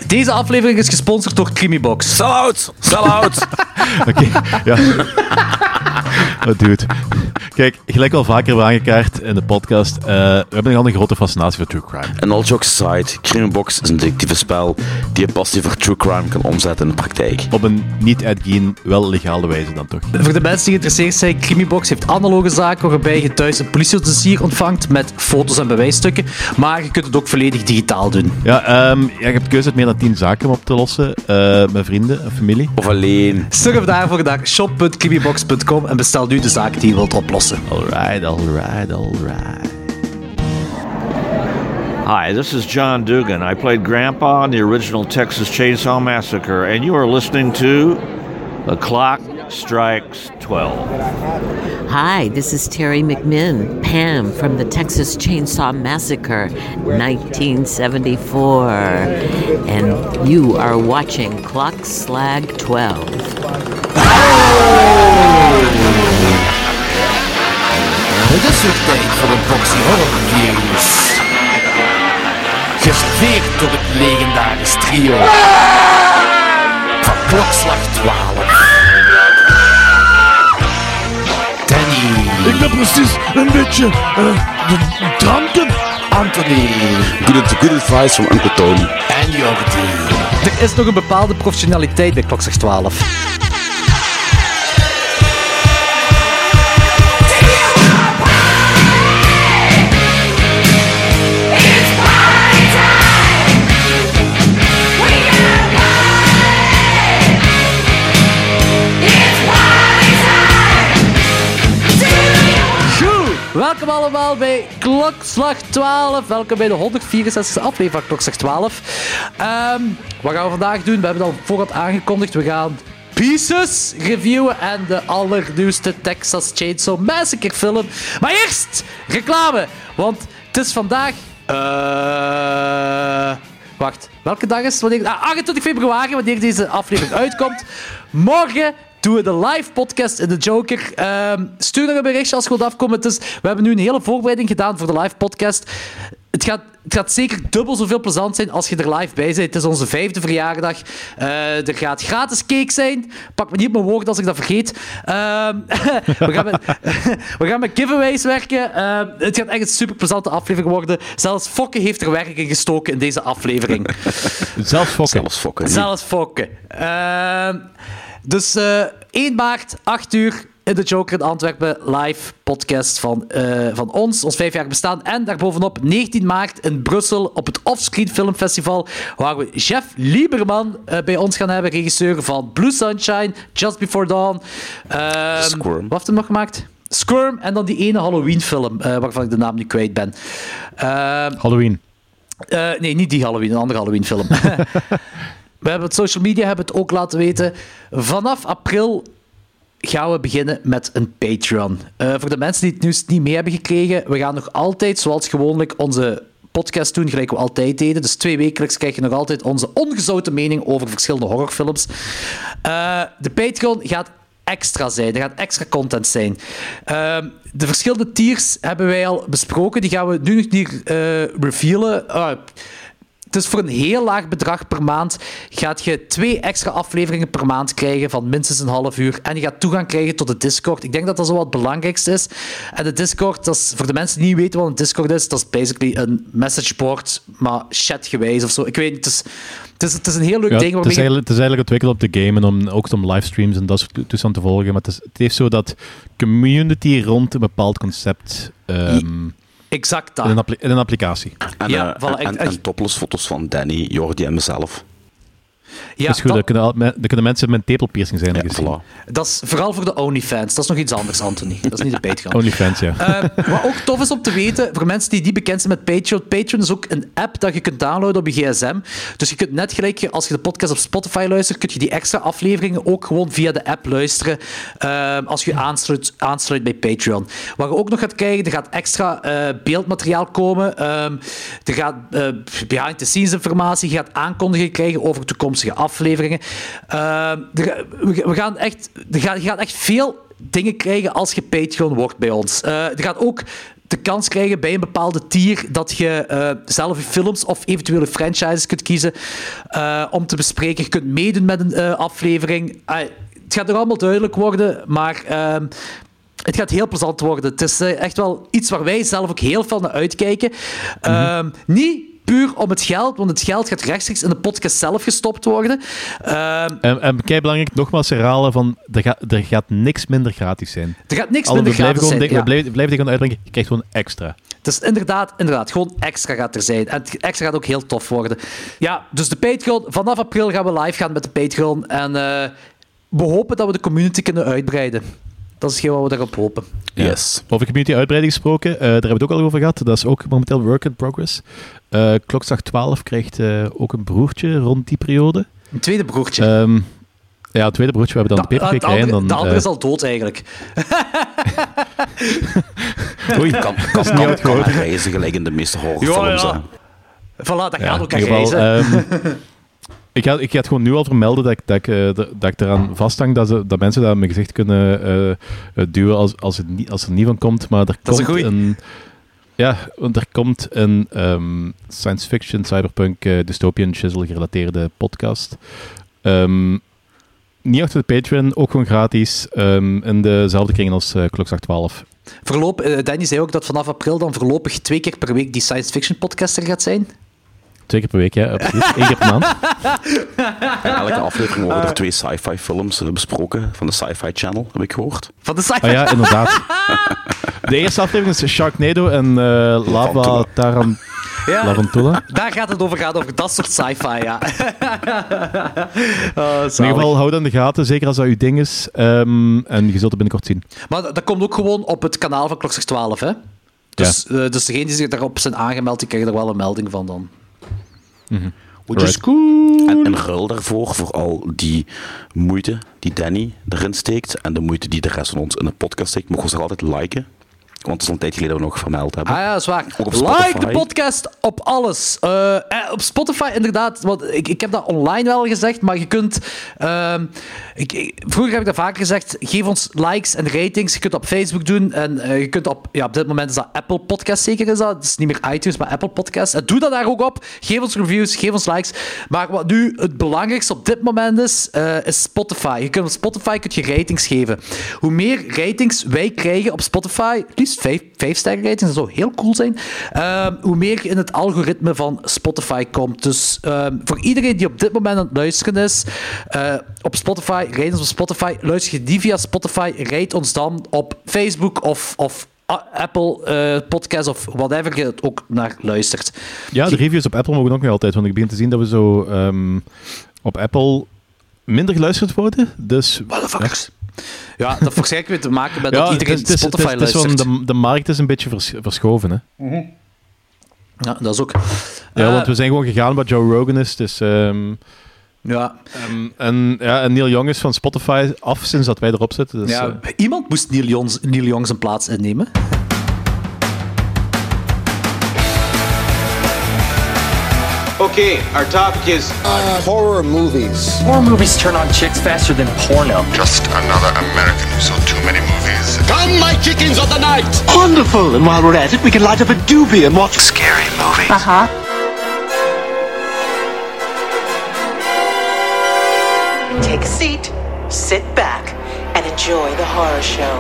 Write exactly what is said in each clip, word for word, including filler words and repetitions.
Deze aflevering is gesponsord door Crimibox. Sell out! Sell out! Oké, okay, ja. Oh, dude. Kijk, gelijk al vaker hebben aangekaart in de podcast, uh, we hebben nogal een grote fascinatie voor true crime. En all jokes aside, Crimibox is een detectieve spel die je passie voor true crime kan omzetten in de praktijk. Op een niet-uitgeen, wel legale wijze dan toch. Voor de mensen die geïnteresseerd zijn, Crimibox heeft analoge zaken waarbij je thuis een politiedossier ontvangt met foto's en bewijsstukken, maar je kunt het ook volledig digitaal doen. Ja, um, ja je hebt keuze uit meer dan tien zaken om op te lossen, uh, met vrienden en familie. Of alleen. Surf daarvoor naar shop punt crimibox punt com en bestel nu de zaak die je wilt oplossen. Alright, alright, alright. Hi, this is John Dugan. I played Grandpa in the original Texas Chainsaw Massacre, and you are listening to The Clock Strikes twelve. Hi, this is Terry McMinn, Pam from the Texas Chainsaw Massacre, nineteen seventy-four. And you are watching Clock Slag twelve. Het is weer tijd voor een boxy horror reviews. Geserveerd door het legendarisch trio van Klokslag twaalf. Danny. Ik ben precies een beetje uh, dranken. Anthony. Good, good advice from Uncle Tony. En Jordi. Er is nog een bepaalde professionaliteit bij Klokslag twaalf. Welkom allemaal bij Klokslag twaalf. Welkom bij de honderdvierenzestigste aflevering van Klokslag twaalf. Um, wat gaan we vandaag doen? We hebben het al voorhand aangekondigd. We gaan Pieces reviewen en de allernieuwste Texas Chainsaw Massacre film. Maar eerst reclame, want het is vandaag... Uh, wacht, welke dag is het? Wanneer, ah, achtentwintig februari, wanneer deze aflevering uitkomt. Morgen doen we de live podcast in de Joker. Um, stuur nog een berichtje als je wilt afkomen. Dus, we hebben nu een hele voorbereiding gedaan voor de live podcast. Het gaat, het gaat zeker dubbel zoveel plezant zijn als je er live bij bent. Het is onze vijfde verjaardag. Uh, er gaat gratis cake zijn. Pak me niet op mijn woord als ik dat vergeet. Um, we, gaan met, we gaan met giveaways werken. Uh, het gaat echt een super plezante aflevering worden. Zelfs Fokke heeft er werk in gestoken in deze aflevering. Zelfs Fokke. Zelfs Fokke. Zelfs Fokke. Uh, Dus uh, één maart, acht uur, in de Joker in Antwerpen, live podcast van, uh, van ons, ons vijfjarig bestaan. En daarbovenop negentien maart in Brussel op het Offscreen Filmfestival, waar we Jeff Lieberman uh, bij ons gaan hebben, regisseur van Blue Sunshine, Just Before Dawn. Uh, Squirm. Wat heeft hij nog gemaakt? Squirm en dan die ene Halloween-film, uh, waarvan ik de naam nu kwijt ben. Uh, Halloween. Uh, nee, niet die Halloween, een andere Halloween-film. We hebben het social media hebben het ook laten weten. Vanaf april gaan we beginnen met een Patreon. Uh, voor de mensen die het nieuws niet mee hebben gekregen, we gaan nog altijd, zoals gewoonlijk, onze podcast doen, gelijk we altijd deden. Dus twee wekelijks krijg je nog altijd onze ongezouten mening over verschillende horrorfilms. Uh, de Patreon gaat extra zijn. Er gaat extra content zijn. Uh, de verschillende tiers hebben wij al besproken. Die gaan we nu nog niet uh, revealen. Uh, Dus voor een heel laag bedrag per maand gaat je twee extra afleveringen per maand krijgen van minstens een half uur. En je gaat toegang krijgen tot de Discord. Ik denk dat dat zo wat het belangrijkste is. En de Discord, dat is, voor de mensen die niet weten wat een Discord is, dat is basically een messageboard, maar chatgewijs of zo. Ik weet niet, het is, het is, het is een heel leuk ja, ding. Het is, eigenlijk, het is eigenlijk ontwikkeld op de game en om, ook om livestreams en dat soort toestanden te volgen. Maar het, is, het heeft zo dat community rond een bepaald concept... Um, Exact dat. In een, appli- in een applicatie. En, Ja, uh, voilà, en, ik- en, en topless-foto's van Danny, Jordi en mezelf. Ja, dat is goed, dat, dat kunnen, al- me- dat kunnen mensen met tepelpiercing zijn. Ja, gezien. voilà. dat is vooral voor de OnlyFans. Dat is nog iets anders, Anthony. Dat is niet de Patreon. OnlyFans, ja. Uh, wat ook tof is om te weten, voor mensen die niet bekend zijn met Patreon, Patreon is ook een app dat je kunt downloaden op je gsm. Dus je kunt net gelijk, als je de podcast op Spotify luistert, kun je die extra afleveringen ook gewoon via de app luisteren uh, als je aansluit, aansluit bij Patreon. Wat je ook nog gaat krijgen, er gaat extra uh, beeldmateriaal komen. Um, er gaat uh, behind-the-scenes informatie, je gaat aankondigingen krijgen over toekomstige afleveringen. Uh, er, we, we gaan echt, er gaat, je gaat echt veel dingen krijgen als je Patreon wordt bij ons. Uh, er gaat ook de kans krijgen bij een bepaalde tier dat je uh, zelf je films of eventuele franchises kunt kiezen uh, om te bespreken. Je kunt meedoen met een uh, aflevering. Uh, het gaat er allemaal duidelijk worden, maar uh, het gaat heel plezant worden. Het is uh, echt wel iets waar wij zelf ook heel veel naar uitkijken. Uh, mm-hmm. Niet puur om het geld, want het geld gaat rechtstreeks in de podcast zelf gestopt worden. Uh, en, en kei belangrijk, nogmaals herhalen, van, er, gaat, er gaat niks minder gratis zijn. Er gaat niks Alle, minder gratis zijn. Denk, ja. We blijven, blijven dit gewoon uitbrengen, je krijgt gewoon extra. Dus inderdaad, inderdaad, gewoon extra gaat er zijn. En het extra gaat ook heel tof worden. Ja, dus de Patreon, vanaf april gaan we live gaan met de Patreon. En uh, we hopen dat we de community kunnen uitbreiden. Dat is wat we daarop hopen. Yes. Over community uitbreiding gesproken, uh, daar hebben we het ook al over gehad. Dat is ook momenteel work in progress. Uh, Klokslag twaalf krijgt uh, ook een broertje rond die periode. Een tweede broertje? Um, ja, een tweede broertje. We hebben dan da, de P P K. De andere, dan, de andere uh, is al dood, eigenlijk. Oei, kan, kan, kan, kan, kan reizen gelijk in de meeste horrorfilms. Ja, ja. Voilà, dat ja, gaat ook aan reizen. Um, Ik ga, ik ga het gewoon nu al vermelden dat ik, dat ik, uh, dat, dat ik eraan vasthang dat, ze, dat mensen dat in mijn gezicht kunnen uh, uh, duwen als, als, het niet, als het er niet van komt. Maar er dat komt is een, een Ja, want er komt een um, science fiction, cyberpunk, uh, dystopian shizzle gerelateerde podcast. Um, niet achter de Patreon, ook gewoon gratis. Um, in dezelfde kringen als uh, Klokslag twaalf. Verloop, uh, Danny zei ook dat vanaf april dan voorlopig twee keer per week die science fiction podcast er gaat zijn. Twee keer per week, ja, absoluut. Eén keer per maand. En elke aflevering worden er twee sci-fi films besproken van de Sci-Fi Channel, heb ik gehoord. Van de Sci-Fi Oh ja, inderdaad. De eerste aflevering is Sharknado en uh, Lava Taran... Ja, Larantula. Daar gaat het over gaan, over dat soort sci-fi, ja. oh, in ieder geval, houd aan de gaten, zeker als dat uw ding is. Um, en je zult het binnenkort zien. Maar dat komt ook gewoon op het kanaal van Klokslag twaalf, hè? Dus, ja. uh, dus degene die zich daarop zijn aangemeld, die krijgen er wel een melding van dan. Mm-hmm. Which is cool. En in ruil daarvoor, voor al die moeite die Danny erin steekt en de moeite die de rest van ons in de podcast steekt, mogen we ze altijd liken. Want het is al een tijd geleden dat we nog vermeld hebben. Ah ja, dat is waar. Like de podcast op alles. Uh, eh, op Spotify inderdaad. Want ik, ik heb dat online wel gezegd, maar je kunt... Uh, ik, ik, vroeger heb ik dat vaker gezegd. Geef ons likes en ratings. Je kunt dat op Facebook doen. En uh, je kunt op... Ja, op dit moment is dat Apple Podcast zeker. Is dat. Het is niet meer iTunes, maar Apple Podcast. En doe dat daar ook op. Geef ons reviews, geef ons likes. Maar wat nu het belangrijkste op dit moment is, uh, is Spotify. Je kunt op Spotify kunt je ratings geven. Hoe meer ratings wij krijgen op Spotify... Liefst vijf, vijf sterren ratings, dat zou heel cool zijn. Uh, hoe meer je in het algoritme van Spotify komt. Dus uh, voor iedereen die op dit moment aan het luisteren is, uh, op Spotify, rijd ons op Spotify, luister je die via Spotify, rijd ons dan op Facebook of, of Apple uh, Podcast of whatever je het ook naar luistert. Ja, de reviews op Apple mogen ook nog altijd, want ik begin te zien dat we zo um, op Apple minder geluisterd worden. Dus... Motherfuckers. Ja. Ja, dat waarschijnlijk weer te maken met ja, dat iedereen het is, Spotify het is, het is luistert. De, de markt is een beetje vers, verschoven, hè? Mm-hmm. Ja, dat is ook... Ja, uh, want we zijn gewoon gegaan wat Joe Rogan is, dus... Um, ja. Um, en, ja, en Neil Young is van Spotify af sinds dat wij erop zitten. Dus, ja, uh, iemand moest Neil Young, Neil Young zijn plaats innemen. Okay, our topic is uh, horror movies. Horror movies turn on chicks faster than porno. Just another American who saw too many movies. Come, my chickens of the night! Wonderful! And while we're at it, we can light up a doobie and watch scary movies. Uh-huh. Take a seat, sit back, and enjoy the horror show.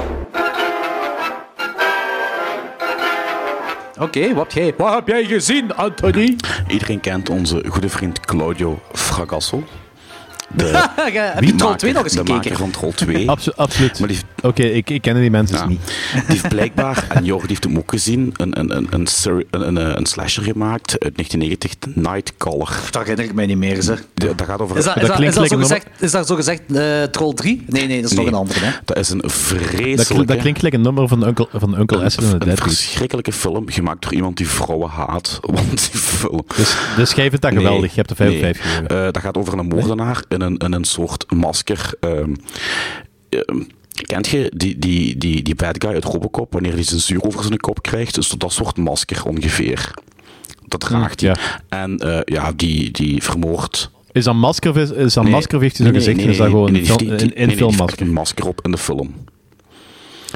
Oké, okay, wat, wat heb jij gezien, Anthony? Iedereen kent onze goede vriend Claudio Fragasso. De, heb je Troll twee nog eens de gekeken? maker van Troll twee. Abso- absoluut. Oké, okay, ik, ik ken die mensen ja. dus niet. Die heeft blijkbaar, en Jordi heeft hem ook gezien, een, een, een, een, een, een, een slasher gemaakt uit negentien negentig, Nightcaller. Dat herinner ik mij niet meer, ze. De, dat gaat over... Is dat, dat, is dat, klinkt is dat, zo, nummer... gezegd, is dat zo gezegd uh, Troll drie? Nee, nee, dat is nee, nog een andere, hè? Dat is een vreselijke... Dat, klinkt, dat klinkt gelijk een nummer van Uncle, van Uncle Esther in de Een Dead verschrikkelijke film, gemaakt door iemand die vrouwen haat. Want die film... Dus, dus jij vindt dat nee, geweldig, je hebt er vijf nee. op vijf gegeven. Uh, dat gaat over een moordenaar in een, in een soort masker. Um, um, kent je die, die, die, die bad guy uit Robocop, wanneer hij zijn zuur over zijn kop krijgt? Dus dat soort masker ongeveer. Dat draagt hij. Ja. En uh, ja, die, die vermoordt... Is dat masker of, is dat nee, masker of heeft hij zo'n nee, gezicht? Nee, nee, is dat gewoon nee, nee, een die, film, die, in, in nee, filmmasker? Nee, een masker op in de film.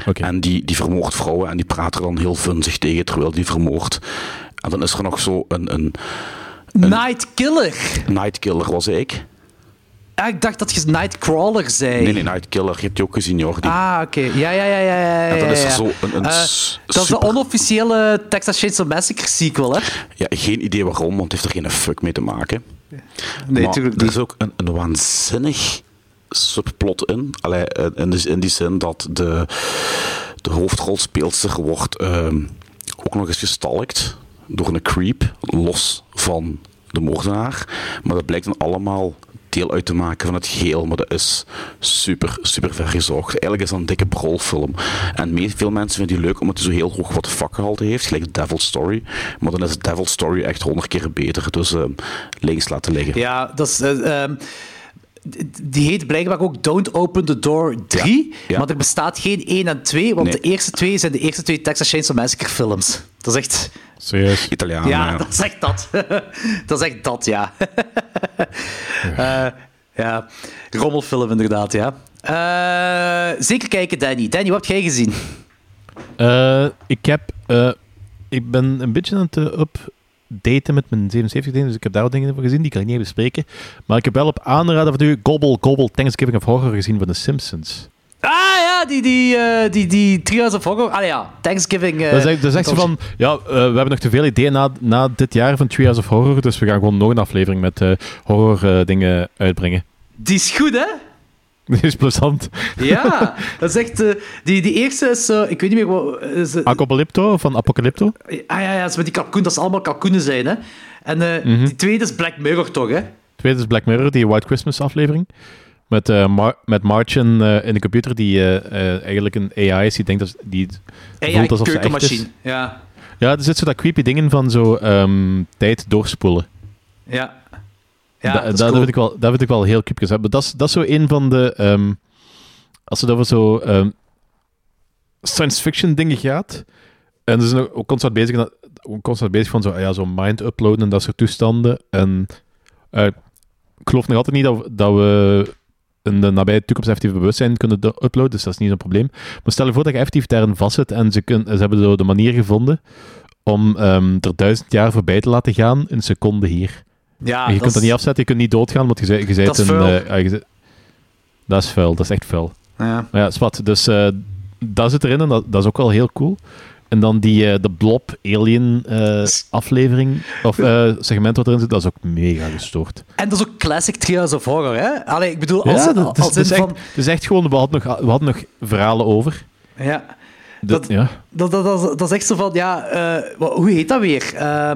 Okay. En die, die vermoordt vrouwen en die praat er dan heel vunzig tegen terwijl die vermoordt. En dan is er nog zo een... een, een Nightkiller. Nightkiller was ik. Ja, ik dacht dat je Nightcrawler zei. Nee, nee, Nightkiller. Je hebt die ook gezien, Jordi. Ah, oké. Okay. Ja, ja, ja, ja, ja. En dan is er ja. zo een... een uh, s- dat is super... de onofficiële Texas Chainsaw Massacre sequel, hè? Ja, geen idee waarom, want het heeft er geen fuck mee te maken. Nee, maar natuurlijk er niet. is ook een, een waanzinnig subplot in. Allee, in, die, in die zin dat de, de hoofdrolspeelster wordt um, ook nog eens gestalkt door een creep, los van de moordenaar. Maar dat blijkt dan allemaal deel uit te maken van het geheel, maar dat is super, super ver gezocht. Eigenlijk is dat een dikke brolfilm. En me- veel mensen vinden die leuk omdat hij zo heel hoog wat vakgehalte heeft, gelijk Devil's Story. Maar dan is Devil's Story echt honderd keer beter. Dus uh, links laten liggen. Ja, dat is... Uh, um... Die heet blijkbaar ook Don't Open the Door drie, ja, ja. maar er bestaat geen één en twee, want nee. de eerste twee zijn de eerste twee Texas Chainsaw Massacre films. Dat is echt... Serieus? Italiaan. Ja, ja, dat is echt dat. Dat is echt dat, ja. uh, ja, rommelfilm inderdaad, ja. Uh, zeker kijken, Danny. Danny, wat heb jij gezien? Uh, ik heb... Uh, ik ben een beetje aan het uh, updaten met mijn zevenenzeventig dingen, dus ik heb daar wat dingen over gezien, die kan ik niet even bespreken. Maar ik heb wel op aanraden van u Gobble Gobble Thanksgiving of Horror gezien van The Simpsons. Ah ja, die, die, uh, die, die Treehouse of Horror. Ah ja, Thanksgiving. Uh, dat is echt, dat is echt zo van, ja, uh, we hebben nog te veel ideeën na, na dit jaar van Treehouse of Horror, dus we gaan gewoon nog een aflevering met uh, horror uh, dingen uitbrengen. Die is goed, hè? Die is plezant. Ja, dat is echt... Uh, die, die eerste is... Uh, ik weet niet meer wat... Is, uh, Apocalypto, van Apocalypto? Ah ja, ja, dat is met die kalkoen, dat ze allemaal kalkoenen zijn, hè? En uh, mm-hmm. die tweede is Black Mirror, toch, hè? De tweede is Black Mirror, die White Christmas aflevering. Met, uh, Mar- met Martian uh, in de computer, die uh, uh, eigenlijk een A I is. Die denkt dat die voelt alsof ze echt is. Ja. Ja, er zit zo dat creepy dingen van zo um, tijd doorspoelen. Ja. Ja, da, dat, da, cool. dat, vind ik wel, dat vind ik wel heel creepy. Maar dat is, dat is zo een van de... Um, als het over zo um, science fiction dingen gaat, en ze zijn ook constant bezig, constant bezig van zo, ja, zo mind uploaden en dat soort toestanden. En uh, ik geloof nog altijd niet dat we, dat we in de nabije toekomst effectief bewustzijn kunnen uploaden, dus dat is niet zo'n probleem. Maar stel je voor dat je effectief daarin vastzit en ze, kun, ze hebben zo de manier gevonden om um, er duizend jaar voorbij te laten gaan in een seconde hier. Ja, en je dat kunt is... dat niet afzetten, je kunt niet doodgaan, want je zei, je zei dat het is een... vuil. Uh, je, dat is vuil, dat is echt vuil. Ja. Maar ja, zwart. Dus uh, dat zit erin en dat, dat is ook wel heel cool. En dan die, uh, de Blob Alien uh, aflevering, of uh, segment wat erin zit, dat is ook mega gestoord. En dat is ook classic Treehouse of Horror, hè? Allee, ik bedoel, als, ja, dat, als is, dat is van... echt, het is echt gewoon, we hadden nog, we hadden nog verhalen over. Ja. Dat, dat, ja. Dat, dat, dat, dat is echt zo van, ja, uh, hoe heet dat weer? Uh,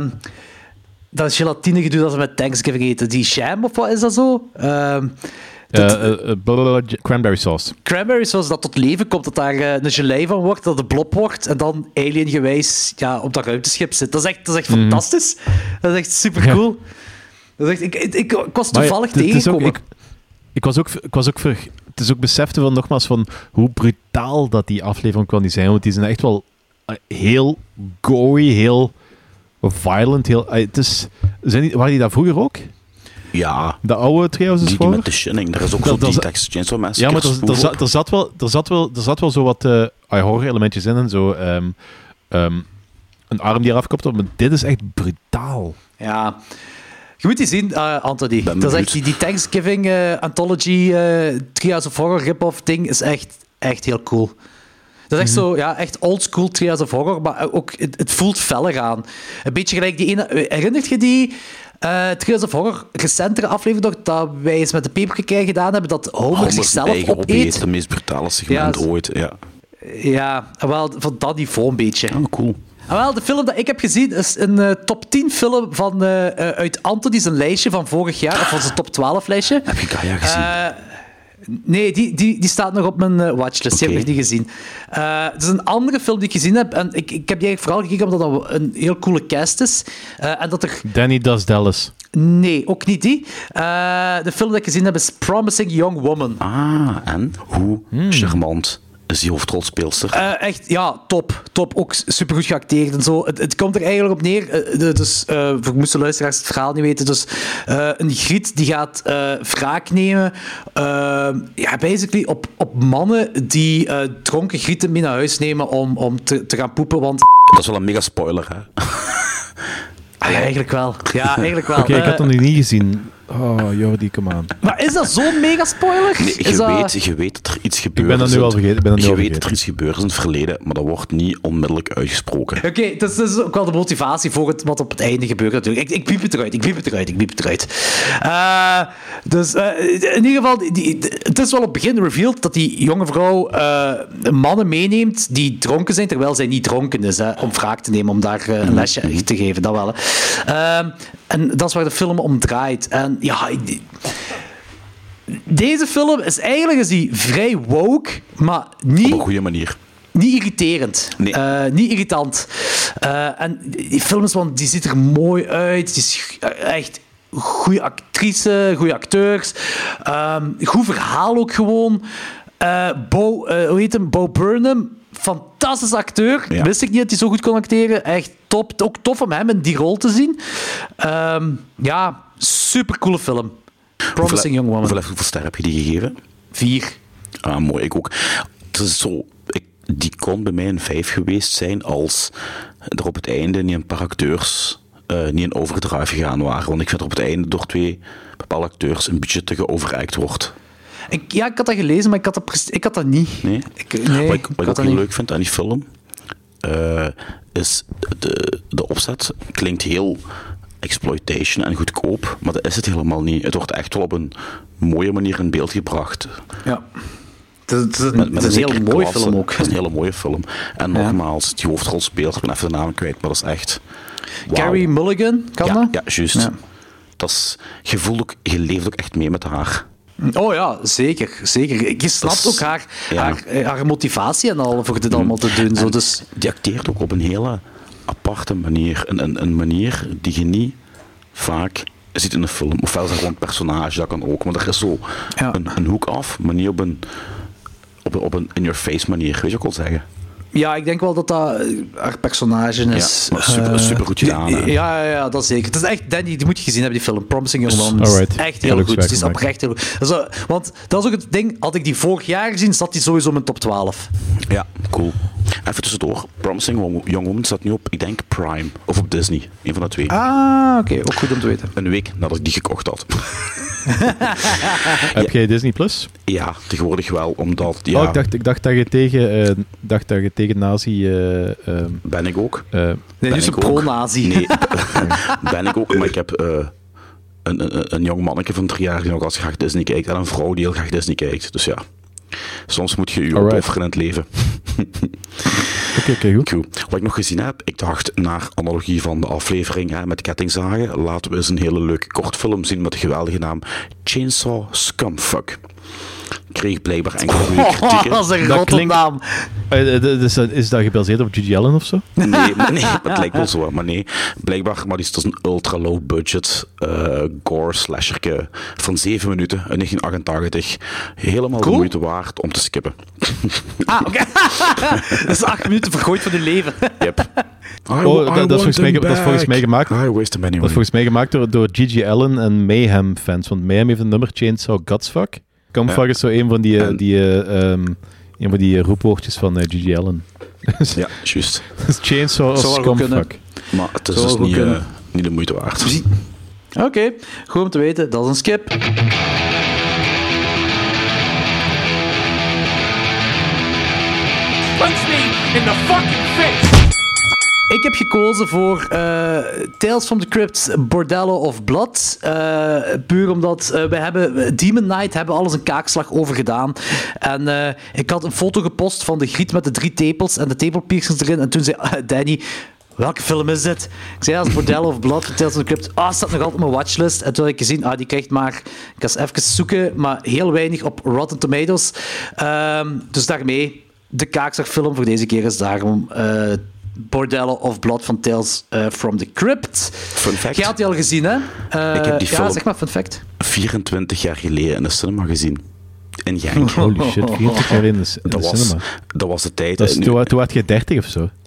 dat is gelatine gedoe dat ze met Thanksgiving eten. Die jam, of wat is dat zo? Uh, Dat, uh, uh, uh, cranberry sauce. Cranberry sauce, dat tot leven komt, dat daar uh, een gelei van wordt, dat de blob wordt en dan aliengewijs ja, op dat ruimteschip zit. Dat is echt, dat is echt mm. fantastisch. Dat is echt super cool. Ja. Dat is echt, ik, ik, ik, ik was toevallig ja, tegengekomen. Ik, ik was ook, ik was ook ver, het is ook besefte van nogmaals van hoe brutaal dat die aflevering kan zijn, want die zijn echt wel uh, heel gory, heel violent, heel... Uh, het is, zijn die, waren die daar vroeger ook? Ja. De oude Treehouse die, voor? Die met de Shining. Daar is ook zo die Texas Chainsaw Massacre. Ja, maar er, er, zat, er, zat wel, er, zat wel, er zat wel zo wat uh, horror-elementjes in en zo. Um, um, een arm die eraf kopt, maar dit is echt brutaal. Ja. Je moet die zien, uh, Anthony. Ben dat is echt die, die Thanksgiving uh, Anthology uh, Treehouse of Horror rip-off ding is echt, echt heel cool. Dat is echt mm-hmm. zo, ja, echt oldschool Treehouse of Horror, maar ook, het, het voelt feller aan. Een beetje gelijk die ene... Herinnert je die... Uh, Treehouse of Horror, recentere aflevering nog, dat wij eens met de peperkakij gedaan hebben, dat Homer, Homer zichzelf opeet. opeet. Het meest brutale segment ja, ooit, ja. Ja, wel, van dat niveau een beetje. Oh, cool. En wel, de film dat ik heb gezien is een uh, top tien film van, uh, uh, uit Anthony's lijstje van vorig jaar, of van zijn top twaalf lijstje. Heb je Gaia gezien? Uh, Nee, die, die, die staat nog op mijn uh, watchlist. Die okay. heb ik nog niet gezien. Uh, het is een andere film die ik gezien heb. En ik, ik heb die eigenlijk vooral gekeken omdat dat een heel coole cast is. Uh, en dat er... Danny Does Dallas. Nee, ook niet die. Uh, de film die ik gezien heb is Promising Young Woman. Ah, en? Hoe hmm. charmant is die hoofdrolspeelster? Uh, echt, ja, top. Top. Ook supergoed geacteerd en zo. Het, het komt er eigenlijk op neer. Uh, dus, uh, voor moesten luisteraars het verhaal niet weten. Dus, uh, een griet die gaat uh, wraak nemen. Uh, ja, basically op, op mannen die uh, dronken grieten mee naar huis nemen om, om te, te gaan poepen. Want... Dat is wel een mega spoiler, hè? Ah, ja, eigenlijk wel. Ja, eigenlijk wel. Oké, okay, uh, ik had hem nog niet gezien. Oh, Jordi, come on. Maar is dat zo'n mega spoiler? Nee, je, is weet, dat... je weet dat er iets gebeurt. Ik ben dat nu al vergeten. Ik ben dat nu je al weet vergeten. dat er iets gebeurt in het verleden, maar dat wordt niet onmiddellijk uitgesproken. Oké, okay, dat, dat is ook wel de motivatie voor het, wat op het einde gebeurt natuurlijk. Ik, ik piep het eruit, ik piep het eruit, ik piep het eruit. Uh, dus uh, in ieder geval, die, die, het is wel op het begin revealed dat die jonge vrouw uh, mannen meeneemt die dronken zijn, terwijl zij niet dronken is, hè, om wraak te nemen, om daar uh, een lesje mm-hmm. te geven, dat wel. Hè. Uh, en dat is waar de film om draait. En ja... Deze film is eigenlijk is die vrij woke, maar niet... Op een goede manier. Niet irriterend. Nee. Uh, niet irritant. Uh, en die film is, want die ziet er mooi uit. Die is echt goede actrice, goede acteurs. Um, goed verhaal ook gewoon. Uh, Bo, uh, hoe heet hem? Bo Burnham. Fantastische acteur. Ja. Wist ik niet dat hij zo goed kon acteren. Echt top. Ook tof om hem in die rol te zien. Um, ja, supercoole film. Promising Young Woman. Hoeveel, hoeveel ster heb je die gegeven? Vier. Ah, mooi. Ik ook. Het is zo... Ik, die kon bij mij een vijf geweest zijn als er op het einde niet een paar acteurs uh, niet in overdrive gegaan waren. Want ik vind er op het einde door twee bepaalde acteurs een beetje te geoveract wordt. Ik, ja, ik had dat gelezen, maar ik had dat, ik had dat niet. Nee? Ik, nee, wat ik, wat ik ook heel niet. leuk vind aan die film, uh, is de, de opzet klinkt heel exploitation en goedkoop, maar dat is het helemaal niet. Het wordt echt wel op een mooie manier in beeld gebracht. Ja. Het is een, met, met een, een hele mooie klasse. film ook. Het is een hele mooie film. En ja. nogmaals, die hoofdrolspeler, ik ben even de naam kwijt, maar dat is echt... Wow. Carey Mulligan, kan ja, dat? Ja, juist. Ja. Dat is, je voelt ook, je leeft ook echt mee met haar. Oh ja, zeker. zeker. Je snapt is, ook haar, ja. haar, haar motivatie en al voor dit allemaal te doen. Zo, dus... Die acteert ook op een hele aparte manier. Een, een, een manier die je niet vaak ziet in een film. Ofwel is dat gewoon een personage, dat kan ook. Maar er is zo ja. een, een hoek af, maar niet op een, op een, op een in-your-face manier. Weet je ook wel zeggen? Ja, ik denk wel dat dat haar personage is. Ja, super, uh, super goed gedaan. Ja, ja, ja, dat zeker. Het is echt, Danny, die moet je gezien hebben, die film. Promising Young Woman. Alright. Echt heel goed. Het is oprecht heel goed. Also, want dat is ook het ding, had ik die vorig jaar gezien, zat die sowieso in mijn top twaalf. Ja, cool. Even tussendoor. Promising Young Woman staat nu op, ik denk, Prime. Of op Disney. Een van de twee. Ah, oké. Okay. Ook goed om te weten. Een week nadat ik die gekocht had. Heb jij Disney Plus? Ja, tegenwoordig wel, omdat... Ja, oh, ik dacht, ik dacht dat je tegen, uh, dacht dat je tegen nazi... Uh, uh, ben ik ook. Uh, nee, dus een pro-nazi. Nee, ben ik ook, maar ik heb... Uh, een, een, een jong manneke van drie jaar die nog als graag Disney kijkt en een vrouw die heel graag Disney kijkt. Dus ja, soms moet je je opofferen in het leven. Oké, okay, goed. goed. Wat ik nog gezien heb, ik dacht naar analogie van de aflevering hè, met kettingzagen, laten we eens een hele leuke kortfilm zien met de geweldige naam Chainsaw Scumfuck. Kreeg blijkbaar enkele goede kritieken. Oh, dat is een grote naam. Is, is dat gebaseerd op Gigi Allen of zo? Nee, maar nee, het lijkt wel zo, maar nee. Blijkbaar, maar die is een ultra low budget uh, gore slasherke van zeven minuten in negentien achtentachtig. Helemaal cool. De moeite waard om te skippen. Ah, oké. Okay. Dat is acht minuten vergooid van je leven. Yep. Oh, dat, dat, is volgens mij, dat is volgens mij gemaakt. I waste anyway. Dat is volgens mij gemaakt door, door Gigi Allen en Mayhem fans. Want Mayhem heeft een nummer Chainsaw Gutsfuck. Scumfuck ja. is zo een van die, en... die, uh, um, een van die roepwoordjes van uh, Gigi Allen. Ja, juist. Chainsaw of Scumfuck. Maar het is dus niet, uh, niet de moeite waard. Oké, okay. Goed om te weten. Dat is een skip. Punch me in the fucking face! Ik heb gekozen voor uh, Tales from the Crypt, Bordello of Blood. Uh, puur omdat uh, we hebben Demon Knight hebben alles een kaakslag over gedaan. En uh, ik had een foto gepost van de griet met de drie tepels en de tepelpiercings erin. En toen zei uh, Danny, welke film is dit? Ik zei, dat is Bordello of Blood, Tales from the Crypt. Ah, oh, staat nog altijd op mijn watchlist. En toen had ik gezien, ah, die krijgt maar... Ik ga eens even zoeken, maar heel weinig op Rotten Tomatoes. Um, dus daarmee, de kaakslagfilm voor deze keer is daarom... Uh, Bordello of Blood van Tales uh, from the Crypt. Fun fact. Jij had die al gezien, hè? Uh, ik heb die ja, film zeg maar, fun fact. vierentwintig jaar geleden in de cinema gezien. In Genk. Holy shit, vierentwintig jaar in de, in dat de was, cinema. Dat was de tijd. Dat is, nu, toen, toen werd je dertig of zo?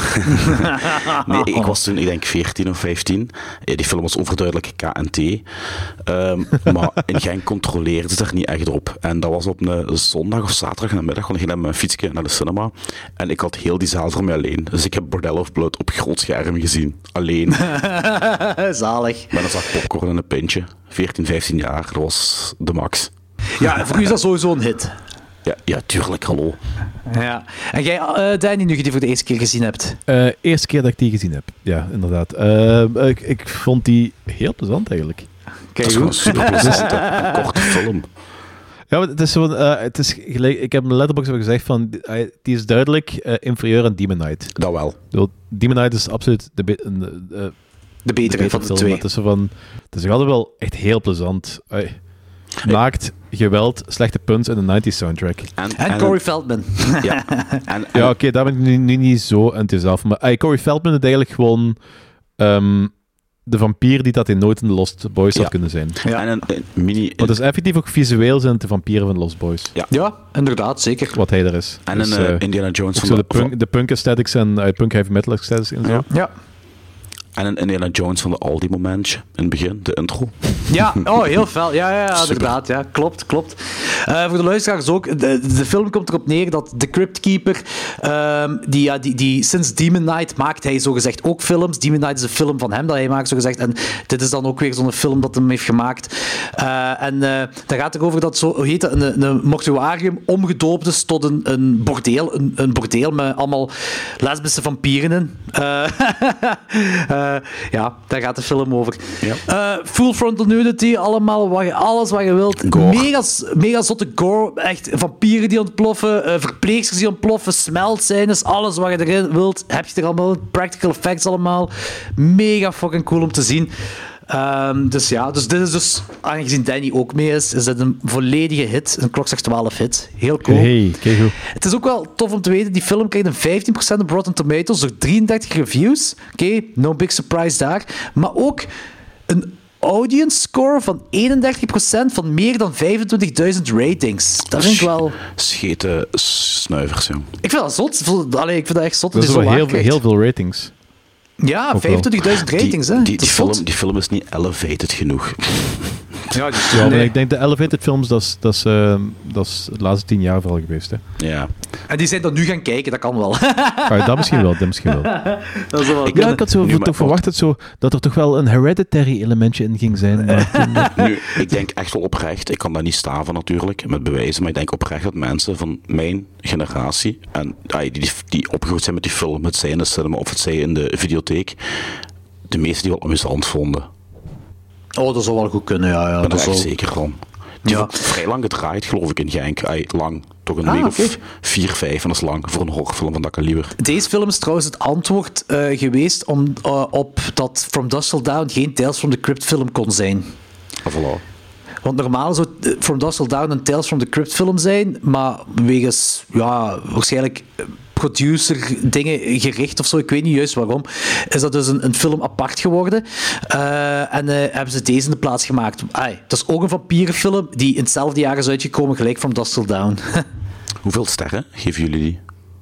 nee, ik was toen, ik denk, veertien of vijftien. Ja, die film was overduidelijk K N T. Um, maar in Genk controleerde ze er niet echt op. En dat was op een zondag of zaterdag in de middag, want ik ging met mijn fietsje naar de cinema. En ik had heel die zaal voor mij alleen. Dus ik heb Bordello of Blood op groot scherm gezien. Alleen. Zalig. Met een zak popcorn en een pintje. veertien, vijftien jaar. Dat was de max. Ja, voor u is dat sowieso een hit. Ja, ja, tuurlijk, hallo. Ja. En jij, uh, Danny, nu je die voor de eerste keer gezien hebt? Uh, eerste keer dat ik die gezien heb, ja, inderdaad. Uh, ik, ik vond die heel plezant eigenlijk. Kijk, dat is gewoon super plezant, een korte film. Ja, maar het is zo, uh, het is gelijk, ik heb in mijn letterbox gezegd van, uh, die is duidelijk uh, inferieur aan Demon Knight. Dat wel. Demon Knight is absoluut de, be- uh, de, de betere de van de film. twee. Het is, van, het is altijd wel echt heel plezant. Uh, Maakt geweld, slechte punts in de nineties soundtrack. En, en, en Corey Feldman. Ja, en, ja oké, okay, daar ben ik nu, nu niet zo enthousiast van. Maar uh, Corey Feldman is eigenlijk gewoon um, de vampier die dat in nooit in de Lost Boys ja. had kunnen zijn. Ja. En een, een mini... Maar dus effectief ook visueel zijn het de vampieren van Lost Boys. Ja, ja inderdaad, zeker. Wat hij er is. En dus, een uh, uh, Indiana Jones van de, de... punk, de punk aesthetics en uh, punk heavy metal aesthetics en zo. Ja. ja. En een Indiana Jones van de Aldi momentje in het begin, de intro. Ja, oh, heel fel. Ja, ja, ja inderdaad. Ja, klopt, klopt. Uh, voor de luisteraars ook, de, de film komt erop neer dat de Crypt Keeper, um, die, ja, die, die sinds Demon Knight maakt hij zogezegd ook films. Demon Knight is een film van hem dat hij maakt, zogezegd. En dit is dan ook weer zo'n film dat hem heeft gemaakt. Uh, en uh, daar gaat het over dat zo, hoe heet dat, een, een mortuarium omgedoopt is tot een, een bordeel. Een, een bordeel met allemaal lesbische vampieren in. Uh, uh, Uh, ja, daar gaat de film over. Ja. Uh, full frontal nudity, allemaal, wat je, alles wat je wilt. Mega, mega zotte gore. Echt vampieren die ontploffen, uh, verpleegsters die ontploffen, smeltscènes, alles wat je erin wilt, heb je er allemaal. Practical effects allemaal. Mega fucking cool om te zien. Um, dus ja, dus dit is dus, aangezien Danny ook mee is, is dit een volledige hit, een Klokslag twaalf hit. Heel cool. Hey, kijk hoe. Het is ook wel tof om te weten, die film krijgt een vijftien procent op Rotten Tomatoes door drieëndertig reviews. Oké, okay, no big surprise daar. Maar ook een audience score van eenendertig procent van meer dan vijfentwintigduizend ratings. Dat vind ik wel... Schete snuivers, jong. Ik vind dat zot. Allee, ik vind dat echt zot. Dat is wel heel, heel veel ratings. Ja, vijfentwintigduizend ratings, die, hè. Die, die, film, die film is niet elevated genoeg. Ja, dus, ja, nee. maar ik denk de elevated films, dat is, dat is, uh, dat is de laatste tien jaar vooral geweest. Hè. Ja. En die zijn dan nu gaan kijken, dat kan wel. Ah, dat misschien wel, dat misschien wel. Dat is wel ik, ja, ik had zo nu, toch verwacht dat, zo, dat er toch wel een hereditary elementje in ging zijn. Maar toen, nu, ik denk echt wel oprecht, ik kan dat niet staven natuurlijk, met bewijzen, maar ik denk oprecht dat mensen van mijn generatie, en die, die, die opgegroeid zijn met die film, het zij in de cinema of het zij in de videotheek, de meesten die wel amusant vonden. Oh, dat zou wel goed kunnen, ja. ja ik ben dat er echt zal... zeker van. Die ja. vrij lang gedraaid, geloof ik, in Genk. Ay, lang. Toch een ah, week okay. of vier, vijf, en dat is lang voor een horrorfilm van dat kaliber. Deze film is trouwens het antwoord uh, geweest om, uh, op dat From Dusk Till Dawn geen Tales from the Crypt film kon zijn. Ah, voilà. Want normaal zou From Dusk Till Dawn een Tales from the Crypt film zijn, maar wegens, ja, waarschijnlijk... producer dingen gericht of zo, ik weet niet juist waarom, is dat dus een, een film apart geworden. Uh, en uh, hebben ze deze in de plaats gemaakt. Ay, dat is ook een vampierenfilm die in hetzelfde jaar is uitgekomen, gelijk From Dusk Till Dawn. Hoeveel sterren geven jullie die?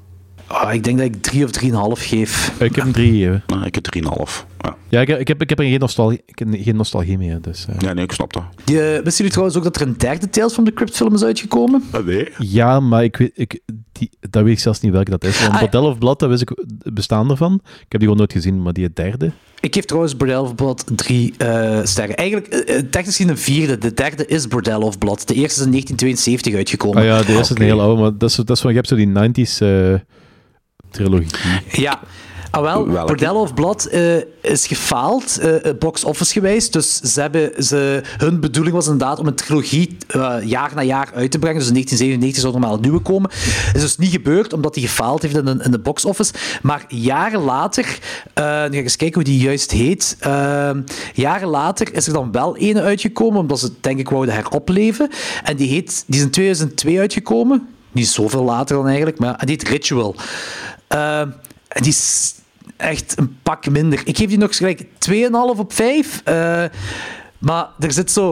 Oh, ik denk dat ik drie of drieënhalf geef. Ik heb een drie gegeven. Nou, ik heb drieënhalf. Ja, ja ik, ik, heb, ik heb er geen nostalgie, ik heb geen nostalgie meer. Dus, uh. Ja, nee, ik snap dat. Die, uh, wisten jullie trouwens ook dat er een derde Tales from the Crypt film is uitgekomen? Uh, nee. Ja, maar ik weet, ik, die, dat weet ik zelfs niet welke dat is. Want ah, Bordel of Blood, dat wist ik bestaan ervan. Ik heb die gewoon nooit gezien, maar die derde... Ik geef trouwens Bordel of Blood drie uh, sterren. Eigenlijk, uh, technisch gezien een vierde. De derde is Bordel of Blood. De eerste is in negentien tweeënzeventig uitgekomen. Ah ja, de eerste is okay. Een heel oude, maar dat is, dat is van, je hebt zo die nineties uh, trilogie. Ja. Ah, wel, Welke? Bordel of Blood uh, is gefaald, uh, box office gewijs. Dus ze hebben, ze, hun bedoeling was inderdaad om een trilogie uh, jaar na jaar uit te brengen. Dus in negentien zevenennegentig zou er normaal een nieuwe komen. Dat is dus niet gebeurd, omdat die gefaald heeft in de, in de box office. Maar jaren later, uh, nu ga ik eens kijken hoe die juist heet. Uh, jaren later is er dan wel ene uitgekomen, omdat ze denk ik wouden heropleven. En die, heet, die is in tweeduizend twee uitgekomen. Niet zoveel later dan eigenlijk, maar die heet Ritual. Uh, en die is echt een pak minder. Ik geef die nog gelijk twee komma vijf op vijf. Uh, maar er zit zo...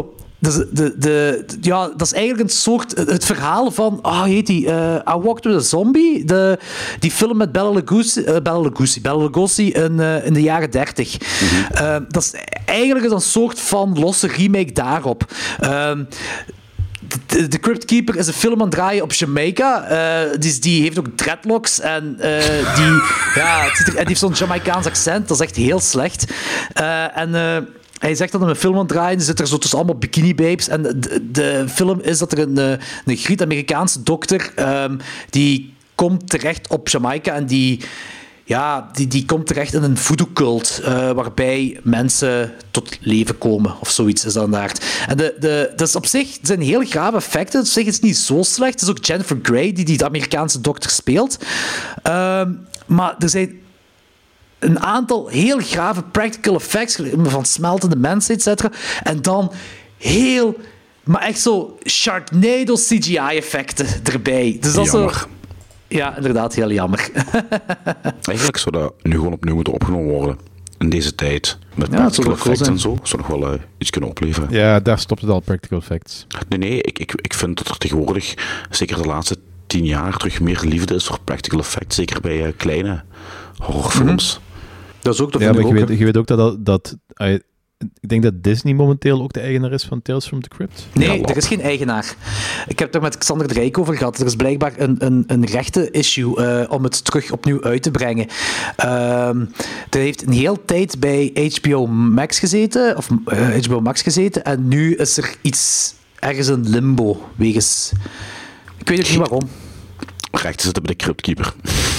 Dus de, de, de, ja, dat is eigenlijk een soort... Het verhaal van... Ah, oh, heet die? Uh, I Walked with a Zombie? De, die film met Bela Lugosi, uh, Bela Lugosi, Bela Lugosi in, uh, in de jaren dertig. Mm-hmm. Uh, dat is eigenlijk een soort van losse remake daarop. Uh, The, The Crypt Keeper is een film aan het draaien op Jamaica. Uh, die, die heeft ook dreadlocks. En, uh, die, ja, het er, en die heeft zo'n Jamaicaans accent. Dat is echt heel slecht. Uh, en... Uh, Hij zegt dat hij een film aan het draaien zit er zo tussen allemaal bikini-babes. En de, de film is dat er een, een Griet-Amerikaanse dokter... Um, die komt terecht op Jamaica en die... Ja, die, die komt terecht in een voodoo-cult, uh, waarbij mensen tot leven komen, of zoiets is dat daar. En de, de, dat is op zich, het zijn heel grave effecten, op zich is het niet zo slecht. Het is ook Jennifer Grey die die de Amerikaanse dokter speelt. Um, maar er zijn een aantal heel grave practical effects, van smeltende mensen, et cetera. En dan heel, maar echt zo Sharknado C G I-effecten erbij. Dus dat is zo... Ja, inderdaad, heel jammer. Eigenlijk zou dat nu gewoon opnieuw moeten opgenomen worden. In deze tijd. Met ja, practical effects en zo. Zou nog wel uh, iets kunnen opleveren. Ja, daar stopt het al, practical effects. Nee, nee, ik, ik, ik vind dat er tegenwoordig, zeker de laatste tien jaar, terug meer liefde is voor practical effects. Zeker bij uh, kleine horrorfilms. Mm-hmm. Dat is ook ja, maar ook, je, weet, je weet ook dat... dat, dat uh, ik denk dat Disney momenteel ook de eigenaar is van Tales from the Crypt. Nee, ja, er is geen eigenaar. Ik heb het er met Xander de Rijk over gehad. Er is blijkbaar een, een, een rechten-issue uh, om het terug opnieuw uit te brengen. Uh, er heeft een hele tijd bij H B O Max gezeten, of uh, H B O Max gezeten, en nu is er iets ergens in limbo, wegens... Ik weet ook niet waarom. Rechten zitten bij de Crypt Keeper.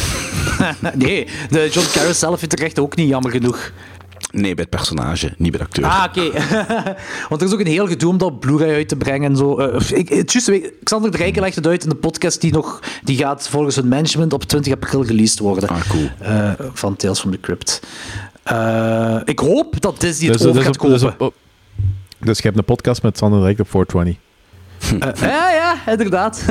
Nee, de John Carroll zelf heeft de rechten ook niet, jammer genoeg. Nee, bij het personage, niet bij de acteur. Ah, oké. Okay. Want er is ook een heel gedoe om dat op Blu-ray uit te brengen en zo. Uh, ik, just, Xander de Rijken legt het uit in de podcast die nog... Die gaat volgens hun management op twintig april released worden. Ah, cool. Uh, van Tales from the Crypt. Uh, ik hoop dat Disney het dus, over dus gaat op, kopen. Dus, op, op, dus je hebt een podcast met Xander de Rijk op vierhonderdtwintig. Uh, ja, ja, inderdaad.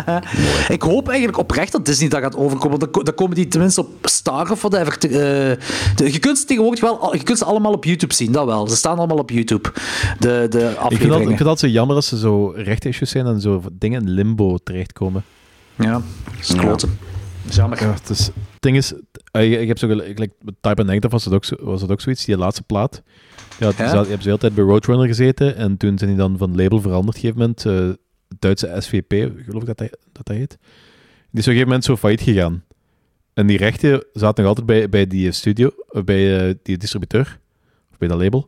Ik hoop eigenlijk oprecht dat Disney dat gaat overkomen. Dan, dan komen die tenminste op Star of whatever. Te, uh, de, je kunt ze tegenwoordig wel... Je kunt ze allemaal op YouTube zien, dat wel. Ze staan allemaal op YouTube, de, de afleveringen. Ik vind, dat, ik vind dat zo jammer als ze zo rechteissues zijn en zo dingen in limbo terechtkomen. Ja, dat is kloten. Ja. Jammer. Ja, het, is, het ding is... Ik, ik heb zo gelijk... Like, Type and Negative was het ook, was het ook zoiets, die laatste plaat. Ja, ja? Je hebt ze de hele tijd bij Roadrunner gezeten en toen zijn die dan van label veranderd op een gegeven moment. Uh, Duitse S V P, geloof ik dat dat, dat dat heet. Die is op een gegeven moment zo failliet gegaan. En die rechten zaten nog altijd bij, bij die studio, bij uh, die distributeur, of bij dat label.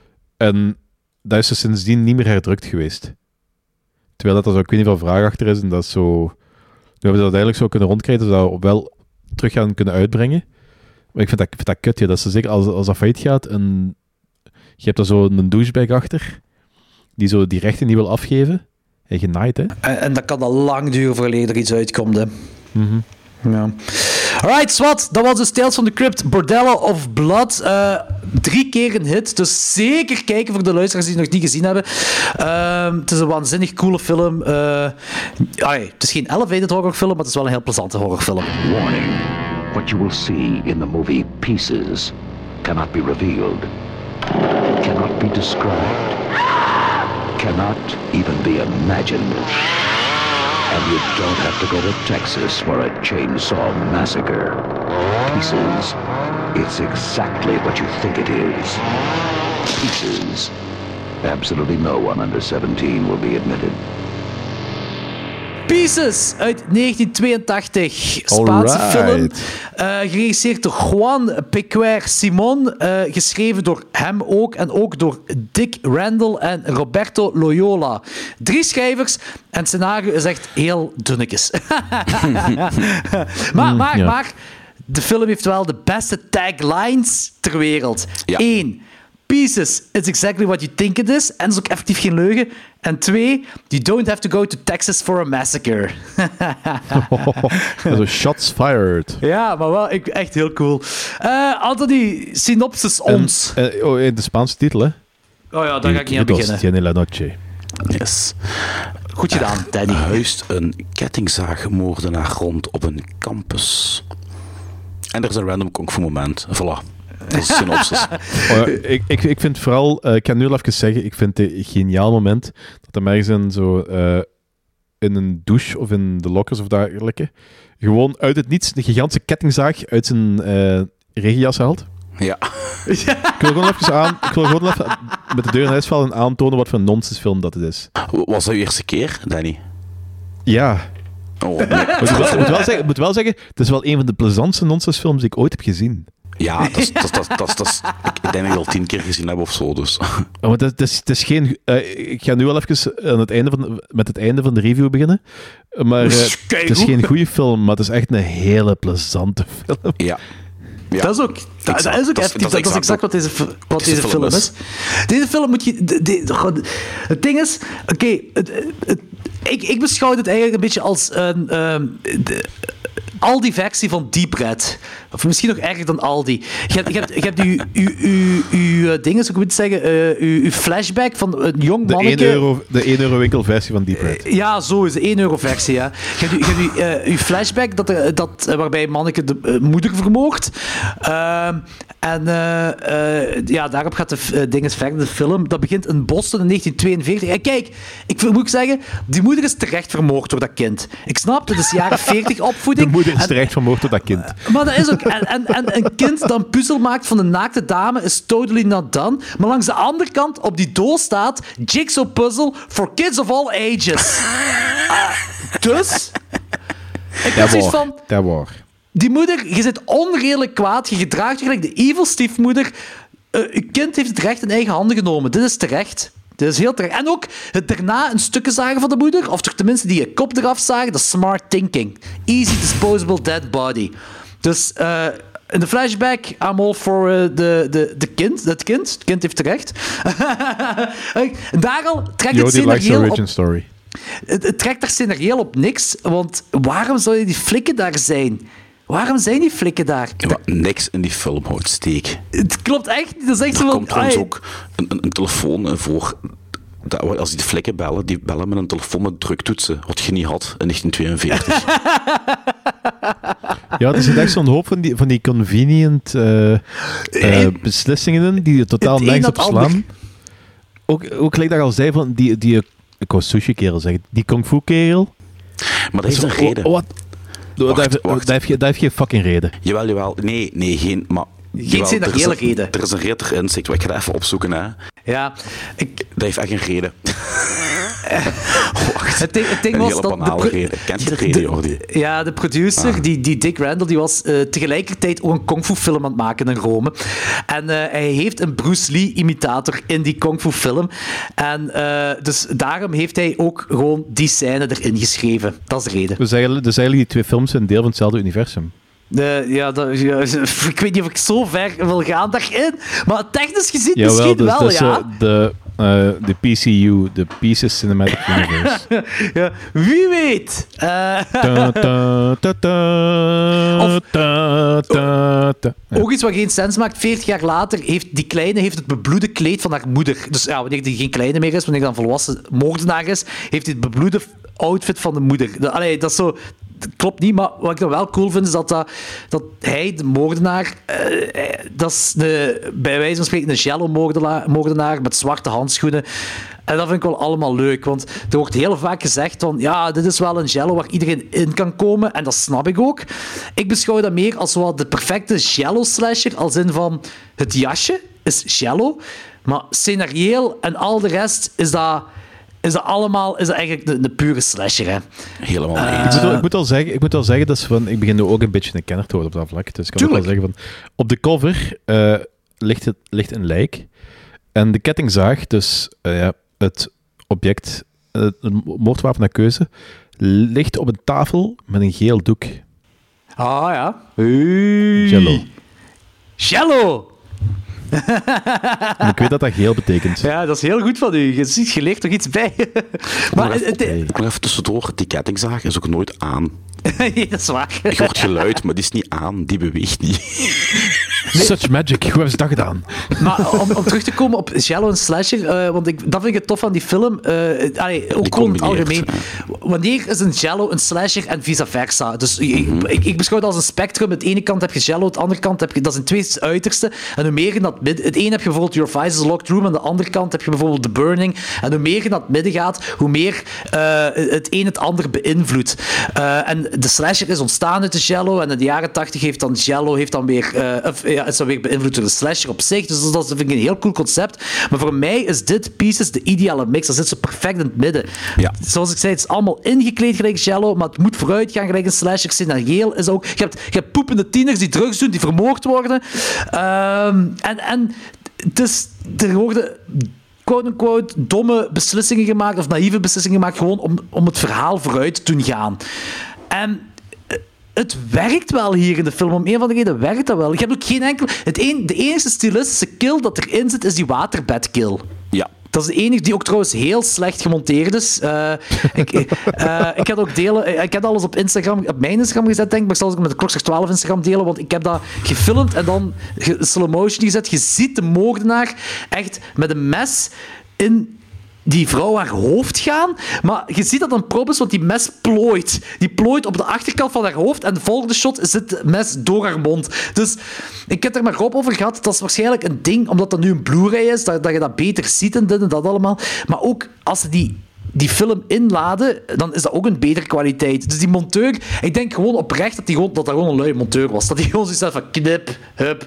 En dat is dus sindsdien niet meer herdrukt geweest. Terwijl dat er zo, ik weet niet veel vraag achter is en dat is zo... Nu hebben ze dat eigenlijk zo kunnen rondkrijgen, dat we dat wel terug gaan kunnen uitbrengen. Maar ik vind dat, ik vind dat kut, ja. Dat ze zeker als, als dat failliet gaat en je hebt daar zo een douchebag achter, die zo die rechten niet wil afgeven. En genaaid, hè? En, en dat kan al lang duren voordat er iets uitkomt, hè. Mm-hmm. Ja. Alright, Swat. Dat was dus Tales from the Crypt, Bordello of Blood. Uh, drie keer een hit, dus zeker kijken voor de luisteraars die het nog niet gezien hebben. Uh, het is een waanzinnig coole film. Uh, allee, het is geen elevated horrorfilm, maar het is wel een heel plezante horrorfilm. Warning. What you will see in the movie Pieces cannot be revealed, cannot be described, cannot even be imagined. And you don't have to go to Texas for a chainsaw massacre. Pieces. It's exactly what you think it is. Pieces. Absolutely no one under seventeen will be admitted. Pieces uit negentien tweeëntachtig. Spaanse Alright. film. Uh, geregisseerd door Juan Pequer Simon. Uh, geschreven door hem ook. En ook door Dick Randall en Roberto Loyola. Drie schrijvers. En het scenario is echt heel dunnetjes. maar, maar, ja. maar. De film heeft wel de beste taglines ter wereld. Ja. Eén. Pieces, it's exactly what you think it is. En dat is ook effectief geen leugen. En twee, you don't have to go to Texas for a massacre. So shots fired. Ja, maar wel ik, echt heel cool. Uh, Anthony, synopsis ons. En, uh, oh, de Spaanse titel, hè? Oh ja, daar ga ik niet aan beginnen. Tiene la noche. Yes. Goed gedaan, Danny. Er huist een kettingzaagmoordenaar rond op een campus. En er is een random kung fu moment. Voilà. Dat is synopsis. oh, ik, ik, ik vind vooral, uh, ik kan nu al even zeggen, ik vind het een geniaal moment dat hem ergens in, zo, uh, in een douche of in de lockers of dergelijke gewoon uit het niets een gigantische kettingzaag uit zijn uh, regenjas haalt. Ja. Ik wil gewoon even, aan, ik wil gewoon even met de deur in huis vallen en aantonen wat voor een nonsensfilm dat het is. Was dat je eerste keer, Danny? Ja. Oh, nee. Ik moet wel, moet wel zeggen, moet wel zeggen, het is wel een van de plezantste nonsensfilms die ik ooit heb gezien. Ja, dat is, dat is, dat is, dat is, dat is, ik denk dat ik al tien keer gezien heb of zo. Dus. Oh, maar dat, dat, is, dat is geen... Uh, ik ga nu wel even aan het einde van, met het einde van de review beginnen. Maar uh, het is geen goede film, maar het is echt een hele plezante film. Ja. Ja, dat is ook, dat, dat is ook effectief. Dat, dat is exact wat deze, wat deze film is. is. Deze film moet je... De, de, de, het ding is... Oké, okay, ik, ik beschouw het eigenlijk een beetje als een... Um, de, Aldi-versie van Deep Red. Of misschien nog erger dan Aldi. Je hebt, je hebt, je hebt uw, uw, uw, uw dingen, zou ik moet zeggen, uh, uw, uw flashback van een jong manneke... De één euro, de één euro winkelversie van Deep Red. Uh, ja, zo is de één euro versie, ja. Je hebt, je hebt uw, uh, uw flashback dat, uh, dat, uh, waarbij een manneke de uh, moeder vermoogt. Uh, en uh, uh, ja, daarop gaat de uh, dinges verder, de film. Dat begint in Boston in negentien tweeënveertig. En kijk, ik moet zeggen, die moeder is terecht vermoord door dat kind. Ik snap, dat is jaren veertig opvoeding. De moeder is terecht vermoord door dat kind. Maar dat is ook... En, en, en een kind dat een puzzel maakt van een naakte dame is totally not done. Maar langs de andere kant op die doos staat Jigsaw puzzle for kids of all ages. Uh, dus... Ik heb zoiets van... Dat waar. Die moeder, je zit onredelijk kwaad. Je gedraagt je gelijk de evil stiefmoeder. Uh, je kind heeft het recht in eigen handen genomen. Dit is terecht. Dit is heel terecht. En ook het daarna een stukken zagen van de moeder, of toch tenminste die je kop eraf zagen, dat is smart thinking. Easy disposable dead body. Dus uh, in de flashback, I'm all for uh, de, de, de kind. Dat kind. Het kind heeft terecht. Daar al trekt het scenarioel op... Story. Het, het trekt daar scenarioel op niks, want waarom zou je die flikken daar zijn? Waarom zijn die flikken daar? Ja, maar niks in die film houdt steek. Het klopt echt niet. Dat is echt er zo van... komt trouwens ook een, een, een telefoon voor... Dat, als die flikken bellen, die bellen met een telefoon met druktoetsen, wat je niet had in negentien tweeënveertig. Ja, er zit echt zo'n hoop van die, van die convenient uh, uh, beslissingen in, die je totaal nergens op slaan. Ook, ook gelijk dat ik al zei, van die, die, ik wou sushi-kerel zeggen, die kung fu-kerel. Maar dat is een reden. Oh, wat? Wacht, dat, heeft, wacht. Dat, heeft, dat heeft geen fucking reden. Jawel, jawel. Nee, nee, geen... Maar, geen scenariële reden. Er is een reden erin, zeg. Ik ga dat even opzoeken, hè. Ja, ik... Dat heeft echt een reden. Wacht, het ding, het ding een was hele dat banale de, reden. Kent je de reden, Jordi? Ja, de producer, ah. die, die Dick Randall, die was uh, tegelijkertijd ook een kung fu film aan het maken in Rome. En uh, hij heeft een Bruce Lee-imitator in die kung fu film. En uh, dus daarom heeft hij ook gewoon die scène erin geschreven. Dat is de reden. Dus eigenlijk, dus eigenlijk die twee films zijn deel van hetzelfde universum. De, ja, dat, ja, ik weet niet of ik zo ver wil gaan daarin, maar technisch gezien Jawel, misschien dus, wel, dus, ja. De, uh, de P C U, de Pieces Cinematic Universe. Ja, wie weet. Uh, ta, ta, ta, ta, of, ta, ta, ta. Ja. Ook iets wat geen sens maakt. veertig jaar later heeft die kleine heeft het bebloede kleed van haar moeder. Dus ja, wanneer die geen kleine meer is, wanneer die dan volwassen moordenaar is, heeft hij het bebloede outfit van de moeder. Allee, dat is zo... Dat klopt niet, maar wat ik dan wel cool vind, is dat, dat, dat hij, de moordenaar, uh, dat is de, bij wijze van spreken een jello-moordenaar met zwarte handschoenen. En dat vind ik wel allemaal leuk, want er wordt heel vaak gezegd van, ja, dit is wel een jello waar iedereen in kan komen, en dat snap ik ook. Ik beschouw dat meer als wat de perfecte jello-slasher, als in van, het jasje is jello, maar scenarieel en al de rest is dat... Is dat allemaal is dat eigenlijk de, de pure slasher, hè? Helemaal uh, ik, moet wel, ik, moet wel zeggen, ik moet wel zeggen, dat is van, ik begin nu ook een beetje een kenner te worden op dat vlak. Dus ik kan ook wel zeggen van, op de cover uh, ligt, het, ligt een lijk. En de kettingzaag, dus uh, ja, het object, uh, een moordwapen naar keuze, ligt op een tafel met een geel doek. Ah ja. Hey. Jello. Jello! Ik weet dat dat geel betekent. Ja, dat is heel goed van u. Je ziet, je leert toch iets bij. Maar even, het, ik nog even tussendoor. Die kettingzaag is ook nooit aan. Nee, dat is waar. Ik hoort geluid, maar die is niet aan. Die beweegt niet. Nee. Such magic. Hoe hebben ze dat gedaan? Maar om, om terug te komen op Jello en Slasher, uh, want ik, dat vind ik het tof van die film. Uh, allee, ook gewoon in het algemeen. Ja. Wanneer is een Jello een Slasher en vice versa? Dus mm-hmm. ik, ik beschouw het als een spectrum. Aan de ene kant heb je Jello, aan de andere kant heb je... Dat zijn twee uitersten. En hoe meer in dat midden... Het ene heb je bijvoorbeeld Your Vice is a Locked Room, aan de andere kant heb je bijvoorbeeld The Burning. En hoe meer je naar het midden gaat, hoe meer uh, het een het ander beïnvloedt. Uh, en de Slasher is ontstaan uit de Jello, en in de jaren tachtig heeft dan Jello heeft dan weer, uh, of, ja, is dan weer beïnvloed door de Slasher op zich. Dus dat vind ik een heel cool concept. Maar voor mij is dit Pieces de ideale mix. Dat zit zo perfect in het midden. Ja. Zoals ik zei, het is allemaal ingekleed gelijk Jello, maar het moet vooruit gaan gelijk een Slasher. Scenario is ook... Je hebt, je hebt poepende tieners die drugs doen, die vermoord worden. Um, en, en het is... Er worden... quote-unquote domme beslissingen gemaakt, of naïeve beslissingen gemaakt, gewoon om, om het verhaal vooruit te doen gaan. En het werkt wel hier in de film. Om een van de redenen werkt dat wel. Je hebt ook geen enkel... Het een, de enige stilistische kill dat erin zit, is die waterbedkill. Ja. Dat is de enige die ook trouwens heel slecht gemonteerd is. Uh, ik, uh, ik had ook delen... Ik heb alles op Instagram, op mijn Instagram gezet, denk ik. Maar ik zal het met de Klokslag twaalf Instagram delen, want ik heb dat gefilmd en dan slow motion gezet. Je ziet de moordenaar echt met een mes in die vrouw haar hoofd gaan, maar je ziet dat een prop is, want die mes plooit. Die plooit op de achterkant van haar hoofd en de volgende shot zit het mes door haar mond. Dus ik heb er maar Rob over gehad. Dat is waarschijnlijk een ding, omdat dat nu een Blu-ray is, dat, dat je dat beter ziet en dit en dat allemaal. Maar ook als ze die... die film inladen, dan is dat ook een betere kwaliteit. Dus die monteur, ik denk gewoon oprecht dat, die gewoon, dat dat gewoon een luie monteur was. Dat hij gewoon zoiets had van knip, hup.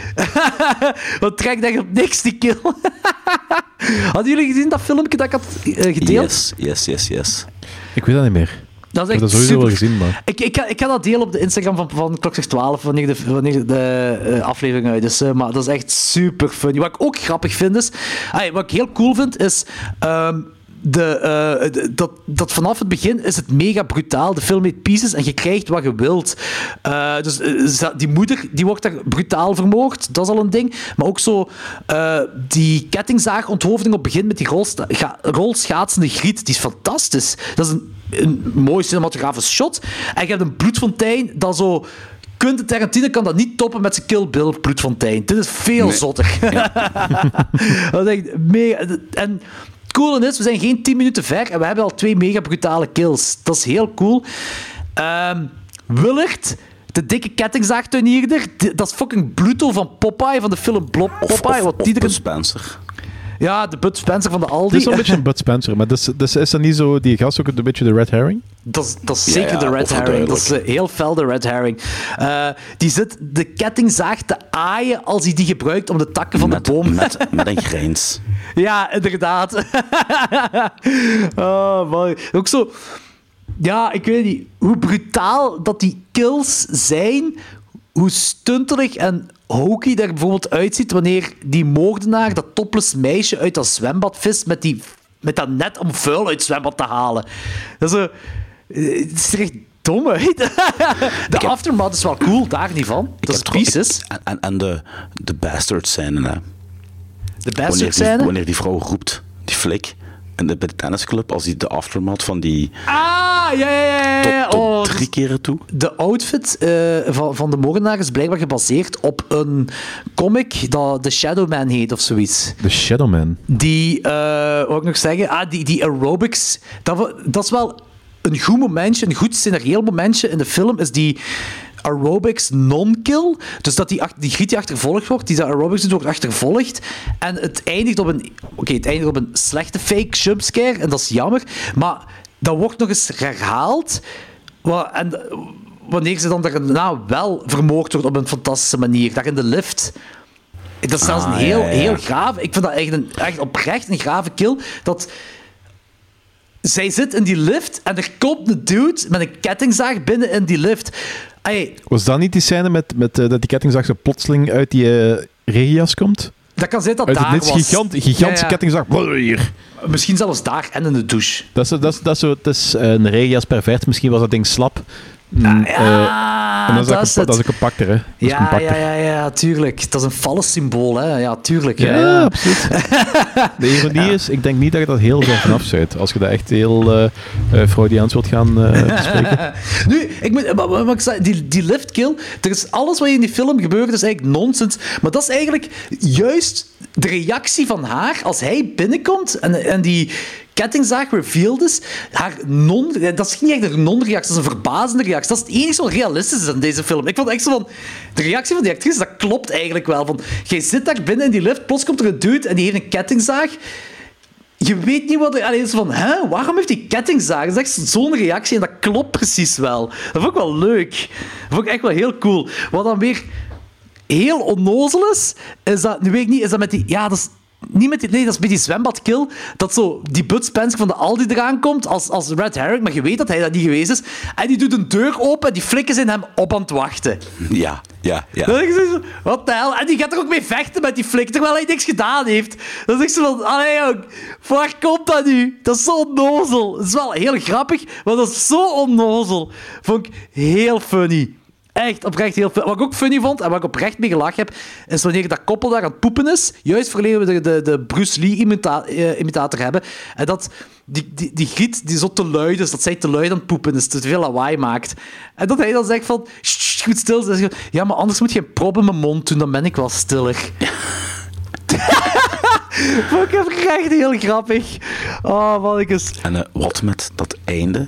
Wat trekt echt op niks, die kill. Hadden jullie gezien dat filmpje dat ik had uh, gedeeld? Yes, yes, yes, yes. Ik weet dat niet meer. Dat is echt ik heb dat sowieso super. wel gezien, maar... Ik, ik, ik ga dat delen op de Instagram van, van Klokslag twaalf, wanneer de, wanneer de uh, aflevering uit is. Uh, maar dat is echt super funny. Wat ik ook grappig vind is... Ay, wat ik heel cool vind, is... Um, De, uh, de, dat, dat vanaf het begin is het mega brutaal. De film heet Pieces en je krijgt wat je wilt. Uh, dus uh, die moeder die wordt daar brutaal vermoord. Dat is al een ding. Maar ook zo uh, die kettingzaagonthoofding op het begin met die rolsta- ga- rolschaatsende griet. Die is fantastisch. Dat is een, een mooi cinematografisch shot. En je hebt een bloedfontein dat zo... Quentin Tarantino kan dat niet toppen met zijn Kill Bill bloedfontein. Dit is veel nee. zotter. Ja. Dat is echt mega... En... Het coole is, we zijn geen tien minuten ver en we hebben al twee mega brutale kills. Dat is heel cool. Um, Willard, de dikke kettingzaagtuinierder, dat is fucking Bluto van Popeye, van de film Blob Popeye. Of, wat of, die of er... Spencer. Ja, de Bud Spencer van de Aldi. Het is wel een beetje een Bud Spencer, maar dus, dus is dat niet zo, die gast ook een beetje de red herring? Dat is, dat is zeker ja, ja, de red herring. Dat is uh, heel fel de red herring. Uh, die zit de kettingzaag te aaien als hij die gebruikt om de takken van met, de boom... Met, met een grijns. Ja, inderdaad. Oh, mooi. Ook zo... Ja, ik weet niet. Hoe brutaal dat die kills zijn, hoe stuntelig en hokey dat er bijvoorbeeld uitziet wanneer die moordenaar dat topless meisje uit dat zwembad vist met, die, met dat net om vuil uit het zwembad te halen. Dat is zo... Het is echt dom uit. De heb, aftermath is wel cool, daar niet van. Dat is Pieces. En, en, en de, de bastard scène, hè. De bastard scène? Wanneer die vrouw roept, die flik, en de, bij de tennisclub, als die de aftermath van die... Ah, ja, ja, ja. ja. Tot, tot oh, drie keren toe. De outfit uh, van, van de moordenaar is blijkbaar gebaseerd op een comic dat The Shadow Man heet of zoiets. The Shadow Man? Die, uh, wat ik nog zeggen, ah, die, die aerobics, dat, dat is wel een goed momentje, een goed scenarieel momentje in de film, is die aerobics non-kill. Dus dat die, die griet die achtervolgd wordt, die dat aerobics doet, wordt achtervolgd. En het eindigt op een... Oké, okay, het eindigt op een slechte fake jumpscare, en dat is jammer. Maar dat wordt nog eens herhaald. En wanneer ze dan daarna wel vermoord wordt op een fantastische manier. Daar in de lift. Dat is zelfs ah, een heel, ja, ja. heel gaaf... Ik vind dat echt, een, echt oprecht een grave kill. Dat... Zij zit in die lift en er komt een dude met een kettingzaag binnen in die lift. Ay, was dat niet die scène met, met, uh, dat die kettingzaag zo plotseling uit die uh, regenjas komt? Dat kan zijn dat uit daar het was. Gigant, gigantische ja, ja. kettingzaag. Hier. Misschien zelfs daar en in de douche. Dat is, dat is, dat is, zo, dat is een regenjas pervert. Misschien was dat ding slap. Ja, uh, en dat is, dat, is, dat, dat is een compacter, hè? Dat ja, compacter. ja, ja, ja, tuurlijk. Dat is een vals symbool, hè? Ja, tuurlijk. Ja, ja, ja. absoluut. De ironie ja. is, ik denk niet dat je dat heel ver vanaf zuidt. Als je dat echt heel uh, uh, Freudiaans wilt gaan uh, bespreken. Nu, ik moet, maar, maar, maar, die, die liftkill, er is alles wat in die film gebeurt, is eigenlijk nonsens. Maar dat is eigenlijk juist de reactie van haar als hij binnenkomt en, en die kettingzaag revealed is. Haar non... Dat is niet echt een non-reactie, dat is een verbazende reactie. Dat is het enige wat realistisch is in deze film. Ik vond echt zo van... De reactie van die actrice, dat klopt eigenlijk wel. Van, jij zit daar binnen in die lift, plots komt er een dude en die heeft een kettingzaag. Je weet niet wat er... Allee, is van, hè, waarom heeft die kettingzaag? Dat is echt zo'n reactie en dat klopt precies wel. Dat vond ik wel leuk. Dat vond ik echt wel heel cool. Wat dan weer heel onnozel is, is dat... Nu weet ik niet, is dat met die... Ja, dat is... Niet met die, nee, dat is met die zwembadkill. Dat zo die Bud Spencer van de Aldi eraan komt als, als Red Herring, maar je weet dat hij dat niet geweest is. En die doet een deur open en die flikken zijn hem op aan het wachten. Ja, ja, ja. Dan denk je zo, wat de hel? En die gaat er ook mee vechten met die flik, terwijl hij niks gedaan heeft. Dan zeg ze van, allee jong, waar komt dat nu? Dat is zo onnozel. Dat is wel heel grappig, maar dat is zo onnozel. Vond ik heel funny. Echt, oprecht heel funny. Wat ik ook funny vond, en waar ik oprecht mee gelachen heb, is wanneer dat koppel daar aan het poepen is. Juist verleden we de, de, de Bruce Lee-imitator uh, hebben. En dat die, die, die giet die zo te luid is, dat zij te luid aan het poepen is, te veel lawaai maakt. En dat hij dan zegt van, shh, goed stil. Dan zegt hij, ja, maar anders moet je geen prop in mijn mond doen, dan ben ik wel stiller. Vond ik echt heel grappig. Oh, man, ik is... En uh, wat met dat einde?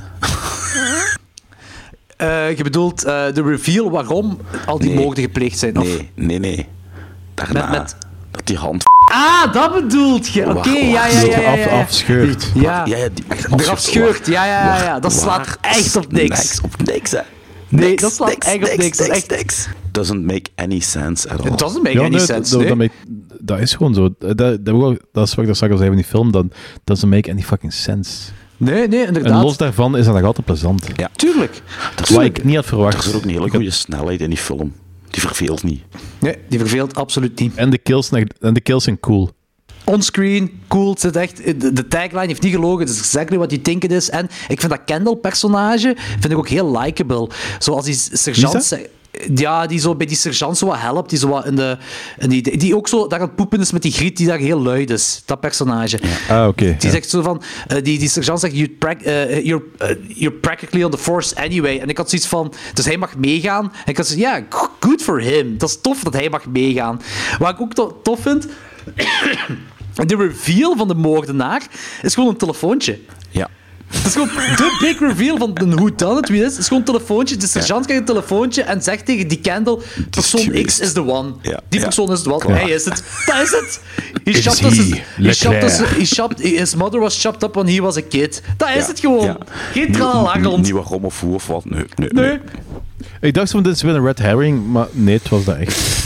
Uh, je bedoelt uh, de reveal waarom al die nee. moorden gepleegd zijn? Of? Nee, nee, nee. Daarna, met, met... dat die hand... Ah, dat bedoelt je. Oké, okay, ja, ja, ja, ja, ja. Af, afscheurt. Ja, ja, ja die echt afscheurt. Ja, ja, ja, ja. Dat slaat echt op niks. Niks op niks, hè. Nee, niks, dat slaat niks, echt op niks. niks, Dat is echt... niks. Doesn't make any sense at all. It doesn't make ja, any nee, sense, dat, nee. dat, make, dat is gewoon zo. Dat, dat, dat is wat ik daar straks al zei in die film. Dat doesn't make any fucking sense. Nee, nee, inderdaad. En los daarvan is dat nog altijd plezant. Ja. Tuurlijk. Dat is wat ik niet had verwacht. Er is ook een hele goede snelheid in die film. Die verveelt niet. Nee, die verveelt absoluut niet. En de kills, en de kills zijn cool. Onscreen, cool, het zit echt... De, de tagline heeft niet gelogen, het is exactly what you think it is. En ik vind dat Kendall-personage vind ik ook heel likable. Zoals die sergeant zegt... Ja, die zo bij die sergeant zo wat helpt, die zo wat in de... In die, die ook zo daar aan het poepen is met die griet die daar heel luid is. Dat personage. Ja. Ah, oké. Okay, die ja. zegt zo van... Uh, die, die sergeant zegt, you pra- uh, you're, uh, you're practically on the force anyway. En ik had zoiets van... Dus hij mag meegaan. En ik had zoiets ja, yeah, good for him. Dat is tof dat hij mag meegaan. Wat ik ook to- tof vind... De reveal van de moordenaar is gewoon een telefoontje. Ja. Het is gewoon de big reveal van de whodunit, wie het is. Het is gewoon een telefoontje. De sergeant krijgt een telefoontje en zegt tegen die Kendall, persoon X is the one. Ja. Die ja. persoon is the one. Klaar. Hij is het. Dat is het. He is chopped us, he. he chopped us, he chopped, his mother was chopped up when he was a kid. Dat is ja. het gewoon. Ja. Geen tralala rond. Niet waarom of hoe of wat. Nee, nee, nee. nee. Ik dacht van dit is weer een red herring, maar nee, het was dat echt.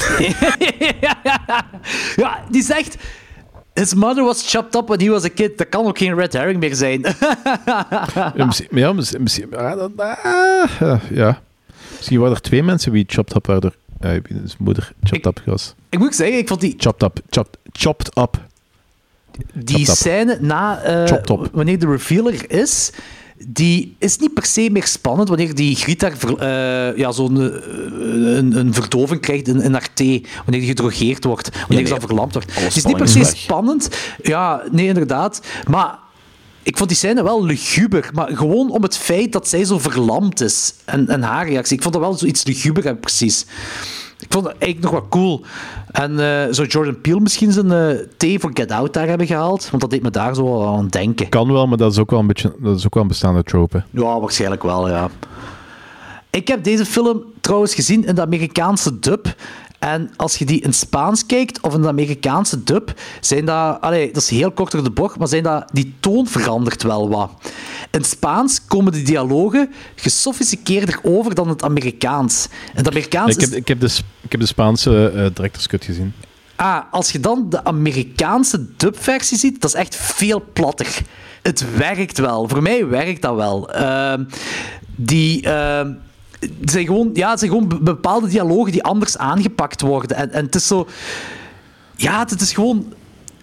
Ja, die zegt... His mother was chopped up when he was a kid. Dat kan ook geen red herring meer zijn. ja, misschien, ja, misschien, misschien, ah, ja. Misschien waren er twee mensen die chopped up waren. Ja, zijn moeder chopped ik, up was. Ik moet zeggen, ik vond die... Chopped up. Chopped, chopped up. Die chopped scène up. na... Uh, wanneer de revealer is... Die is niet per se meer spannend wanneer die Griet daar ver, uh, ja, zo'n uh, een, een verdoving krijgt in, in haar thee. Wanneer die gedrogeerd wordt. Wanneer ja, nee, ze dan verlamd wordt. Het is niet per se weg. spannend. Ja, nee, inderdaad. Maar ik vond die scène wel luguber. Maar gewoon om het feit dat zij zo verlamd is. En, en haar reactie. Ik vond dat wel zoiets luguber hebben, precies. Ik vond het eigenlijk nog wat cool. En uh, zou Jordan Peele misschien zijn uh, thee voor Get Out daar hebben gehaald? Want dat deed me daar zo aan denken. Kan wel, maar dat is ook wel een beetje dat is ook wel een bestaande trope. Ja, waarschijnlijk wel, ja. Ik heb deze film trouwens gezien in de Amerikaanse dub. En als je die in Spaans kijkt, of in de Amerikaanse dub, zijn dat... Allee, dat is heel kort door de bocht, maar zijn dat, die toon verandert wel wat. In Spaans komen de dialogen gesofisticeerder over dan het Amerikaans. In het Amerikaans ik, heb, is... ik, heb de, ik heb de Spaanse uh, director's cut gezien. Ah, als je dan de Amerikaanse dubversie ziet, dat is echt veel platter. Het werkt wel. Voor mij werkt dat wel. Uh, die... Uh, Het zijn gewoon, ja, het zijn gewoon bepaalde dialogen die anders aangepakt worden. En, en het is zo... Ja, het is gewoon...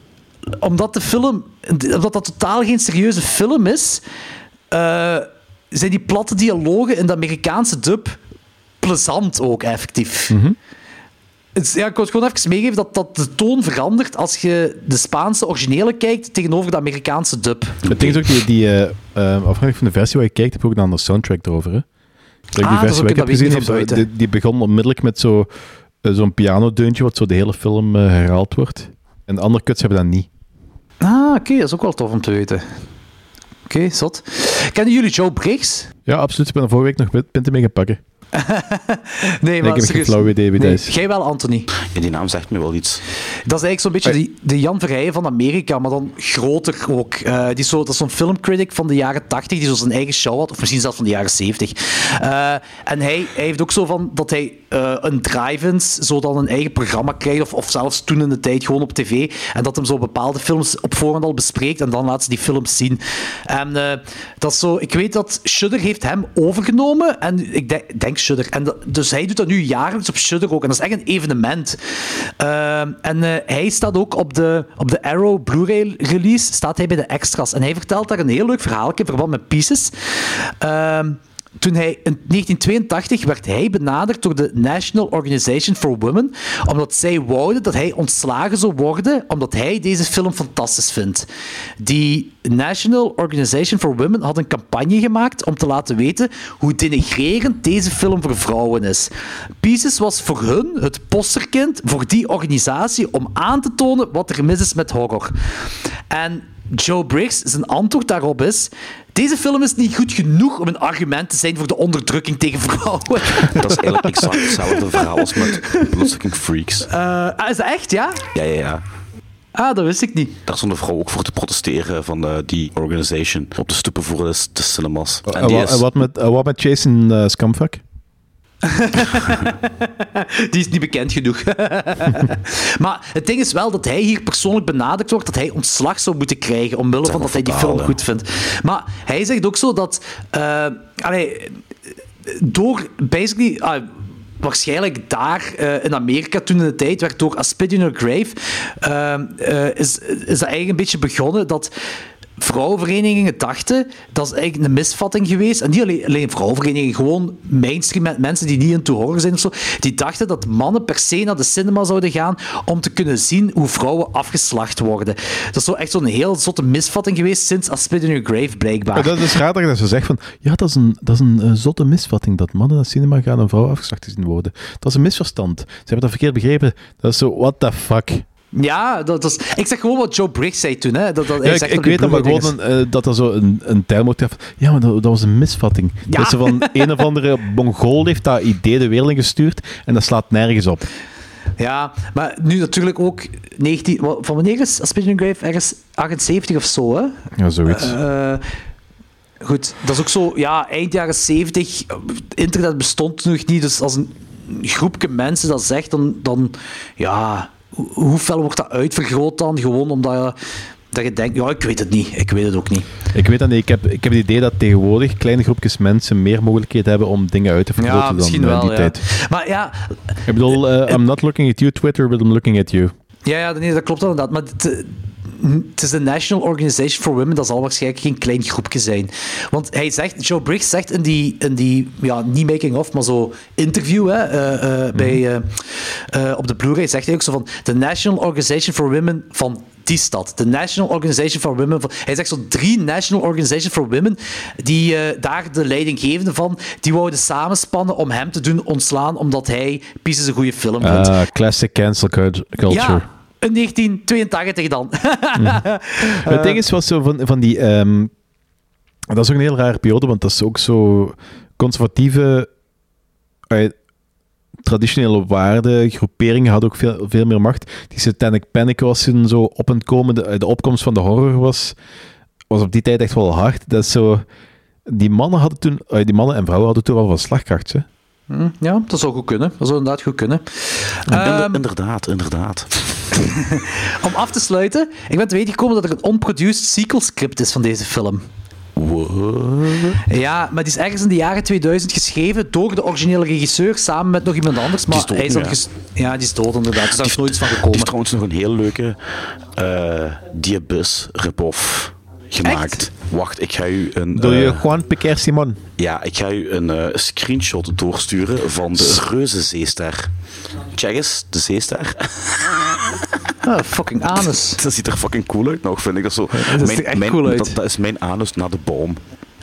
Omdat de film... Omdat dat totaal geen serieuze film is... Uh, zijn die platte dialogen in de Amerikaanse dub plezant ook, effectief. Mm-hmm. Het, ja, ik wil gewoon even meegeven dat, dat de toon verandert als je de Spaanse originele kijkt tegenover de Amerikaanse dub. Het ding is ook, die, die uh, uh, afhankelijk van de versie waar je kijkt, heb je ook een andere soundtrack erover. Hè? Die ah, versie dat ik heb gezien, heeft, die, die begon onmiddellijk met zo, uh, zo'n pianodeuntje, wat zo de hele film uh, herhaald wordt. En de andere cuts hebben dat niet. Ah, oké, okay, dat is ook wel tof om te weten. Oké, okay, zot. Kennen jullie Joe Briggs? Ja, absoluut. Ik ben er vorige week nog pinten mee gaan pakken. nee, nee, maar ik heb geen flauw idee wie dat is. Jij wel, Anthony. Ja, die naam zegt me wel iets. Dat is eigenlijk zo'n beetje die, de Jan Verheijen van Amerika, maar dan groter ook. Uh, die is zo, dat is zo'n filmcritic van de jaren tachtig, die zo zijn eigen show had, of misschien zelfs van de jaren zeventig. Uh, en hij, hij heeft ook zo van dat hij uh, een drive-ins zo dan een eigen programma krijgt, of, of zelfs toen in de tijd gewoon op tv, en dat hem zo bepaalde films op voorhand al bespreekt, en dan laat ze die films zien. En uh, dat is zo, ik weet dat Shudder heeft hem overgenomen, en ik denk, denk Shudder. En dat, dus hij doet dat nu jaarlijks op Shudder ook. En dat is echt een evenement. Uh, en uh, hij staat ook op de, op de Arrow Blu-ray release, staat hij bij de extras. En hij vertelt daar een heel leuk verhaal in verband met Pieces. Uh, Toen hij in negentien tweeëntachtig werd hij benaderd door de National Organization for Women, omdat zij wouden dat hij ontslagen zou worden, omdat hij deze film fantastisch vindt. Die National Organization for Women had een campagne gemaakt om te laten weten hoe denigrerend deze film voor vrouwen is. Pieces was voor hun het posterkind voor die organisatie om aan te tonen wat er mis is met horror. En Joe Briggs, zijn antwoord daarop is: deze film is niet goed genoeg om een argument te zijn voor de onderdrukking tegen vrouwen. Dat is eigenlijk exact hetzelfde verhaal als met Bloodsucking Freaks. Uh, is dat echt, ja? Ja, ja, ja. Ah, dat wist ik niet. Daar stond een vrouw ook voor te protesteren van uh, die organisation op de stoepen voor de, de cinemas. Uh, en die is... wat, met, uh, wat met Jason uh, Scumfuck? Die is niet bekend genoeg. Maar het ding is wel dat hij hier persoonlijk benaderd wordt dat hij ontslag zou moeten krijgen omwille van dat hij die film goed vindt. Maar hij zegt ook zo dat uh, allee, door basically uh, waarschijnlijk daar uh, in Amerika toen in de tijd werd door A Spit in Your Grave uh, uh, is, is dat eigenlijk een beetje begonnen dat vrouwenverenigingen dachten, dat is eigenlijk een misvatting geweest, en niet alleen, alleen vrouwenverenigingen, gewoon mainstream mensen die niet into horror zijn of zo, die dachten dat mannen per se naar de cinema zouden gaan om te kunnen zien hoe vrouwen afgeslacht worden. Dat is zo echt zo'n heel zotte misvatting geweest sinds A Spit in Your Grave, blijkbaar. Ja, dat is raar dat je zo zegt van, ja, dat is een, dat is een uh, zotte misvatting, dat mannen naar cinema gaan om vrouwen afgeslacht te zien worden. Dat is een misverstand. Ze hebben dat verkeerd begrepen. Dat is zo, what the fuck. Ja, dat is, ik zeg gewoon wat Joe Briggs zei toen. Hè. Dat, dat, ja, ik ik weet dat, maar gewoon een, uh, dat er zo een, een term wordt. Ja, maar dat, dat was een misvatting. Ja. Dat ze van een of andere Mongool heeft dat idee de wereld ingestuurd en dat slaat nergens op. Ja, maar nu natuurlijk ook negentien... Van wanneer is A Spit in Your Grave? Ergens achtenzeventig of zo, hè? Ja, zoiets. Uh, goed, dat is ook zo... Ja, eind jaren zeventig. Internet bestond nog niet, dus als een groepje mensen dat zegt, dan... dan ja... Hoe fel wordt dat uitvergroot dan? Gewoon omdat je, dat je denkt, ja, ik weet het niet. Ik weet het ook niet. Ik weet dat niet. Ik heb, ik heb het idee dat tegenwoordig kleine groepjes mensen meer mogelijkheden hebben om dingen uit te vergroten ja, misschien dan wel, in die ja. tijd. Maar ja... Ik bedoel, uh, I'm not looking at you, Twitter, but I'm looking at you. Ja, ja nee, dat klopt inderdaad. Maar het, het is de National Organization for Women, dat zal waarschijnlijk geen klein groepje zijn. Want hij zegt, Joe Briggs zegt in die, in die ja, niet making-of, maar zo interview hè, uh, uh, mm-hmm. bij, uh, uh, op de Blu-ray, zegt hij ook zo van, de National Organization for Women van die stad. De National Organization for Women. Van, hij zegt zo drie National Organization for Women, die uh, daar de leidinggevende van, die wouden samenspannen om hem te doen ontslaan, omdat hij Pieces een goede film vindt. Uh, classic cancel culture. Ja. In negentien tweeëntachtig dan. mm. Het ding is was zo van, van die... Um, dat is ook een heel rare periode, want dat is ook zo conservatieve... Uh, traditionele waarden, groeperingen hadden ook veel, veel meer macht. Die Satanic Panic was toen zo op en komen. De, de opkomst van de horror was, was op die tijd echt wel hard. Dat is zo... Die mannen hadden toen... Uh, die mannen en vrouwen hadden toen wel wat slagkracht, hè? Ja, dat zou goed kunnen. Dat zou inderdaad goed kunnen. Inderdaad, um, inderdaad. inderdaad. Om af te sluiten, ik ben te weten gekomen dat er een unproduced sequel script is van deze film. What? Ja, maar die is ergens in de jaren tweeduizend geschreven door de originele regisseur samen met nog iemand anders. Maar die is dood, hij is dan ja. ges- ja, die is dood inderdaad. Dus daar is nooit iets van gekomen. Die heeft trouwens nog een heel leuke uh, The Abyss rip-off gemaakt. Echt? Wacht, ik ga u een... Doe je uh, Juan Piquer Simon? Ja, ik ga u een uh, screenshot doorsturen van de reuzenzeester. Check eens, de zeester. Oh, fucking anus. Dat ziet er fucking cool uit nog, vind ik. Dat, zo. Ja, dat ziet er echt mijn, cool uit. Dat, dat is mijn anus naar de boom.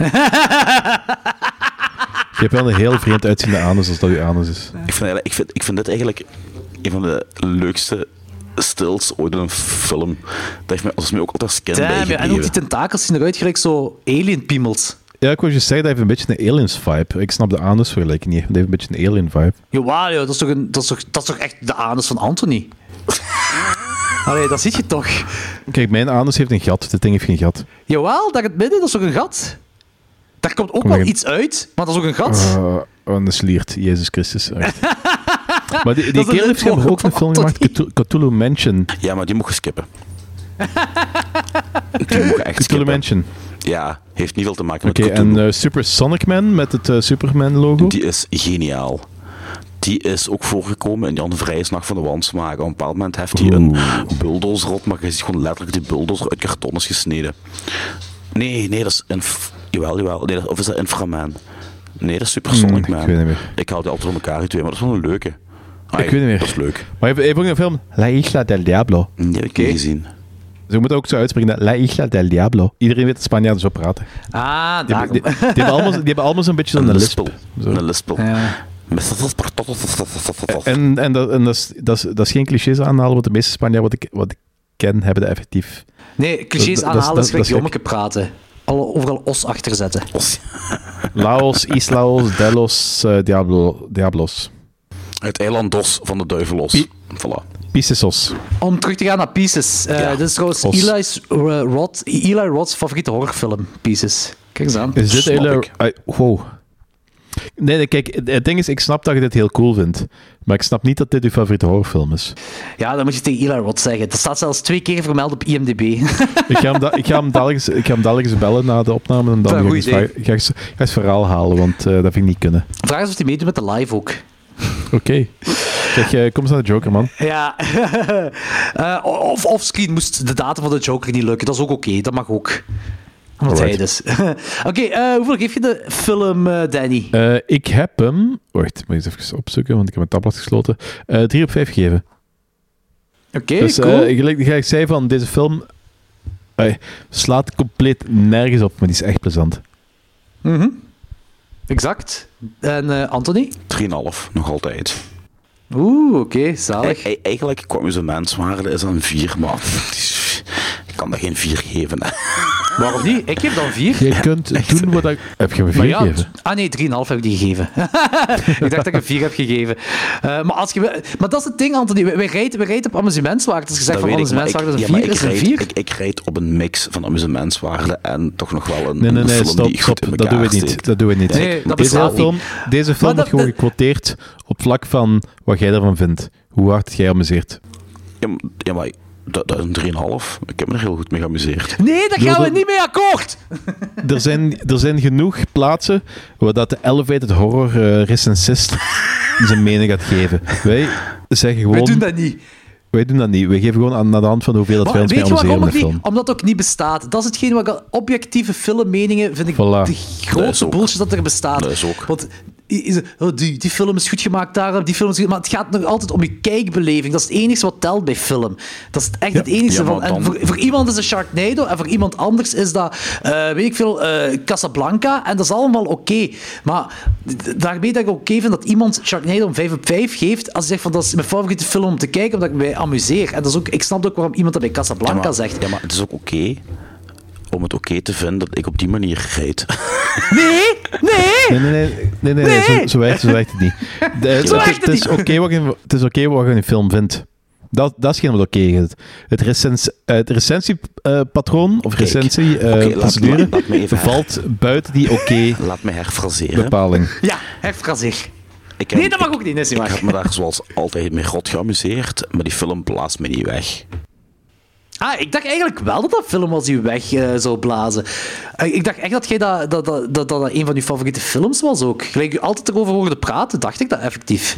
Je hebt wel een heel vreemd uitziende anus als dat uw anus is. Ik vind, ik, vind, ik vind dit eigenlijk een van de leukste stills ooit in een film. Dat heeft mij, dat is mij ook altijd skin bijgebleven. En ook die tentakels zien eruit gelijk zo alien-piemels. Ja, ik wou je zeggen, dat heeft een beetje een aliens-vibe. Ik snap de anus-vergelijking niet. Dat heeft een beetje een alien-vibe. Jawel, joh, dat, is toch een, dat, is toch, dat is toch echt de anus van Anthony? Allee, dat zie je toch? Kijk, mijn anus heeft een gat. Dit ding heeft geen gat. Jawel, daar in het midden, dat is toch een gat? Daar komt ook Kom wel maar. iets uit, maar dat is ook een gat. Uh, oh, een sliert. Jezus Christus. Echt. Maar die, die Dat is kerel een heeft schijnbaar ook een film gemaakt, Cthulhu- Cthulhu Mansion. Ja, maar die mogen skippen. Die mogen echt Cthulhu skippen. Mansion. Ja, heeft niet veel te maken met Oké, Cthulhu. en uh, Super Sonic Man met het uh, Superman-logo? Die is geniaal. Die is ook voorgekomen in Jan Vrijs Nacht van de Wansmaker. Op een bepaald moment heeft hij een bulldozer op, maar je ziet gewoon letterlijk die bulldozer uit karton is gesneden. Nee, nee, dat is... Inf- jawel, jawel. Nee, dat, of is dat Inframan? Nee, dat is Super Sonic Hmm, Man. ik weet niet meer. Ik hou die altijd door elkaar, die twee, maar dat is wel een leuke. Ah, Ik weet niet meer. Dat is leuk. Maar je hebt, je hebt ook een film, La Isla del Diablo. Die heb ik niet gezien. Dus je moet ook zo uitspreken, La Isla del Diablo. Iedereen weet dat Spanjaarden zo praten. Ah, Die, daarom. die, die, hebben allemaal, die hebben allemaal zo'n beetje zo'n Een lisp. lispel. Zo. Een lispel. Ja. En, en, dat, en dat, is, dat, is, dat is geen clichés aanhalen, want de meeste Spanjaarden wat ik, wat ik ken, hebben dat effectief. Nee, clichés Dat- dat- aanhalen dat- is gelijk dat is jommeke praten. Alle, overal os achter zetten. Laos, Islaos, Delos, uh, Diablo, Diablos. Het eiland Dos van de Duivelos. Pi- Voilà. Pisesos. Om terug te gaan naar Pieces. Uh, Ja. Dit is trouwens Os. Eli's, uh, Rod, Eli Roth's favoriete horrorfilm, Pieces. Kijk eens aan. Is dit Snap hele... ik. Ai, wow. Nee, nee, kijk, het- het ding is, ik snap dat je dit heel cool vindt. Maar ik snap niet dat dit je favoriete horrorfilm is. Ja, dat moet je tegen Eli Roth zeggen. Dat staat zelfs twee keer vermeld op I M D B. Ik ga hem, da- ik ga hem, dadelijk, eens- ik ga hem dadelijk eens bellen na de opname en dan Dat ga is ik een eens, goed idee. vragen- ga ik eens- ga eens verhaal halen, want eh, dat vind ik niet kunnen. Vraag eens of hij meedoet met de live ook. Oké. Zeg, eh, kom eens naar de Joker, man. Ja. uh, of offscreen moest de datum van de Joker niet lukken. Dat is ook oké. Dat mag ook. Wat zei je dus. Oké, uh, hoeveel geef je de film, uh, Danny? Uh, ik heb hem... Wacht, moet ik eens even opzoeken, want ik heb mijn tabblad gesloten. Uh, drie op vijf gegeven. Oké, okay, dus, cool. Uh, gelijk gelijk ik zei van, deze film uh, slaat compleet nergens op, maar die is echt plezant. Mm-hmm. Exact. En uh, Anthony? drie komma vijf, nog altijd. Oeh, oké, okay, zalig. E- eigenlijk, qua amusementswaarde is dat een vier, maar ik kan dat geen vier geven. Hè. Waarom niet? Ik geef dan vier. Je kunt doen wat ik... Heb je me vier ja, gegeven? Ah nee, drie komma vijf heb ik die gegeven. Ik dacht dat ik een vier heb gegeven. Uh, maar, als je, maar dat is het ding, Anthony. We, we, rijden, we rijden op amusementswaarde. Als je zegt van amusementswaarde is een vier, is een vier. Ik, ik rijd op een mix van amusementswaarde en toch nog wel een, nee, nee, een nee, film stop, die stop, goed in dat doen we elkaar niet. steekt. Dat doen we niet. Nee, dat deze bestaat film, niet. deze film wordt gewoon gequoteerd op vlak van wat jij ervan vindt. Hoe hard jij amuseert. Ja, maar, ja, maar dat, dat is een drie komma vijf. Ik heb me er heel goed mee geamuseerd. Nee, daar gaan we niet mee akkoord! Er zijn, er zijn genoeg plaatsen waar dat de elevated horror uh, recensist zijn mening gaat geven. Wij zeggen gewoon... Wij doen dat niet. Wij doen dat niet. Wij geven gewoon aan, aan de hand van hoeveel dat wij ons mee amuseren in de film. Omdat het ook niet bestaat. Dat is hetgeen wat ik... Objectieve filmmeningen vind ik Voilà. de grootste dat bullshit dat er bestaat. Dat is ook. Want is, oh, die, die film is goed gemaakt daar, die film is goed, maar het gaat nog altijd om je kijkbeleving. Dat is het enige wat telt bij film. Dat is echt ja. het enige Ja, van. En dan... voor, voor iemand is het Sharknado en voor iemand anders is dat, uh, weet ik veel, uh, Casablanca. En dat is allemaal oké. Okay. Maar daarmee dat ik oké okay vind dat iemand Sharknado een vijf op vijf geeft, als hij zegt van dat is mijn favoriete film om te kijken, omdat ik me amuseer. En dat is ook, ik snap ook waarom iemand dat bij Casablanca ja, maar, zegt. Ja, maar het is ook oké okay om het oké okay te vinden dat ik op die manier rijd. Nee, nee! Nee, nee, nee, nee, nee, nee. Zo, zo, werkt, zo werkt het niet. De, het, zo het, werkt het, het is oké okay wat, je, okay wat je in een film vindt. Dat, dat is geen wat oké okay is. Het, recens, het recensiepatroon uh, of recensieprocedure uh, okay, valt buiten die oké okay laat me herfraseren. bepaling. Ja, herfraseer. Ik heb, nee, dat mag ik, ook niet. Nee, ik heb me daar zoals altijd mee rot geamuseerd, maar die film blaast me niet weg. Ah, ik dacht eigenlijk wel dat dat film was die weg uh, zou blazen. Uh, ik dacht echt dat jij dat, dat, dat, dat, dat een van je favoriete films was ook. Gelijk je altijd erover hoorde praten, dacht ik dat effectief.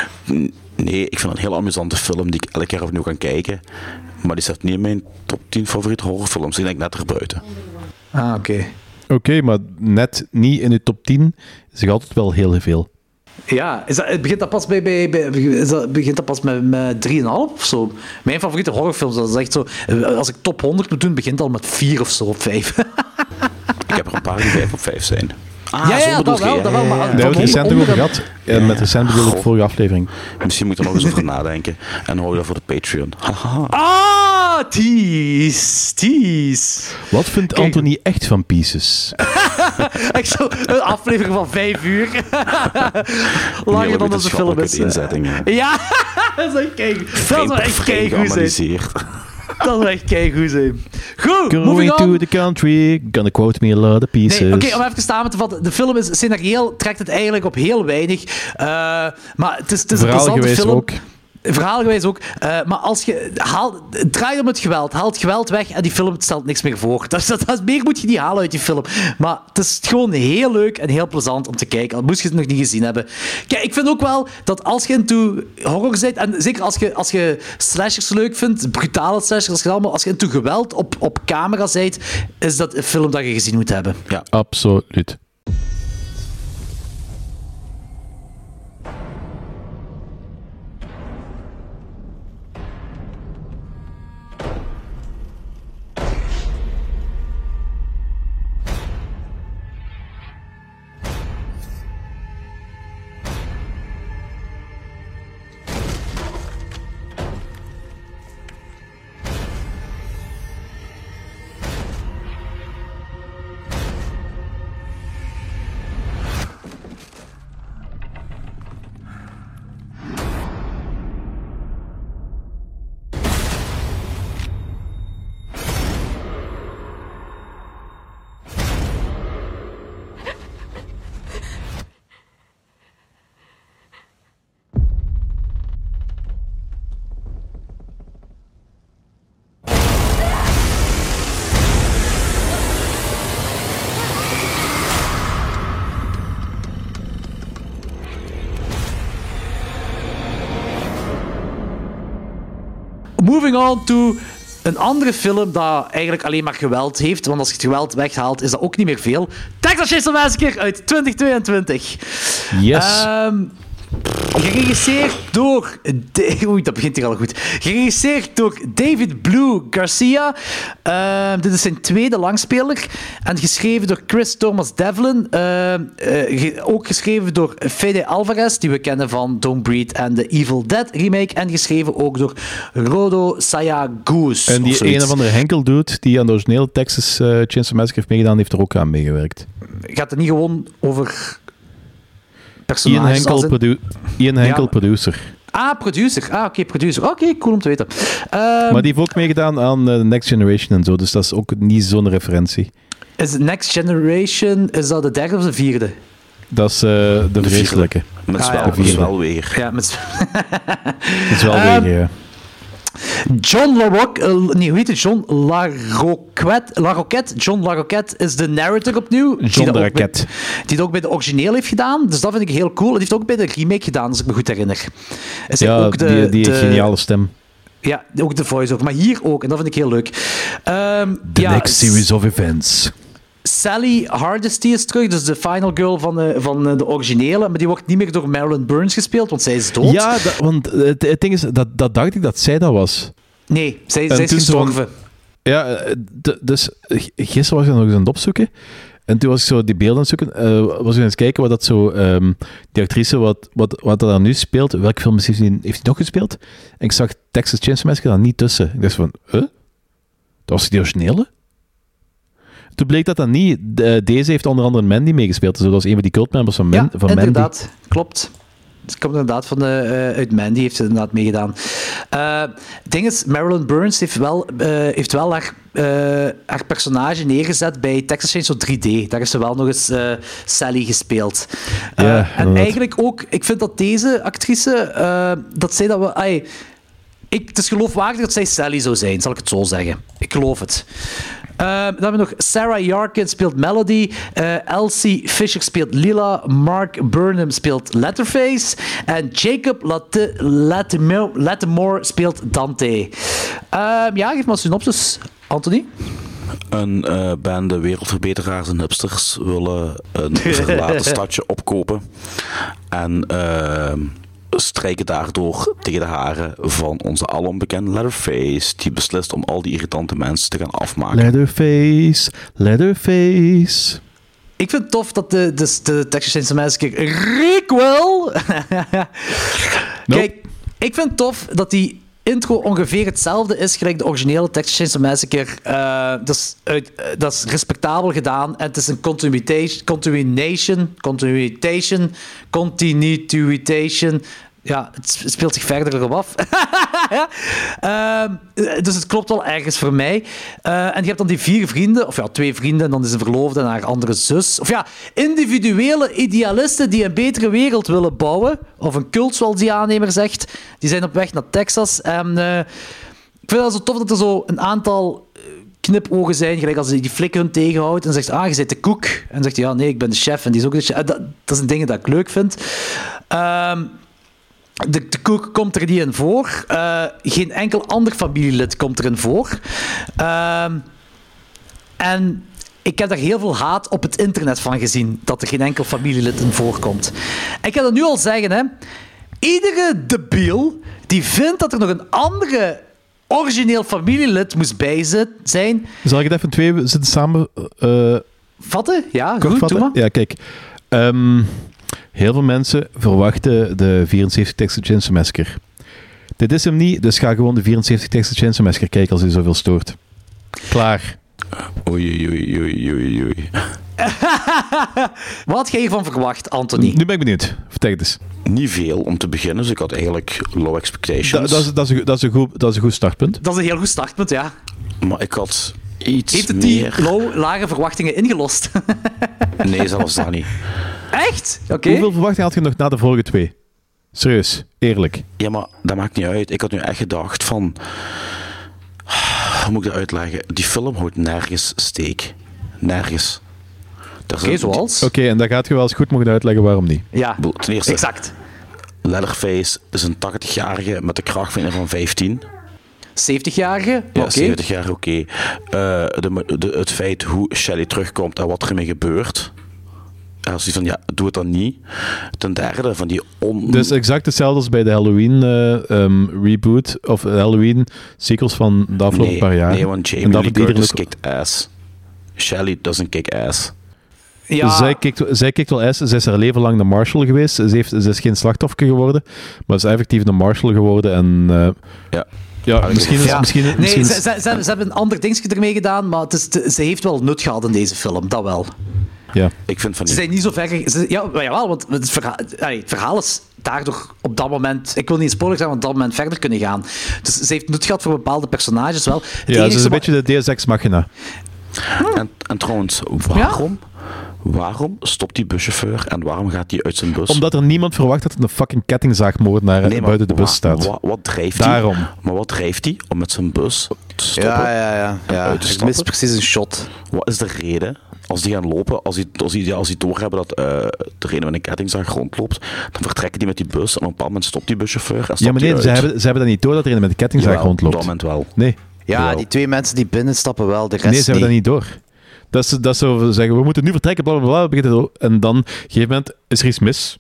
Nee, ik vind het een heel amusante film die ik elke keer opnieuw kan kijken. Maar die staat niet in mijn top tien favoriete horrorfilms. Ik denk net erbuiten. Ah, oké. Okay. Oké, okay, maar net niet in de top tien is er altijd wel heel veel. Ja, is dat, begint dat pas bij, bij, bij is dat, begint dat pas met, met drie komma vijf of zo? Mijn favoriete horrorfilms, dat is echt zo... Als ik top honderd moet doen, begint al met vier of zo op vijf. Ik heb er een paar die vijf op vijf zijn. Ah, ja, ja, dat wel, dat wel. Maar daar hebben we het recent over gehad. Ja, met recent bedoel ik vorige aflevering. Misschien moet je er nog eens over nadenken. En hou je dat voor de Patreon. Ah, tease, tease. Wat vindt Kijk. Anthony echt van Pieces? Echt zo, een aflevering van vijf uur. Langer dan onze film is. Inzetting, ja. ja, dat is echt kijk. Dat is echt keigoed zijn. Dat is echt keigoed zijn. Goed, Going to the country, gonna quote me a lot of pieces. Nee, Oké, okay, om even samen te vatten. De film is scenarioel, trekt het eigenlijk op heel weinig. Uh, maar het is, het is een plezante film. Ook. Verhaalgewijs ook. Uh, maar als je... Haal, draai om het geweld. Haal het geweld weg en die film stelt niks meer voor. Dat, dat, dat, meer moet je niet halen uit die film. Maar het is gewoon heel leuk en heel plezant om te kijken. Al moest je het nog niet gezien hebben. Kijk, ik vind ook wel dat als je into horror bent... En zeker als je, als je slashers leuk vindt, brutale slashers, als je, allemaal, als je into geweld op, op camera bent, is dat een film dat je gezien moet hebben. Ja, absoluut. Moving on to een andere film dat eigenlijk alleen maar geweld heeft. Want als je het geweld weghaalt, is dat ook niet meer veel. Texas Chainsaw Massacre uit twintig tweeëntwintig. Yes. Um, geregisseerd door... Oei, dat begint hier al goed. Geregisseerd door David Blue Garcia. Uh, dit is zijn tweede langspeler. En geschreven door Chris Thomas Devlin. Uh, uh, ge- ook geschreven door Fede Alvarez, die we kennen van Don't Breathe en de Evil Dead remake. En geschreven ook door Rodo Sayagoos. En die ene van de Henkel dude die aan de originele Texas uh, Chainsaw Massacre heeft meegedaan, heeft er ook aan meegewerkt. Gaat het niet gewoon over... Ian Henkel, in... produ- Ian Henkel ja. producer. Ah, producer. Ah, oké, okay, producer. Oké, okay, cool om te weten. Um, maar die heeft ook meegedaan aan uh, Next Generation en zo, dus dat is ook niet zo'n referentie. Is Next Generation, is dat de derde of de vierde? Dat is uh, de, de vreselijke. Met ah, Zwelweer. Ja, met Zwelweer, um, ja. John LaRoque, uh, nee, hoe heet het? John LaRoquette, LaRoquette. John LaRoquette is de narrator opnieuw. John LaRoquette. Die, die dat ook bij de origineel heeft gedaan. Dus dat vind ik heel cool. En die heeft ook bij de remake gedaan, als ik me goed herinner. Is ja, ook de, die, die de, geniale stem. Ja, ook de voice-over. Maar hier ook. En dat vind ik heel leuk. Um, The ja, next series of events. Sally Hardesty is terug, dus de final girl van de, van de originele, maar die wordt niet meer door Marilyn Burns gespeeld, want zij is dood. Ja, dat, want het, het ding is, dat, dat dacht ik dat zij dat was. Nee, zij, zij is gestorven. Zo, ja, d- dus gisteren was ik nog eens aan het opzoeken, en toen was ik zo die beelden aan het zoeken, uh, was ik eens kijken wat dat zo, um, die actrice, wat, wat, wat dat dan nu speelt, welke film heeft hij, heeft hij nog gespeeld? En ik zag Texas Chainsaw Massacre daar niet tussen. Ik dacht van, huh? Dat was die originele? Toen bleek dat dat niet. De, deze heeft onder andere Mandy meegespeeld. Dus dat was een van die cultmembers van, Man, ja, van Mandy. Ja, inderdaad. Mandy. Klopt. Het komt inderdaad van de, uh, uit Mandy, heeft ze inderdaad meegedaan. Uh, het ding is, Marilyn Burns heeft wel, uh, heeft wel haar, uh, haar personage neergezet bij Texas Chainsaw drie D. Daar is ze wel nog eens uh, Sally gespeeld. Uh, ja, en inderdaad. Eigenlijk ook, ik vind dat deze actrice, uh, dat zij dat we... Ay, ik, het is geloofwaardig dat zij Sally zou zijn, zal ik het zo zeggen. Ik geloof het. Uh, dan hebben we nog Sarah Yarkin speelt Melody, uh, Elsie Fisher speelt Lila, Mark Burnham speelt Letterface en Jacob Lati- Latimore, Latimore speelt Dante. Uh, ja, geef maar een synopsis, Anthony. Een uh, bende wereldverbeteraars en hipsters willen een verlaten stadje opkopen. En uh, strijken daardoor tegen de haren van onze alom bekende Leatherface, die beslist om al die irritante mensen te gaan afmaken. Leatherface, Leatherface. Ik vind het tof dat de, de, de Texas Chainsaw Massacre requel... nope. Kijk, ik vind het tof dat die intro ongeveer hetzelfde is gelijk de originele Texas Chainsaw Massacre. Uh, dat, is, uh, dat is respectabel gedaan en het is een continuation, continuation, continuation, continuation. Ja, het speelt zich verder erop af. ja. uh, dus het klopt wel ergens voor mij. Uh, en je hebt dan die vier vrienden, of ja, twee vrienden, en dan is een verloofde en haar andere zus. Of ja, individuele idealisten die een betere wereld willen bouwen. Of een cult, zoals die aannemer zegt. Die zijn op weg naar Texas. En uh, ik vind het zo tof dat er zo een aantal knipogen zijn, gelijk als die flikker hun tegenhoudt en zegt, ah, je bent de koek. En dan zegt hij, ja, nee, ik ben de chef. En die is ook de chef. Dat, dat zijn dingen dat ik leuk vind. Ehm... Uh, De, de koek komt er niet in voor. Uh, geen enkel ander familielid komt erin voor. Uh, en ik heb daar heel veel haat op het internet van gezien, dat er geen enkel familielid in voorkomt. En ik kan dat nu al zeggen, hè. Iedere debiel die vindt dat er nog een andere origineel familielid moest bij zijn... Zal ik het even twee zitten samen... Uh, vatten? Ja, goed, goed, vatten? Doe maar. Ja, kijk... Um, Heel veel mensen verwachten de vierenzeventig Texas Chainsaw Massacre. Dit is hem niet, dus ga gewoon de vierenzeventig Texas Chainsaw Massacre kijken als je zoveel stoort. Klaar. Oei, oei, oei, oei, oei. Wat had jij hiervan verwacht, Anthony? Nu ben ik benieuwd. Vertel het eens. Niet veel om te beginnen, dus ik had eigenlijk low expectations. Da, dat, is, dat, is een, dat, is een goed, dat is een goed startpunt. Dat is een heel goed startpunt, ja. Maar ik had iets Heeft het meer... die low, lage verwachtingen ingelost? Nee, zelfs dat niet. Echt? Oké. Okay. Hoeveel verwachtingen had je nog na de vorige twee? Serieus, eerlijk. Ja, maar dat maakt niet uit. Ik had nu echt gedacht van... Hoe moet ik dat uitleggen? Die film houdt nergens steek. Nergens. Oké, okay, zoals? Oké, okay, en dan gaat je wel eens goed mogen uitleggen waarom niet. Ja, ten eerste, exact. Leatherface is een tachtigjarige met de kracht van een van vijftien. zeventigjarige? Ja, okay. zeventig jaar, oké. Okay. Uh, de, de, het feit hoe Shelly terugkomt en wat er mee gebeurt... Als die van, ja, doe het dan niet. Ten derde, van die on... Dus exact hetzelfde als bij de Halloween uh, um, reboot, of Halloween sequels van de afgelopen nee, paar jaar. Nee, want Jamie Lee Curtis kicked ass. Shelly doesn't kick ass. Ja. Zij kikt, zij kikt wel ass. Zij is haar leven lang de Marshal geweest. Ze, heeft, ze is geen slachtoffer geworden, maar ze is effectief de Marshal geworden. En, uh, ja. Ja, misschien is... Ja. Misschien, nee, misschien ze, ze, ze, ze hebben een ander dingetje ermee gedaan, maar het is te, ze heeft wel nut gehad in deze film, dat wel. Ja. Ik vind van ze zijn niet zo ver... Ze, ja, jawel, want het verhaal, het verhaal is daardoor op dat moment... Ik wil niet spoiler zijn, want op dat moment verder kunnen gaan. Dus ze heeft nut gehad voor bepaalde personages wel. Het ja, ze is een beetje de Deus Ex Machina. En, en trouwens, waarom... Ja? Waarom stopt die buschauffeur en waarom gaat hij uit zijn bus? Omdat er niemand verwacht dat er een fucking kettingzaagmoordenaar nee, buiten de bus staat. Wat, wat drijft Daarom. hij? Maar wat drijft hij om met zijn bus te stoppen? Ja, ja, ja. ja. Ik mis precies een shot. Wat is de reden? Als die gaan lopen, als die, als die, als die doorhebben dat uh, degene met een kettingzaag rondloopt, dan vertrekken die met die bus en op een bepaald moment stopt die buschauffeur en stapt Ja, maar nee, ze hebben, ze hebben dat niet door dat er een met een kettingzaag Jawel, rondloopt. op dat moment wel. Nee. Ja, Jawel. die twee mensen die binnenstappen wel, de rest Nee, ze hebben niet. dat niet door. Dat is, dat is zo zeggen, we moeten nu vertrekken, bla bla bla. En dan, op een gegeven moment, is er iets mis.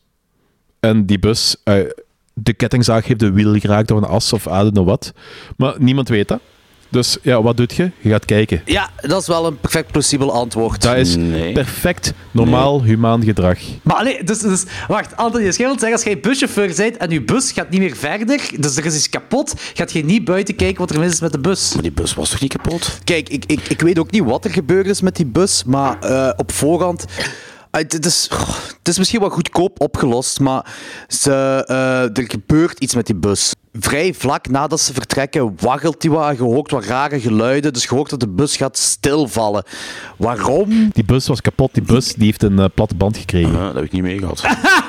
En die bus, uh, de kettingzaag heeft de wiel geraakt door een as of I don't know wat. Maar niemand weet dat. Dus ja, wat doet je? Je gaat kijken. Ja, dat is wel een perfect plausibel antwoord. Dat is nee. perfect, normaal, nee. humaan gedrag. Maar allee, dus, dus wacht, Anthony, dus jij wilt zeggen, als jij buschauffeur bent en je bus gaat niet meer verder, dus er is iets kapot, gaat je niet buiten kijken wat er mis is met de bus. Maar die bus was toch niet kapot? Kijk, ik, ik, ik weet ook niet wat er gebeurd is met die bus, maar uh, op voorhand... Het is, het is misschien wel goedkoop opgelost, maar ze, uh, er gebeurt iets met die bus. Vrij vlak nadat ze vertrekken waggelt die wat, je hoort wat rare geluiden, dus je hoort dat de bus gaat stilvallen. Waarom? Die bus was kapot, die bus die heeft een uh, platte band gekregen. Uh, dat heb ik niet meegehad.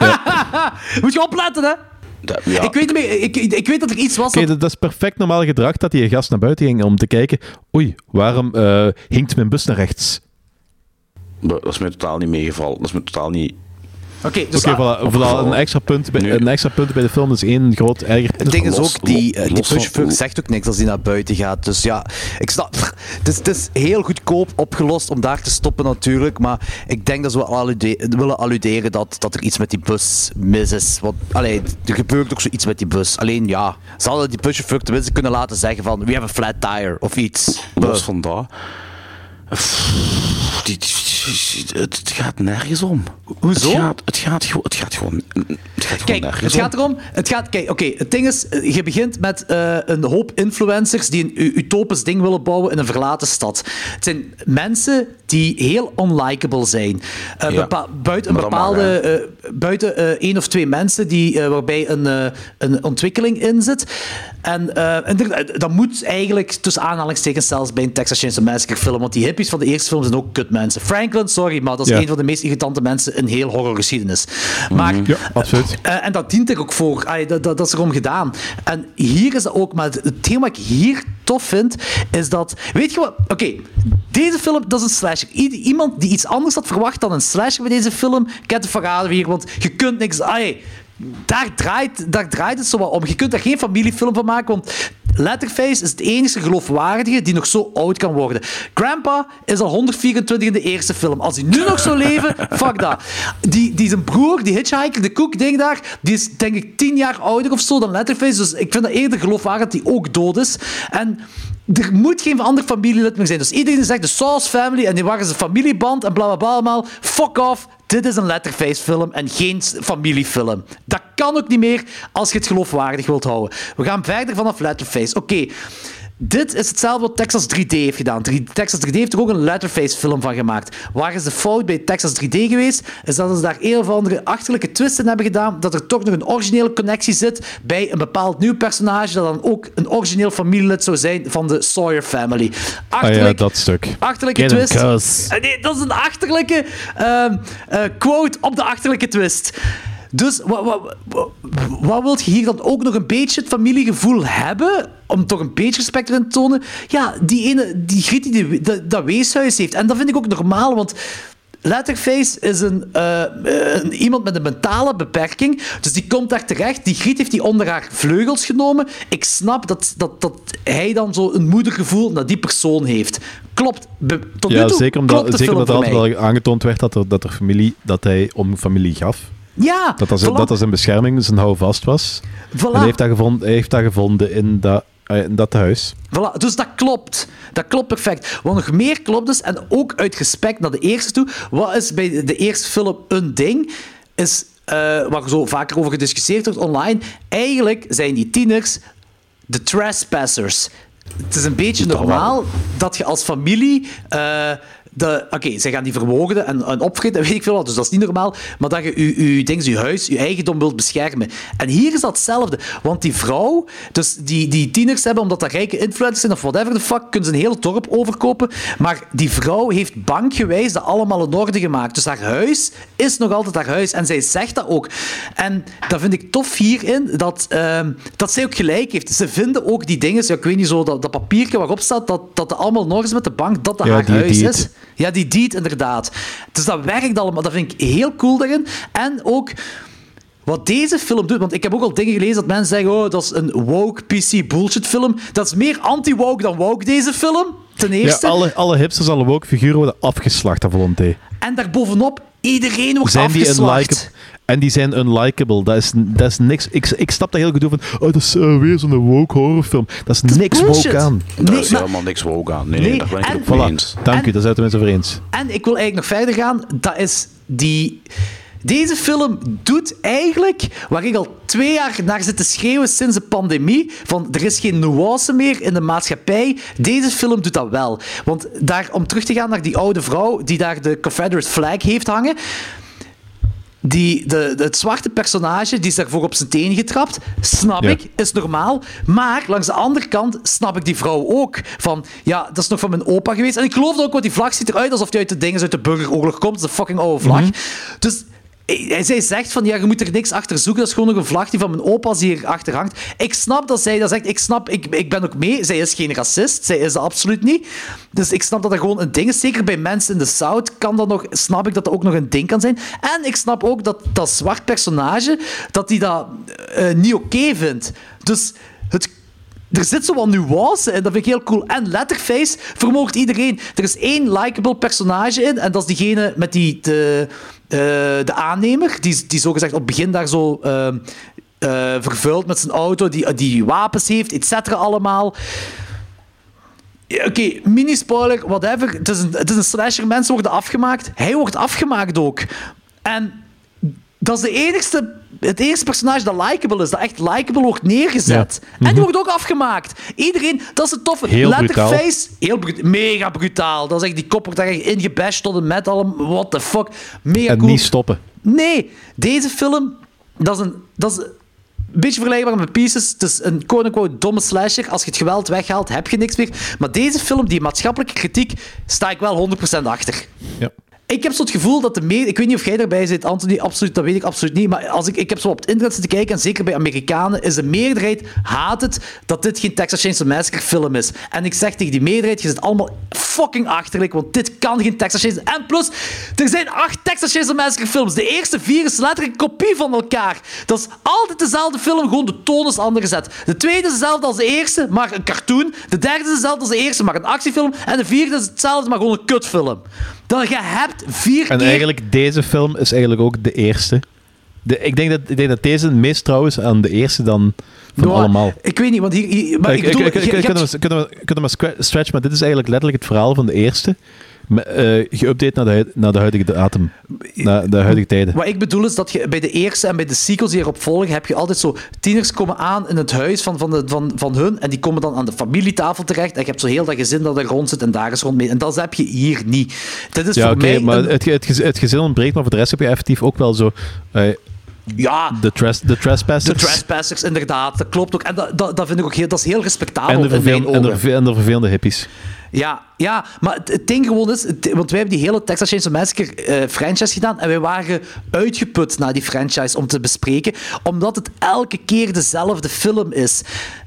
Ja. Moet je opletten, hè? Dat, ja. ik, weet meer, ik, ik weet dat er iets was... Kijk, dat... dat is perfect normaal gedrag dat die gast naar buiten ging om te kijken, oei, waarom uh, hinkt mijn bus naar rechts? Dat is me totaal niet meegevallen. Dat is me totaal niet... Oké, dus okay, ah, voilà, voilà, een, extra punt bij, een extra punt bij de film is één groot erger. Het ding is los, ook, die, uh, die los buschauffeur van- zegt ook niks als hij naar buiten gaat. Dus ja, ik snap... Het is, het is heel goedkoop opgelost om daar te stoppen natuurlijk, maar ik denk dat ze wel allude- willen alluderen dat, dat er iets met die bus mis is. Want, allee, er gebeurt ook zoiets met die bus. Alleen ja, ze hadden die buschauffeur tenminste kunnen laten zeggen van we have a flat tire of iets. Los van dat... Die, die, die- het gaat nergens om. Hoezo? Het gaat, het gaat, gewoon- het gaat gewoon, het gaat gewoon Kijk, nergens het gaat om. erom... Het gaat, kijk, oké, het ding is, eh, je begint met eh, een hoop influencers die een u- utopisch ding willen bouwen in een verlaten stad. Het zijn mensen die heel unlikable zijn. Uh, Ja, bepa- buiten een maar dat mag, bepaalde... eh, buiten uh, één of twee mensen die, uh, waarbij een, uh, een ontwikkeling in zit. En, uh, en er- dat moet eigenlijk tussen aanhalingstekens zelfs bij een Texas Chainsaw Massacre film, want die hippies van de eerste film zijn ook kutmensen. Franklin, sorry, maar dat is Ja. een van de meest irritante mensen in heel horrorgeschiedenis. Maar... Ja, absoluut. Uh, en dat dient er ook voor. Allee, dat, dat, dat is erom gedaan. En hier is dat ook. Maar het, het thema wat ik hier tof vind, is dat... Weet je wat? Oké, deze film, dat is een slasher. I- iemand die iets anders had verwacht dan een slasher bij deze film, kent het verraden hier, want je kunt niks... Allee, daar draait, daar draait het zo wat om. Je kunt daar geen familiefilm van maken, want Letterface is het enige geloofwaardige die nog zo oud kan worden. Grandpa is al honderdvierentwintig in de eerste film. Als hij nu nog zou leven, fuck dat. Die, die zijn broer, die hitchhiker, de Cook, ding daar, die is denk ik tien jaar ouder of zo dan Letterface. Dus ik vind dat eerder geloofwaardig dat hij ook dood is. En er moet geen ander familielid meer zijn. Dus iedereen zegt de Sauce Family en die waren zijn familieband en bla bla bla allemaal. Fuck off. Dit is een Letterface-film en geen familiefilm. Dat kan ook niet meer als je het geloofwaardig wilt houden. We gaan verder vanaf Letterface. Oké, okay. Dit is hetzelfde wat Texas drie D heeft gedaan. Texas drie D heeft er ook een Letterface-film van gemaakt. Waar is de fout bij Texas drie D geweest? Is dat ze daar een of andere achterlijke twist in hebben gedaan, dat er toch nog een originele connectie zit bij een bepaald nieuw personage, dat dan ook een origineel familielid zou zijn van de Sawyer family. Achterlijk, ah ja, dat stuk. Achterlijke Get twist. him, cuz. Nee, dat is een achterlijke uh, uh, quote op de achterlijke twist. Dus wat, wat, wat, wat wil je hier dan ook nog een beetje het familiegevoel hebben? Om toch een beetje respect erin te tonen? Ja, die ene, die Griet die, die dat, dat weeshuis heeft. En dat vind ik ook normaal, want Letterface is een, uh, een, iemand met een mentale beperking. Dus die komt daar terecht. Die Griet heeft die onder haar vleugels genomen. Ik snap dat, dat, dat hij dan zo een moedergevoel naar die persoon heeft. Klopt. Be, tot ja, nu toe zeker klopt omdat, de zeker film omdat voor altijd mij. wel aangetoond werd dat, er, dat, er familie, dat hij om familie gaf. Ja, dat dat, zijn, voilà. dat dat zijn bescherming, zijn houvast was. Voilà. En hij heeft dat gevonden, hij heeft dat gevonden in dat, in dat huis. Voilà, dus dat klopt. Dat klopt perfect. Wat nog meer klopt is, en ook uit respect naar de eerste toe, wat is bij de eerste film een ding, is, uh, waar er zo vaker over gediscussieerd wordt online, eigenlijk zijn die tieners de trespassers. Het is een beetje normaal dat je als familie... Uh, Oké, okay, zij gaan die vermogen en, en opvreten, weet ik veel wat, dus dat is niet normaal. Maar dat je je, je, ding, je huis, je eigendom wilt beschermen. En hier is dat hetzelfde. Want die vrouw, dus die, die tieners hebben, omdat dat rijke influencers zijn of whatever the fuck, kunnen ze een hele dorp overkopen. Maar die vrouw heeft bankgewijs dat allemaal in orde gemaakt. Dus haar huis is nog altijd haar huis. En zij zegt dat ook. En dat vind ik tof hierin, dat, uh, dat zij ook gelijk heeft. Ze vinden ook die dingen, ja, ik weet niet zo, dat, dat papiertje waarop staat, dat, dat het allemaal in orde is met de bank, dat dat ja, haar die, huis die is. Het. Ja, die deed inderdaad. Dus dat werkt allemaal. Dat vind ik heel cool daarin. En ook wat deze film doet, want ik heb ook al dingen gelezen dat mensen zeggen, oh, dat is een woke P C bullshit film. Dat is meer anti-woke dan woke, deze film. Ten eerste. Ja, alle, alle hipsters, alle woke figuren worden afgeslacht aan volonté. En daarbovenop, iedereen wordt zijn afgeslacht. Die en die zijn unlikable. Dat is, dat is niks. Ik, ik snap dat heel goed van. Oh, dat is uh, weer zo'n woke horrorfilm. Dat is, dat is niks bullshit. woke aan. Dat Nee, is maar, helemaal niks woke aan. Nee, nee, nee, daar ben ik en, het ook mee voilà. eens. Dank en, u, daar zijn we het over eens. En ik wil eigenlijk nog verder gaan. Dat is die... Deze film doet eigenlijk, waar ik al twee jaar naar zit te schreeuwen sinds de pandemie, van er is geen nuance meer in de maatschappij. Deze film doet dat wel. Want daar, om terug te gaan naar die oude vrouw die daar de Confederate flag heeft hangen, die, de, de, het zwarte personage, die is daarvoor op zijn teen getrapt. Snap ja. ik, is normaal. Maar langs de andere kant snap ik die vrouw ook. Van, ja, dat is nog van mijn opa geweest. En ik geloof ook, want die vlag ziet eruit alsof die uit de dingen uit de burgeroorlog komt. Dat is een fucking oude vlag. Mm-hmm. Dus Hij, zij zegt van, ja, je moet er niks achter zoeken. Dat is gewoon nog een vlag die van mijn opa's hier achter hangt. Ik snap dat zij dat zegt. Ik snap, ik, ik ben ook mee. Zij is geen racist. Zij is dat absoluut niet. Dus ik snap dat dat gewoon een ding is. Zeker bij mensen in de South kan dat nog, snap ik dat dat ook nog een ding kan zijn. En ik snap ook dat dat zwart personage, dat hij dat uh, niet oké okay vindt. Dus het... Er zit zo wat nuance in, dat vind ik heel cool. En Letterface vermoordt iedereen. Er is één likable personage in, en dat is diegene met die, de, uh, de aannemer, die, die zogezegd op het begin daar zo uh, uh, vervuilt met zijn auto, die, die wapens heeft, et cetera allemaal. Ja, oké, okay, mini-spoiler, whatever. Het is, een, het is een slasher, mensen worden afgemaakt. Hij wordt afgemaakt ook. En dat is de enigste... Het eerste personage dat likable is, dat echt likable wordt neergezet. Ja. Mm-hmm. En die wordt ook afgemaakt. Iedereen, dat is het toffe. Heel Letterface, heel bru- mega brutaal. Dat is echt, die kop wordt daar echt ingebashed tot en met allemaal. What the fuck. Mega en cool. niet stoppen. Nee, deze film, dat is een... Dat is een beetje vergelijkbaar met Pieces. Het is een quote-unquote domme slasher. Als je het geweld weghaalt, heb je niks meer. Maar deze film, die maatschappelijke kritiek, sta ik wel honderd procent achter. Ja. Ik heb zo het gevoel dat de meer... Ik weet niet of jij daarbij zit, Anthony. Absoluut, dat weet ik absoluut niet. Maar als ik, ik heb zo op het internet zitten kijken, en zeker bij Amerikanen, is de meerderheid haat het dat dit geen Texas Chainsaw Massacre film is. En ik zeg tegen die meerderheid, je zit allemaal fucking achterlijk, want dit kan geen Texas Chainsaw... En plus, er zijn acht Texas Chainsaw Massacre films. De eerste vier is letterlijk een kopie van elkaar. Dat is altijd dezelfde film, gewoon de toon is anders gezet. De tweede is hetzelfde als de eerste, maar een cartoon. De derde is hetzelfde als de eerste, maar een actiefilm. En de vierde is hetzelfde, maar gewoon een kutfilm. Dat je hebt vier en keer... eigenlijk, deze film is eigenlijk ook de eerste. De, ik, denk dat, ik denk dat deze het meest trouw is aan de eerste dan van nou, allemaal. Ik weet niet, want hier... hier maar ik, ik bedoel... Ik, ik, ik, kunnen, we, kunnen, we, kunnen we stretch, maar dit is eigenlijk letterlijk het verhaal van de eerste. Uh, geüpdate naar de, naar de huidige datum. Naar de huidige tijden. Wat ik bedoel is dat je bij de eerste en bij de sequels die erop volgen, heb je altijd zo tieners komen aan in het huis van, van, de, van, van hun en die komen dan aan de familietafel terecht en je hebt zo heel dat gezin dat er rond zit en daar is rond mee. En dat heb je hier niet. Dat is ja, voor oké, mij maar een... het, het, het gezin ontbreekt, maar voor de rest heb je effectief ook wel zo... Uh, Ja, de, tres, de trespassers. De trespassers, inderdaad. Dat klopt ook. En dat, dat, dat vind ik ook heel, dat is heel respectabel en de in mijn ogen. En de, en de vervelende hippies. Ja, ja, maar het, het ding gewoon is... Het, want wij hebben die hele Texas Chainsaw Massacre uh, franchise gedaan en wij waren uitgeput naar die franchise om te bespreken, omdat het elke keer dezelfde film is.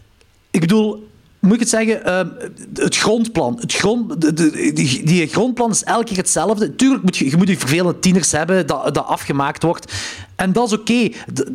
Ik bedoel... Moet ik het zeggen? Uh, het grondplan. Het grond, de, de, die, die grondplan is elke keer hetzelfde. Tuurlijk moet je, je moet die vervelende tieners hebben dat, dat afgemaakt wordt. En dat is oké. Okay.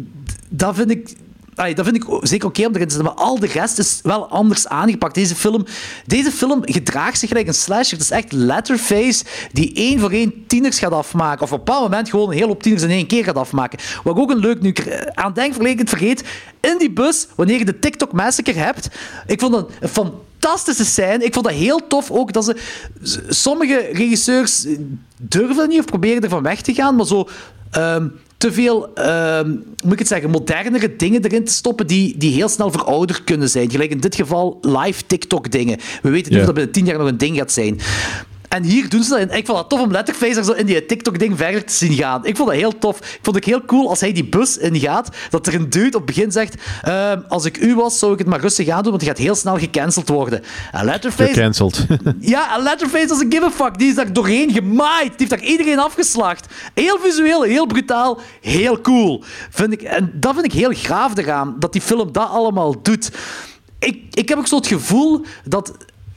Dat vind ik... Ay, dat vind ik zeker oké okay om erin te zetten, maar al de rest is wel anders aangepakt. Deze film, deze film gedraagt zich gelijk een slasher. Het is echt Letterface die één voor één tieners gaat afmaken. Of op een bepaald moment gewoon een hele hoop tieners in één keer gaat afmaken. Wat ik ook een leuk nu aan denk, verleek ik het vergeet. In die bus, wanneer je de TikTok Massacre hebt, ik vond dat een fantastische scène. Ik vond dat heel tof ook dat ze... Sommige regisseurs durven niet of proberen ervan weg te gaan, maar zo... Um, te veel, uh, moet ik het zeggen, modernere dingen erin te stoppen die, die heel snel verouderd kunnen zijn. Gelijk in dit geval live TikTok-dingen. We weten niet yeah. of dat binnen tien jaar nog een ding gaat zijn. En hier doen ze dat. En ik vond dat tof om Letterface er zo in die TikTok-ding verder te zien gaan. Ik vond dat heel tof. Ik vond het heel cool als hij die bus ingaat, dat er een dude op het begin zegt, uh, als ik u was, zou ik het maar rustig aan doen, want hij gaat heel snel gecanceld worden. En Letterface... Gecanceld. Ja, en Letterface doesn't give a fuck. Die is daar doorheen gemaaid. Die heeft daar iedereen afgeslacht. Heel visueel, heel brutaal, heel cool. Vind ik, en dat vind ik heel gaaf eraan, dat die film dat allemaal doet. Ik, ik heb ook zo het gevoel dat...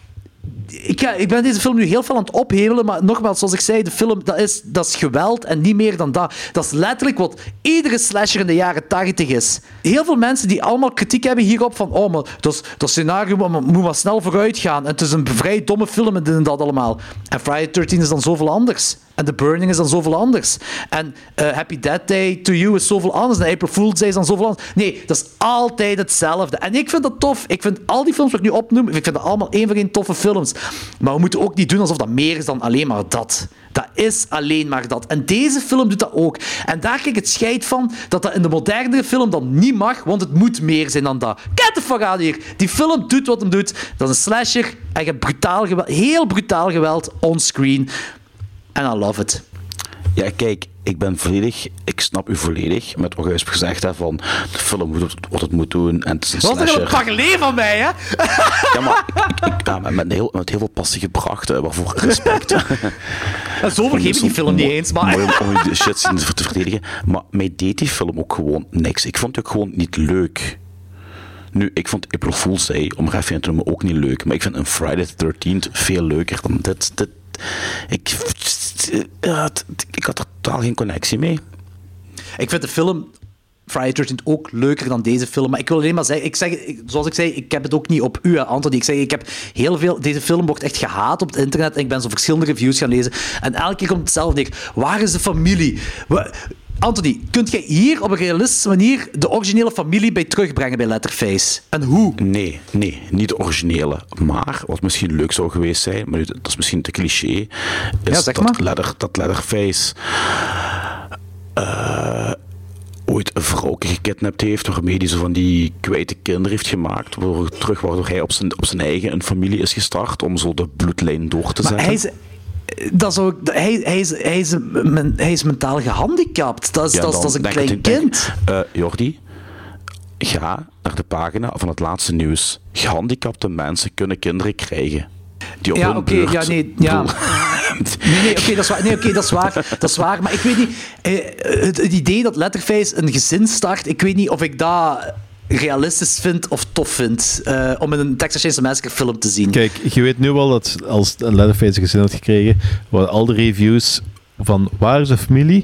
Ik, ja, ik ben deze film nu heel veel aan het ophevelen, maar nogmaals, zoals ik zei, de film, dat is, dat is geweld en niet meer dan dat. Dat is letterlijk wat iedere slasher in de jaren tachtig is. Heel veel mensen die allemaal kritiek hebben hierop van oh, maar dat, is, dat scenario moet, moet maar snel vooruit gaan en het is een vrij domme film en dit en dat allemaal. En Friday the thirteenth is dan zoveel anders. En The Burning is dan zoveel anders. En uh, Happy Death Day to You is zoveel anders. En April Fool's Day is dan zoveel anders. Nee, dat is altijd hetzelfde. En ik vind dat tof. Ik vind al die films wat ik nu opnoem, ik vind dat allemaal één voor één toffe films. Maar we moeten ook niet doen alsof dat meer is dan alleen maar dat. Dat is alleen maar dat. En deze film doet dat ook. En daar krijg ik het scheid van dat dat in de modernere film dan niet mag, want het moet meer zijn dan dat. Get the fuck out hier. Die film doet wat hem doet. Dat is een slasher. En je hebt brutaal geweld, heel brutaal geweld onscreen. En I love it. Ja, kijk, ik ben volledig, ik snap u volledig met wat u juist gezegd hebt van de film moet wat het moet doen en het is een Wat slasher. een pakkelee van mij, hè? Ja, maar ik, ik, ja, met, met, heel, met heel veel passie gebracht, hè, waarvoor respect. En zo vergeef ik die film niet eens, maar... Mooi om, om die shit zien te verdedigen. Maar mij deed die film ook gewoon niks. Ik vond het ook gewoon niet leuk. Nu, ik vond April Fool's Day, om er even in te noemen, ook niet leuk. Maar ik vind een Friday the thirteenth veel leuker dan dit. dit ik, ja, ik had er totaal geen connectie mee. Ik vind de film Friday the thirteenth ook leuker dan deze film. Maar ik wil alleen maar zeggen, ik zeg, ik, zoals ik zei, ik heb het ook niet op u, Anthony. Ik zeg, ik heb heel veel... Deze film wordt echt gehaat op het internet. En ik ben zo verschillende reviews gaan lezen. En elke keer komt hetzelfde neer. Waar is de familie? Waar... Anthony, kunt jij hier op een realistische manier de originele familie bij terugbrengen bij Letterface? En hoe? Nee, nee, niet de originele. Maar, wat misschien leuk zou geweest zijn, maar dat is misschien te cliché, is ja, zeg dat, maar. Letter, dat Letterface uh, ooit een vrouw gekidnapt heeft, waarmee hij zo van die kwijte kinderen heeft gemaakt, waardoor, terug, waardoor hij op zijn, op zijn eigen een familie is gestart, om zo de bloedlijn door te maar zetten. Hij is... Dat is ook, hij, hij, is, hij, is, hij is mentaal gehandicapt. Dat is, ja, dat is, dat is een klein ik, kind. Uh, Jordi, ga naar de pagina van het laatste nieuws. Gehandicapte mensen kunnen kinderen krijgen. Die op ja, hun oké, beurt... ja, nee, ja. Nee, nee, oké, okay, dat is waar. Nee, okay, dat is waar. Dat is waar. Maar ik weet niet... Eh, het, het idee dat Letterface een gezin start, ik weet niet of ik dat realistisch vind of tof vind uh, om in een Texas Chainsaw Massacre film te zien. Kijk, je weet nu wel dat als een Letterface een gezin had gekregen, waar al de reviews van waar is de familie,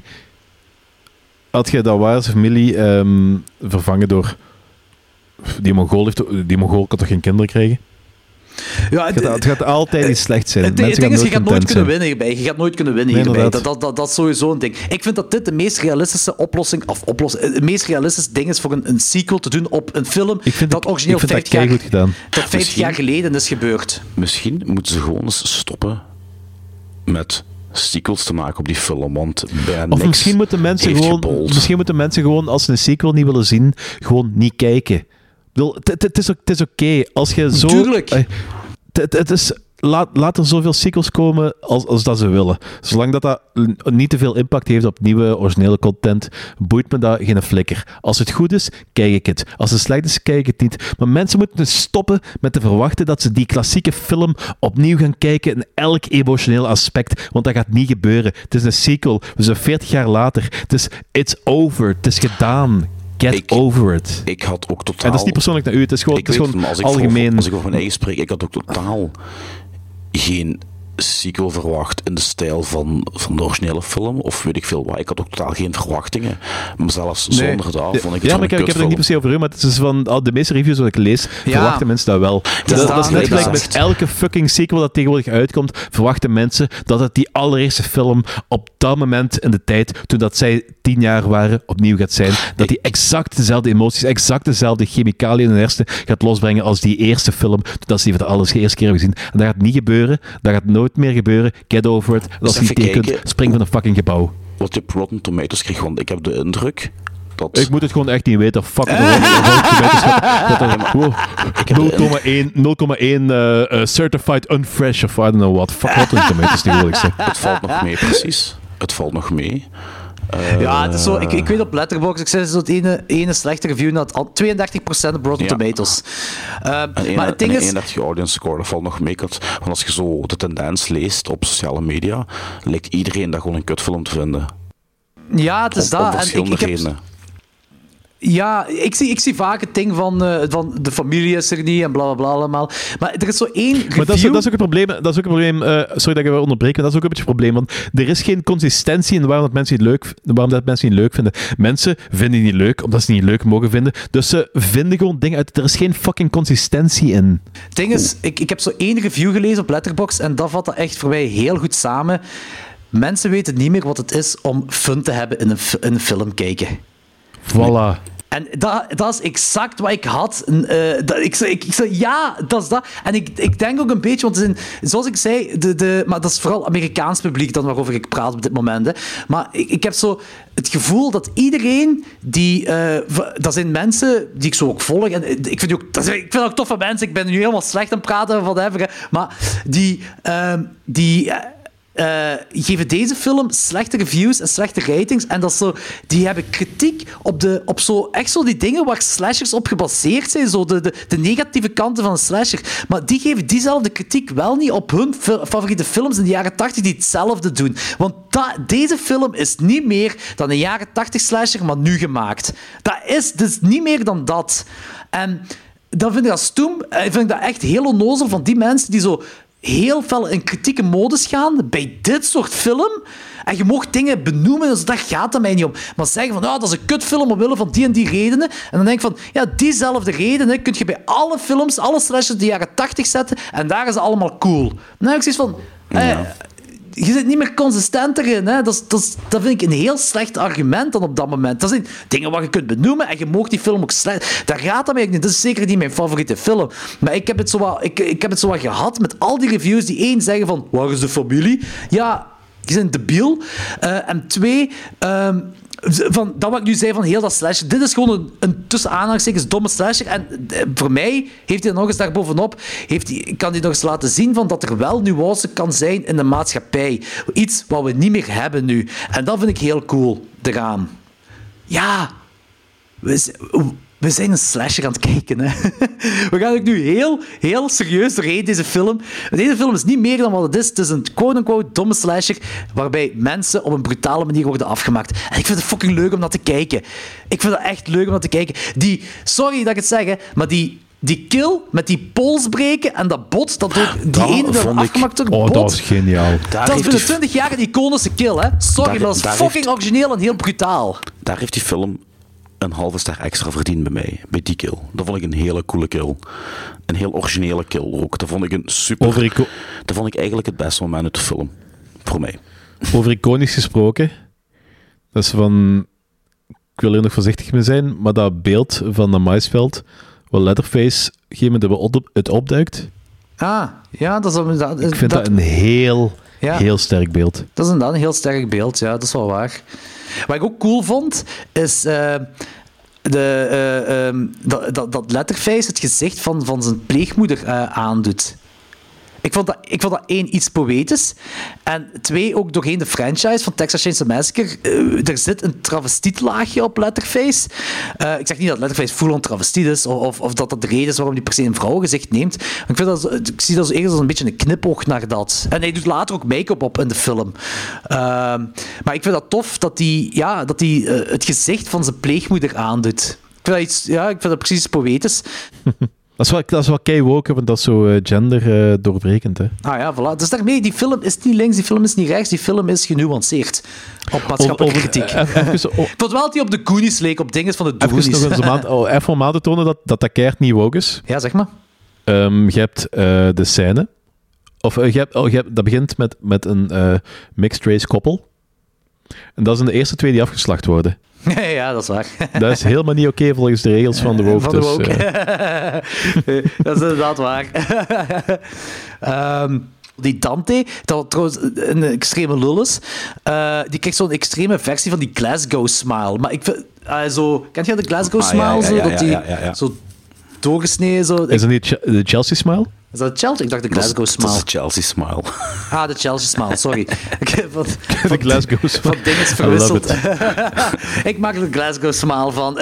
had je dat waar is de familie um, vervangen door die Mongool heeft, die Mongool kan toch geen kinderen krijgen? Ja, het, gaat, het gaat altijd iets slecht zijn. Het, het ding is, je gaat nooit kunnen winnen hierbij. Je gaat nooit kunnen winnen nee, hierbij. Dat, dat, dat, dat is sowieso een ding. Ik vind dat dit de meest realistische oplossing, of oplossing, het meest realistische ding is voor een, een sequel te doen op een film dat origineel vijftig jaar, goed gedaan. dat vijftig jaar geleden is gebeurd. Misschien moeten ze gewoon eens stoppen met sequels te maken op die film, want bijna of niks misschien moeten mensen gewoon, gebold. misschien moeten mensen gewoon, als ze een sequel niet willen zien, gewoon niet kijken. Het is, is oké okay. als je zo... Tuurlijk. Het is... Laat, laat er zoveel sequels komen als, als dat ze willen. Zolang dat, dat niet te veel impact heeft op nieuwe, originele content, boeit me dat geen flikker. Als het goed is, kijk ik het. Als het slecht is, kijk ik het niet. Maar mensen moeten stoppen met te verwachten dat ze die klassieke film opnieuw gaan kijken in elk emotioneel aspect, want dat gaat niet gebeuren. Het is een sequel. We zijn veertig jaar later. Het is it's over. Het is gedaan. Get ik, over it. Ik had ook totaal... En dat is niet persoonlijk naar u, het is gewoon, het is gewoon als ik algemeen... Voor, als ik over mijn eigen spreek, ik had ook totaal geen sequel verwacht in de stijl van, van de originele film, of weet ik veel wat. Ik had ook totaal geen verwachtingen. Maar zelfs nee. zonder dat vond ik het Ja, maar ik, ik heb het er niet per se over u, maar het is van oh, de meeste reviews wat ik lees, ja. verwachten mensen dat wel. Dat, dat, dat is net gelijk met elke fucking sequel dat tegenwoordig uitkomt, verwachten mensen dat het die allereerste film op dat moment in de tijd, toen dat zij tien jaar waren, opnieuw gaat zijn. Dat die exact dezelfde emoties, exact dezelfde chemicaliën in de hersenen gaat losbrengen als die eerste film, dat ze die voor de allereerste keer hebben gezien. En dat gaat niet gebeuren. Dat gaat nooit meer gebeuren. Get over it. Als je niet tegen kunt, spring van een fucking gebouw. Wat je op Rotten Tomatoes kreeg, want ik heb de indruk dat... Ik moet het gewoon echt niet weten. Fuck it. nul komma één uh, uh, certified unfresh of I don't know what. Fuck Rotten Tomatoes tegenwoordig zeg. Het valt nog mee, precies. Het valt nog mee. Uh, ja, het is zo, ik, ik weet op Letterboxd, ik zei zo het ene, ene slechte review naar tweeëndertig procent op Rotten ja. Tomatoes. Uh, en maar het ding is... eenendertig audience score, dat valt nog mee. Want als je zo de tendens leest op sociale media, lijkt iedereen dat gewoon een kutfilm te vinden. Ja, het is om, dat. om verschillende en ik, ik redenen. Heb... Ja, ik zie, ik zie vaak het ding van, uh, van de familie is er niet en bla bla bla allemaal. Maar er is zo één review... Maar dat is, dat is ook een probleem. Dat is ook een probleem uh, sorry dat ik je onderbreek, maar dat is ook een beetje een probleem. Want er is geen consistentie in waarom dat mensen het leuk, waarom dat mensen niet leuk vinden. Mensen vinden het niet leuk omdat ze het niet leuk mogen vinden. Dus ze vinden gewoon dingen uit. Er is geen fucking consistentie in. Het ding is, ik, ik heb zo één review gelezen op Letterboxd en dat vat dat echt voor mij heel goed samen. Mensen weten niet meer wat het is om fun te hebben in een, in een film kijken. Voilà. En dat, dat is exact wat ik had. Uh, dat, ik, ik, ik zei, ja, dat is dat. En ik, ik denk ook een beetje, want het is een, zoals ik zei, de, de, maar dat is vooral Amerikaans publiek dan waarover ik praat op dit moment. Hè. Maar ik, ik heb zo het gevoel dat iedereen die... Uh, dat zijn mensen die ik zo ook volg. En ik vind, ook, dat is, ik vind ook toffe mensen. Ik ben nu helemaal slecht aan het praten, whatever. Maar die... Uh, die uh, uh, geven deze film slechte reviews en slechte ratings. En dat is zo, die hebben kritiek op, de, op zo, echt zo die dingen waar slashers op gebaseerd zijn. Zo de, de, de negatieve kanten van een slasher. Maar die geven diezelfde kritiek wel niet op hun favoriete films in de jaren tachtig die hetzelfde doen. Want da, deze film is niet meer dan een jaren tachtig slasher, maar nu gemaakt. Dat is dus niet meer dan dat. En dan vind ik dat stoem. Vind ik dat echt heel onnozel van die mensen die zo heel fel in kritieke modus gaan bij dit soort film. En je mag dingen benoemen, dus daar gaat het mij niet om. Maar zeggen van, oh, dat is een kutfilm omwille van die en die redenen. En dan denk ik van, ja, diezelfde redenen kun je bij alle films, alle slashers die jaren tachtig zetten, en daar is het allemaal cool. Dan heb ik zoiets van... Ja. Eh, je zit niet meer consistent erin. Hè? Dat, is, dat, is, dat vind ik een heel slecht argument dan op dat moment. Dat zijn dingen wat je kunt benoemen en je mag die film ook slecht... Daar gaat dat eigenlijk niet. Dat is zeker niet mijn favoriete film. Maar ik heb het zo wat, ik, ik heb het zo wat gehad met al die reviews die één zeggen van, waar is de familie? Ja, die zijn debiel. Uh, en twee... Um, Van dat wat ik nu zei van heel dat slasher. Dit is gewoon een, een tussen aanhalingstekens domme slasher. En voor mij heeft hij nog eens daarbovenop... Heeft hij, kan hij nog eens laten zien van dat er wel nuance kan zijn in de maatschappij. Iets wat we niet meer hebben nu. En dat vind ik heel cool eraan. Ja... We, we zijn een slasher aan het kijken. Hè. We gaan ook nu heel, heel serieus doorheen deze film. Deze film is niet meer dan wat het is. Het is een quote-unquote domme slasher waarbij mensen op een brutale manier worden afgemaakt. En ik vind het fucking leuk om naar te kijken. Ik vind het echt leuk om naar te kijken. Die, sorry dat ik het zeg, hè, maar die... Die kill met die pols breken en dat bot, dat ook die dat ene dat afgemaakt door oh, bot. Dat was geniaal. Daar dat is binnen twintig jaar een iconische kill, hè. Sorry, daar, maar dat is fucking heeft, origineel en heel brutaal. Daar heeft die film een halve ster extra verdiend bij mij, bij die kill. Dat vond ik een hele coole kill. Een heel originele kill ook. Dat vond ik een super... Over ico- dat vond ik eigenlijk het beste moment uit de film. Voor mij. Over iconisch gesproken. Dat is van... Ik wil er nog voorzichtig mee zijn, maar dat beeld van dat maisveld... waar Leatherface op een gegeven moment het opduikt. Ah, ja, dat is inderdaad... Ik vind dat, dat een heel, ja, heel sterk beeld. Dat is inderdaad een heel sterk beeld, ja, dat is wel waar. Wat ik ook cool vond, is uh, de, uh, um, dat, dat, dat Leatherface het gezicht van, van zijn pleegmoeder uh, aandoet. Ik vond, dat, ik vond dat één, iets poëtisch. En twee, ook doorheen de franchise van Texas Chainsaw Massacre. Uh, er zit een travestietlaagje op Leatherface. Uh, ik zeg niet dat Leatherface full-on travestiet is, of, of, of dat dat de reden is waarom hij per se een vrouwengezicht neemt. Maar ik, vind dat, ik zie dat eerder als een beetje een knipoog naar dat. En hij doet later ook make-up op in de film. Uh, maar ik vind dat tof dat hij ja, dat hij, uh, het gezicht van zijn pleegmoeder aandoet. Ik vind dat, iets, ja, ik vind dat precies poëtisch. Dat is wel, dat is wel kei-woke, want dat is zo uh, gender uh, doorbrekend. Hè. Ah ja, voilà. Dus daarmee, die film is niet links, die film is niet rechts, die film is genuanceerd. Op maatschappelijke over, kritiek. Uh, even, oh. Ik vond wel dat hij op de Goonies leek, op dingen van de Goonies. Even, nog een maand, oh, even om aan te tonen dat dat, dat keihard niet woke is. Ja, zeg maar. Um, je hebt uh, de scène. Of uh, je hebt, oh, je hebt, dat begint met, met een uh, mixed race koppel. En dat zijn de eerste twee die afgeslacht worden. Ja, dat is waar. Dat is helemaal niet oké okay volgens de regels van de woke. Van de woke. Dus, uh... dat is inderdaad waar. um, die Dante, dat trouwens een extreme lul is, uh, die krijgt zo'n extreme versie van die Glasgow Smile. Maar ik vind, uh, zo, kent je de Glasgow Smile? Ah, ja, ja, ja, zo, dat die ja, ja, ja. zo doorgesneden... Zo, is dat niet de Chelsea Smile? Is dat Chelsea? Ik dacht de Glasgow Smile. Dat is de Chelsea Smile. Ah, de Chelsea Smile, sorry. van, de van, Glasgow Smile. Van dingen verwisseld. Ik maak er de Glasgow Smile van.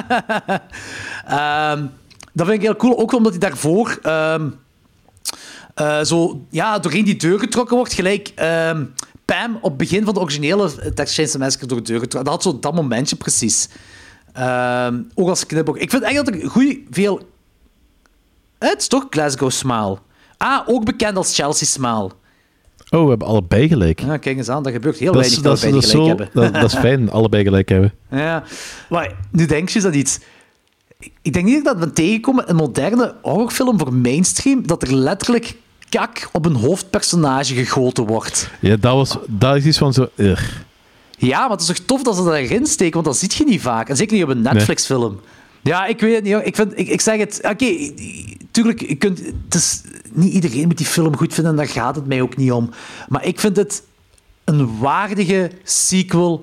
um, dat vind ik heel cool, ook omdat hij daarvoor um, uh, zo ja, doorheen die deur getrokken wordt, gelijk um, Pam op het begin van de originele Texas Chainsaw Massacre door de deur getrokken. Dat had zo dat momentje precies. Um, ook als knipoog. Ik vind echt dat er goed veel... Het is toch Glasgow Smile. Ah, ook bekend als Chelsea Smile. Oh, we hebben allebei gelijk. Ja, kijk eens aan, dat gebeurt heel dat weinig is, dat, dat we beide gelijk zo, hebben. Dat, dat is fijn, allebei gelijk hebben. Ja, maar nu denk je dat iets... Ik denk niet dat we tegenkomen, een moderne horrorfilm voor mainstream, dat er letterlijk kak op een hoofdpersonage gegoten wordt. Ja, dat, was, dat is iets van zo... Ugh. Ja, maar het is toch tof dat ze dat erin steken, want dat zie je niet vaak. En zeker niet op een Netflix-film. Nee. Ja, ik weet het niet. Ik, vind, ik, ik zeg het... Oké, okay, tuurlijk, je kunt, het is, niet iedereen moet die film goed vinden en daar gaat het mij ook niet om. Maar ik vind het een waardige sequel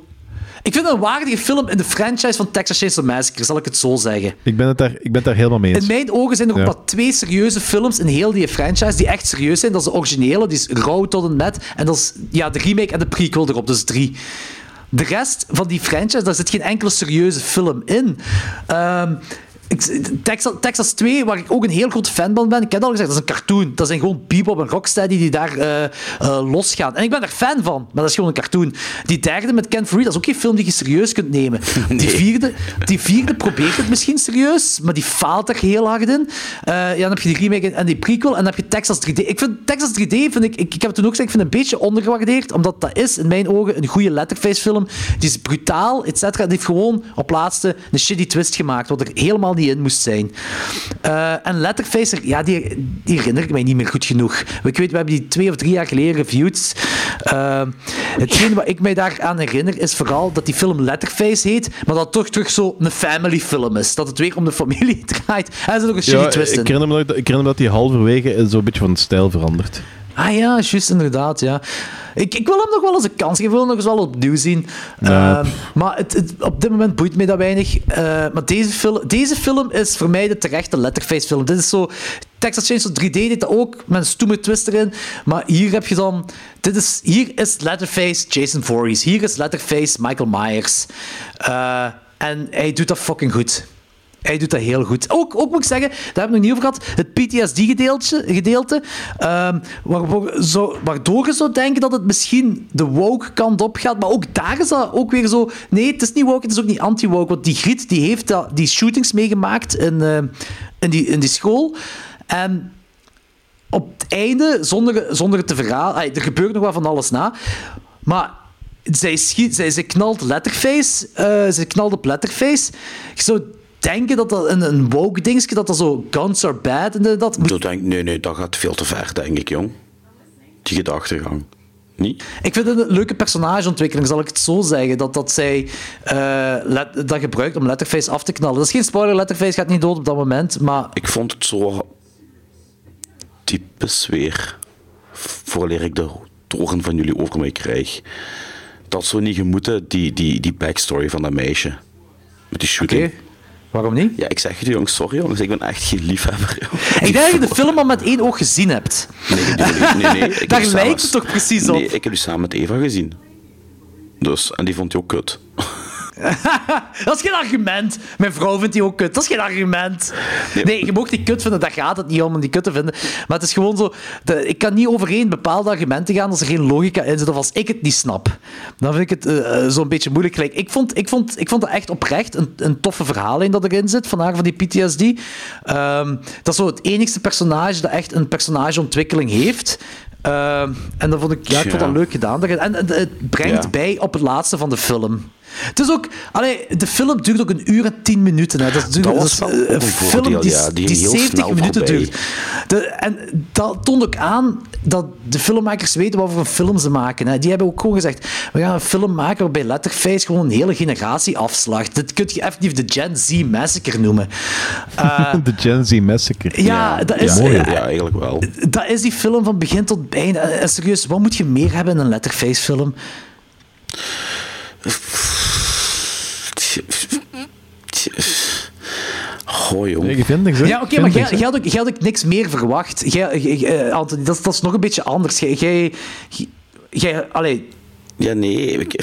Ik vind het een waardige film in de franchise van Texas Chainsaw Massacre, zal ik het zo zeggen. Ik ben het daar, ik ben het daar helemaal mee eens. In mijn ogen zijn er ook Ja. maar twee serieuze films in heel die franchise die echt serieus zijn. Dat is de originele, die is rauw tot en met. En dat is ja, de remake en de prequel erop, dus drie. De rest van die franchise, daar zit geen enkele serieuze film in. Ehm... Ik, Texas, Texas twee, waar ik ook een heel groot fan van ben, ik heb al gezegd, dat is een cartoon. Dat zijn gewoon Bebop en Rocksteady die daar uh, uh, losgaan. En ik ben er fan van, maar dat is gewoon een cartoon. Die derde met Ken Foree, dat is ook geen film die je serieus kunt nemen. Nee. Die, vierde, die vierde probeert het misschien serieus, maar die faalt er heel hard in. Uh, ja, dan heb je die remake en die prequel, en dan heb je Texas drie D. Ik vind Texas drie D, vind ik, ik, ik heb het toen ook gezegd, ik vind het een beetje ondergewaardeerd, omdat dat is, in mijn ogen, een goede Letterface film. Die is brutaal, et cetera. Die heeft gewoon op laatste een shitty twist gemaakt, wat er helemaal niet in moest zijn. Uh, en Letterface, ja, die, die herinner ik mij niet meer goed genoeg. Ik weet, we hebben die twee of drie jaar geleden reviewd. Uh, hetgeen wat ik mij daaraan herinner, is vooral dat die film Letterface heet, maar dat het toch terug zo een family film is. Dat het weer om de familie draait. En er zit ook een shitty ja, twist in. Ik herinner me dat, ik herinner me dat die halverwege zo'n beetje van stijl verandert. Ah ja, juist, inderdaad, ja. Ik, ik wil hem nog wel eens een kans geven. Ik wil hem nog eens wel opnieuw zien. Ja. Uh, maar het, het, op dit moment boeit mij dat weinig. Uh, maar deze film, deze film is voor mij de terechte Letterface film. Dit is zo... Texas Chainsaw drie D deed dat ook, met een stoeme twist erin. Maar hier heb je dan... Dit is, hier is Letterface Jason Voorhees. Hier is Letterface Michael Myers. Uh, en hij doet dat fucking goed. Hij doet dat heel goed. Ook, ook moet ik zeggen, daar hebben we nog niet over gehad, het P T S D-gedeelte, gedeelte, um, waardoor, zo, waardoor je zou denken dat het misschien de woke kant op gaat, maar ook daar is dat ook weer zo... Nee, het is niet woke, het is ook niet anti-woke, want die Griet die heeft dat, die shootings meegemaakt in, uh, in, die, in die school. En op het einde, zonder, zonder het te verhalen... Er gebeurt nog wel van alles na, maar... Zij, schiet, zij, zij knalt Letterface, uh, zij knalt op Letterface. Je zou denken dat dat een, een woke dingetje, dat dat zo guns are bad en dat... Moet... Denk, nee, nee, dat gaat veel te ver, denk ik, jong. Die gedachtegang. Niet? Ik vind het een leuke personageontwikkeling, zal ik het zo zeggen. Dat, dat zij uh, let, dat gebruikt om Letterface af te knallen. Dat is geen spoiler, Letterface gaat niet dood op dat moment, maar... Ik vond het zo typisch weer, vooraleer ik de toren van jullie over mij krijg. Dat zo niet gemoeten, die, die, die backstory van dat meisje. Met die shooting. Oké. Okay. Waarom niet? Ja, ik zeg je, jongens, sorry jongens, ik ben echt geen liefhebber. Jongen. Ik denk dat je de film al met één oog gezien hebt. Nee, nee, nee. nee. Ik Daar lijkt het toch precies op? Nee, ik heb die samen met Eva gezien. Dus, en die vond hij ook kut. Dat is geen argument. Mijn vrouw vindt die ook kut. Dat is geen argument. Nee, nee, je mag die kut vinden, daar gaat het niet om om die kut te vinden. Maar het is gewoon zo... De, ik kan niet overeen bepaalde argumenten gaan als er geen logica in zit of als ik het niet snap. Dan vind ik het uh, zo'n beetje moeilijk. Gelijk, ik, vond, ik, vond, ik vond dat echt oprecht een, een toffe verhaallijn dat erin zit, van haar van die P T S D. Um, dat is zo het enigste personage dat echt een personageontwikkeling heeft. Uh, en dan vond ik, ja, ik vond dat leuk gedaan. En, en, en het brengt ja. bij op het laatste van de film. Het is ook... Allee, de film duurt ook een uur en tien minuten. Hè. Dat, duurt, dat dat was is wel een, een film voordeel, die, ja, die, die heel zeventig minuten voorbij. duurt. De, en dat toont ook aan dat de filmmakers weten wat voor een film ze maken. Hè. Die hebben ook gewoon gezegd, we gaan een film maken waarbij Letterface gewoon een hele generatie afslacht. Dit kun je effectief de Gen Z Massacre noemen. Uh, de Gen Z Massacre. Ja, dat is... Ja, mooi, uh, ja, eigenlijk wel. Dat is die film van begin tot einde. En serieus, wat moet je meer hebben in een Letterface film? Goh, jong. Nee, je vindt niks, ja, oké, okay, maar jij, jij, had ook, jij had ook niks meer verwacht. Jij, jij, Anthony, dat, dat is nog een beetje anders. Jij... jij, jij allee. Ja, nee, ik...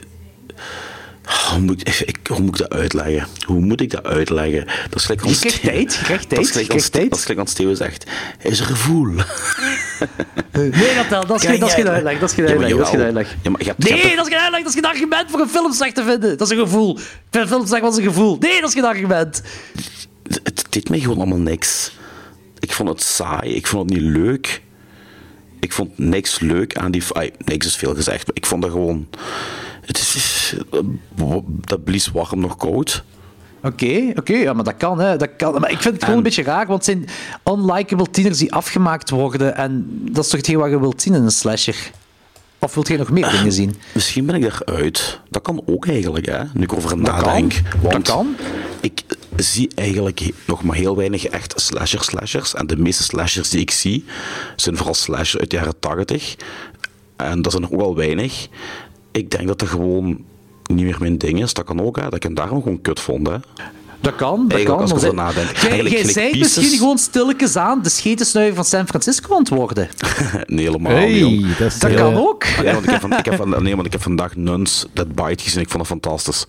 Hoe moet, ik, hoe moet ik dat uitleggen? Hoe moet ik dat uitleggen? Dat is gelijk je krijgt tijd, je krijgt tijd. Dat is gelijk als, als Steven zegt. Hij is een gevoel. Nee, dat, dat, is, geen, dat is geen uitleg. Dat is geen uitleg. Ja, dat is geen uitleg. Ja, maar je hebt, nee, je hebt dat is geen uitleg. Dat is geen argument voor een film slecht te vinden. Dat is een gevoel. Ik vind een film slecht als een gevoel. Nee, dat is geen argument. Het, het deed mij gewoon allemaal niks. Ik vond het saai. Ik vond het niet leuk. Ik vond niks leuk aan die... Ay, niks is veel gezegd, maar ik vond dat gewoon... Het is, dat blies warm nog koud. Oké, okay, oké, okay, ja, maar dat kan, hè. Dat kan. Maar ik vind het gewoon en... een beetje raar, want het zijn unlikable tieners die afgemaakt worden en dat is toch hetgeen wat je wilt zien in een slasher? Of wilt je nog meer uh, dingen zien? Misschien ben ik daaruit. Dat kan ook eigenlijk, hè, nu ik over nadenk. Kan. Want dat kan. Ik zie eigenlijk nog maar heel weinig echt slasher-slashers. En de meeste slashers die ik zie, zijn vooral slashers uit de jaren tachtig. En dat zijn er ook al weinig. Ik denk dat er gewoon niet meer mijn ding is, dat kan ook, hè, dat ik hem daarom gewoon kut vond. Hè. Dat kan, dat Eigenlijk, kan. als ik Jij, erover nadenk. jij Eigenlijk, zei Pieces... misschien gewoon stilletjes aan de schetensnuiver van San Francisco aan het worden. Nee, helemaal hey, niet. Dat, is dat heel... kan ook. Ah, nee, want ik heb, van, ik, heb van, nee, want ik heb vandaag Nuns That Bite gezien. Ik vond het fantastisch.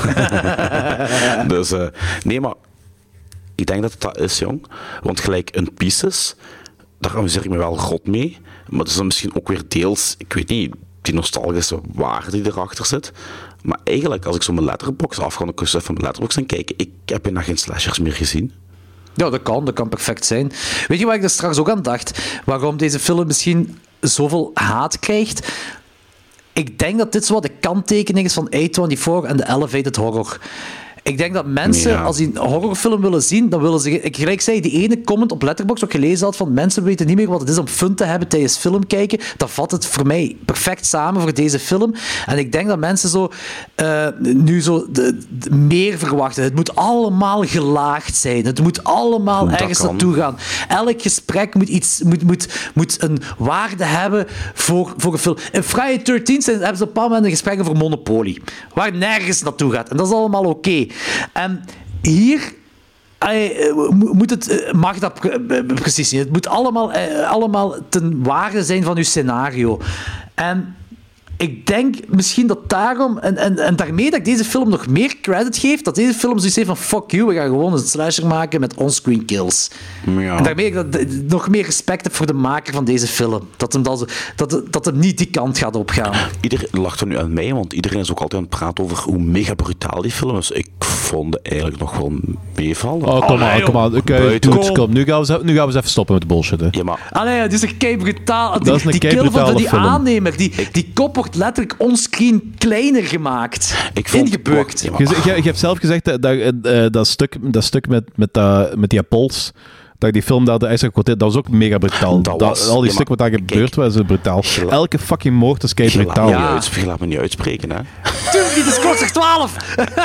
dus, uh, nee, maar ik denk dat het dat is, jong. Want gelijk een Pieces, daar amuseer ik me wel rot mee. Maar het is dan misschien ook weer deels, ik weet niet, die nostalgische waarde die erachter zit. Maar eigenlijk, als ik zo mijn Letterboxd af ga, dan kun je even mijn Letterboxd gaan kijken. Ik heb bijna geen slashers meer gezien. Ja, dat kan. Dat kan perfect zijn. Weet je waar ik er straks ook aan dacht? Waarom deze film misschien zoveel haat krijgt? Ik denk dat dit zo wat de kanttekening is van A vierentwintig en de elevated horror. Ik denk dat mensen, ja. als die een horrorfilm willen zien, dan willen ze... Ik gelijk zei, die ene comment op Letterboxd wat ik gelezen had van mensen weten niet meer wat het is om fun te hebben tijdens film kijken. Dat vat het voor mij perfect samen voor deze film. En ik denk dat mensen zo uh, nu zo de, de, meer verwachten. Het moet allemaal gelaagd zijn. Het moet allemaal dat ergens kan. naartoe gaan. Elk gesprek moet, iets, moet, moet, moet een waarde hebben voor, voor een film. In Friday the thirteenth hebben ze op een bepaald moment een gesprek over Monopoly. Waar nergens naartoe gaat. En dat is allemaal oké. Okay. En hier allee, moet het, mag dat precies niet. Het moet allemaal, allemaal ten waarde zijn van uw scenario. En ik denk misschien dat daarom, en, en, en daarmee dat ik deze film nog meer credit geef, dat deze film zoiets heeft van fuck you, we gaan gewoon een slasher maken met onscreen kills. Ja. En daarmee dat ik nog meer respect heb voor de maker van deze film. Dat hem, dat, zo, dat, dat hem niet die kant gaat opgaan. Iedereen lacht er nu aan mij, want iedereen is ook altijd aan het praten over hoe mega brutaal die film is. Ik vond het eigenlijk nog wel meevallen. Oh, kom maar, kom maar. Okay, kom. kom. Nu, gaan we, nu gaan we eens even stoppen met de bullshit. Hè. Ja, maar... Allee, het is een kei brutaal. Die, dat is een die kei kill van die film. aannemer, die, die kop wordt letterlijk onscreen kleiner gemaakt. Ik vond, ingebukt. Ja, je, je, je hebt zelf gezegd dat, dat, uh, dat stuk, dat stuk met, met, uh, met die pols, dat die film daar de ijzer dat was ook mega brutaal. Dat was, dat, al die ja, stukken wat daar gebeurd was, is brutaal. Gela- Elke fucking moord is kei brutaal. Je laat, ja. laat me niet uitspreken, hè. Tuurlijk niet, het is klokslag twaalf!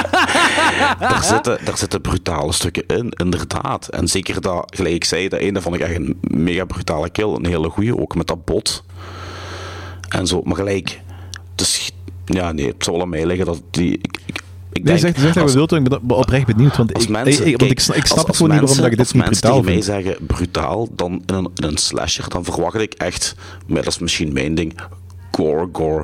daar, zitten, daar zitten brutale stukken in, inderdaad. En zeker dat, gelijk ik zei, dat ene vond ik echt een mega brutale kill. Een hele goeie, ook met dat bot. En zo, maar gelijk... Dus, ja, nee, het zal wel aan mij liggen dat die... Ik, ik, ik nee, denk, zeg, zeg dat we wilt, ik ben oprecht benieuwd, want als ik, mensen, ik, want ik, ik snap als, als gewoon mensen, niet waarom dat je dit niet brutaal vindt. Als mensen tegen mij zeggen brutaal, dan in een, in een slasher, dan verwacht ik echt, maar dat is misschien mijn ding, gore, gore.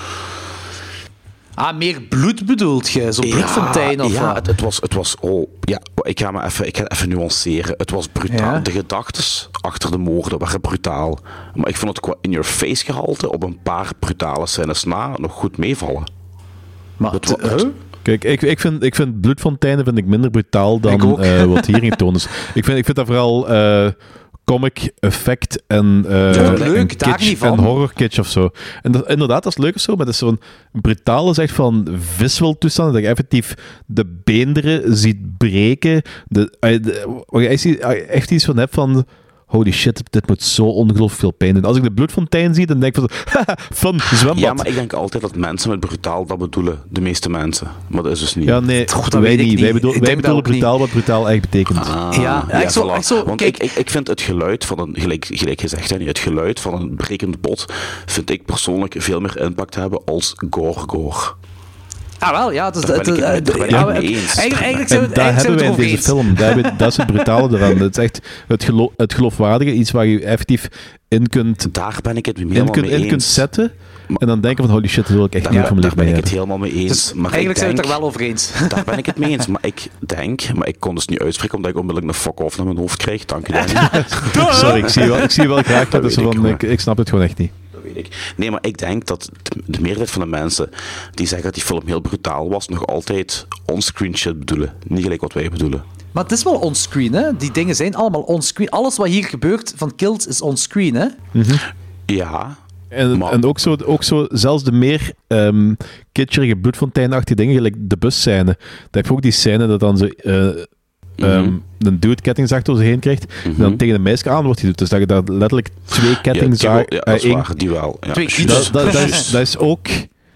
Ah, meer bloed bedoelt je? Zo'n bloedfontein ja, of ja, wat? het, het was, het was, oh, ja, ik ga me even, ik ga even nuanceren. Het was brutaal. Ja? De gedachtes achter de moorden waren brutaal. Maar ik vond het qua in-your-face gehalte op een paar brutale scènes na nog goed meevallen. Maar het, te, het, uh? Kijk, ik, ik, vind, ik vind bloedfonteinen vind ik minder brutaal dan uh, wat hier getoond is. Ik vind, ik vind dat vooral... Uh, comic effect en, uh, ja, leuk, en kitsch en horror kitsch of zo. En dat, inderdaad, dat is leuk of zo, maar dat is zo'n brutale zeg van visual toestanden, dat je effectief de beenderen ziet breken. De, uh, de, waar je echt, echt iets van hebt van holy shit, dit moet zo ongelooflijk veel pijn doen. Als ik de bloedfontein zie, dan denk ik van van zwembad. Ja, maar ik denk altijd dat mensen met brutaal dat bedoelen. De meeste mensen. Maar dat is dus niet. Ja, nee, Toch, wij weet niet. niet. Wij bedoelen, wij bedoelen brutaal niet. wat brutaal echt betekent. Ah, ja, ja, echt zo, voilà. echt zo, Want kijk. ik, ik, ik vind het geluid van een, gelijk, gelijk gezegd, hè, het geluid van een brekend bot vind ik persoonlijk veel meer impact hebben als gore-gore. Ah, wel, ja. Dus, daar ben ik het, daar ben ik ja, het mee eens. Eigenlijk, eigenlijk zijn we, daar eigenlijk hebben wij in deze film. Daar hebben, dat is het brutale eraan. Het is echt het, gelo- het geloofwaardige, iets waar je effectief in kunt, daar ben ik het helemaal in, kun, mee in eens. kunt zetten. Maar, en dan denken van holy shit, dat wil ik echt daar, niet van mijn Daar ben ik het hebben. helemaal mee eens. Dus maar eigenlijk ik zijn denk, we het er wel over eens. Daar ben ik het mee eens. Maar ik denk, maar ik kon dus niet uitspreken omdat ik onmiddellijk een fuck-off naar mijn hoofd krijg. Dank u, Danny. Sorry, ik zie je wel, ik zie je wel graag. Dat, dat is ik, van, ik, ik snap het gewoon echt niet. Ik. Nee, maar ik denk dat de meerderheid van de mensen die zeggen dat die film heel brutaal was, nog altijd onscreen shit bedoelen. Niet gelijk wat wij bedoelen. Maar het is wel onscreen, hè? Die dingen zijn allemaal onscreen. Alles wat hier gebeurt van kills is onscreen, hè? Mm-hmm. Ja. En, maar... en ook, zo, ook zo, zelfs de meer um, kitscherige bloedfonteinachtige dingen, gelijk de busscène. Dan heb je ook die scène dat dan zo... Uh, Um, mm-hmm. een dude kettingzaag door zich heen krijgt mm-hmm. en dan tegen een meisje aan wordt hij doet. Dus dat je daar letterlijk twee kettingzagen... Ja, ja, dat is uh, waar, die wel. Ja. Twee dat, dat, dat, is, dat is ook...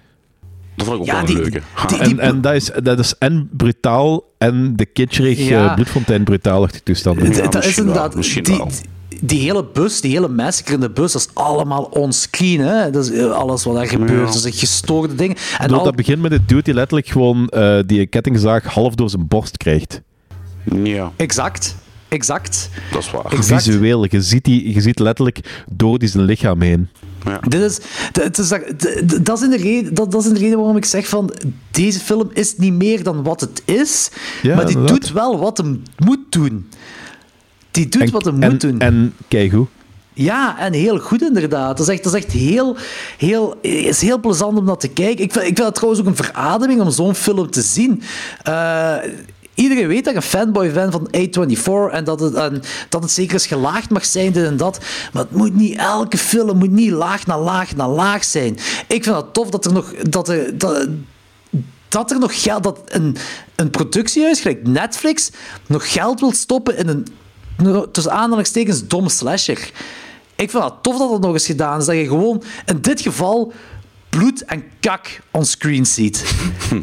Dat vond ik ook ja, wel die, een leuke. Die, die, en en dat, is, dat is en brutaal en de kitscherig ja. uh, bloedfontein brutaalachtige toestanden. Ja, dat is inderdaad... Misschien die, wel. die hele bus, die hele massacre in de bus, dat is allemaal onscreen, hè. Dat is alles wat daar gebeurt. Ja. Dat zijn gestoorde dingen. En dat, al... dat begint met de dude die letterlijk gewoon uh, die kettingzaag half door zijn borst krijgt. Ja. Exact. Exact. Dat is waar. Exact. Visueel. Je ziet, die, je ziet letterlijk door die zijn lichaam heen. Ja. Dit is, dit is, dat, is in de reden, dat, dat is in de reden waarom ik zeg van deze film is niet meer dan wat het is, ja, maar die inderdaad. doet wel wat hem moet doen. Die doet en, wat hem en, moet doen. En keigoed. Ja, en heel goed inderdaad. Dat is echt, dat is echt heel, heel, is heel plezant om dat te kijken. Ik vind, ik vind het trouwens ook een verademing om zo'n film te zien. Uh, Iedereen weet dat ik een fanboy ben van A vierentwintig en dat het, en dat het zeker eens gelaagd mag zijn, dit en dat. Maar het moet niet, elke film moet niet laag na laag na laag zijn. Ik vind het tof dat er nog, dat er, dat, dat er nog geld, dat een, een productiehuis, gelijk Netflix, nog geld wil stoppen in een, tussen aanhalingstekens, dom slasher. Ik vind het tof dat dat nog eens gedaan is. Dat je gewoon, in dit geval, bloed en kak onscreen ziet.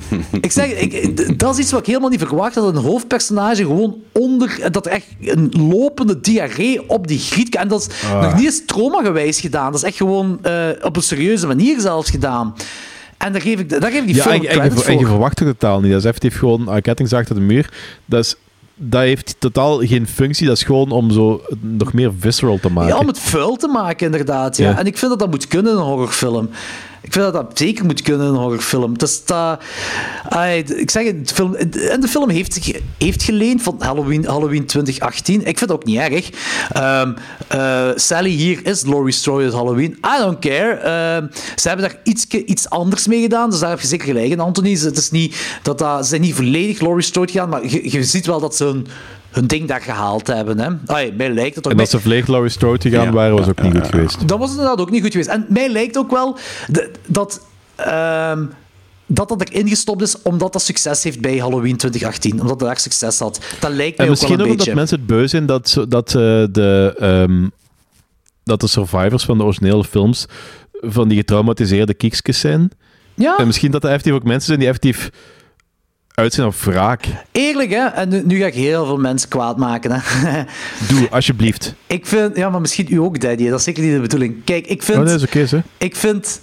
ik zeg, ik, dat is iets wat ik helemaal niet verwacht, dat een hoofdpersonage gewoon onder, dat er echt een lopende diarree op die griet, en dat is ah. nog niet eens trauma-gewijs gedaan, dat is echt gewoon uh, op een serieuze manier zelfs gedaan. En daar geef ik, daar geef ik die ja, film en, credit en, voor. En je verwacht het totaal niet. Dat is effectief gewoon een kettingzaag tot de muur. Dat is... Dat heeft totaal geen functie, dat is gewoon om zo nog meer visceral te maken. Ja, om het vuil te maken, inderdaad. Ja. Ja. En ik vind dat dat moet kunnen in een horrorfilm. Ik vind dat dat zeker moet kunnen in een horrorfilm. Dus dat, uh, ik zeg het, de film, en de film heeft zich heeft geleend van Halloween, Halloween twintig achttien. Ik vind het ook niet erg. Um, uh, Sally hier is Laurie Strode uit Halloween. I don't care. Uh, ze hebben daar iets, iets anders mee gedaan, dus daar heb je zeker gelijk in, Anthony. Het is niet, dat, dat, ze zijn niet volledig Laurie Strode gegaan, maar je, je ziet wel dat ze hun, hun ding daar gehaald hebben. Hè. Ay, mij lijkt het ook. En dat mij... ze volledig Laurie Strode gegaan ja, waren, was ja, ook niet ja, goed geweest. Dat was inderdaad ook niet goed geweest. En mij lijkt ook wel de, dat... Um, dat dat erin gestopt is omdat dat succes heeft bij Halloween twintig achttien. Omdat dat echt succes had. Dat lijkt mij en ook wel een beetje. beetje. Misschien ook dat mensen het beu zijn dat, dat, uh, de, um, dat de survivors van de originele films van die getraumatiseerde kiekjes zijn. Ja. En misschien dat er effectief ook mensen zijn die effectief uit zijn op wraak. Eerlijk, hè? En nu, nu ga ik heel veel mensen kwaad maken, hè? Doe, alsjeblieft. Ik vind... Ja, maar misschien u ook, Daddy. Dat is zeker niet de bedoeling. Kijk, ik vind... Oh, nee, is oké, okay, ik vind...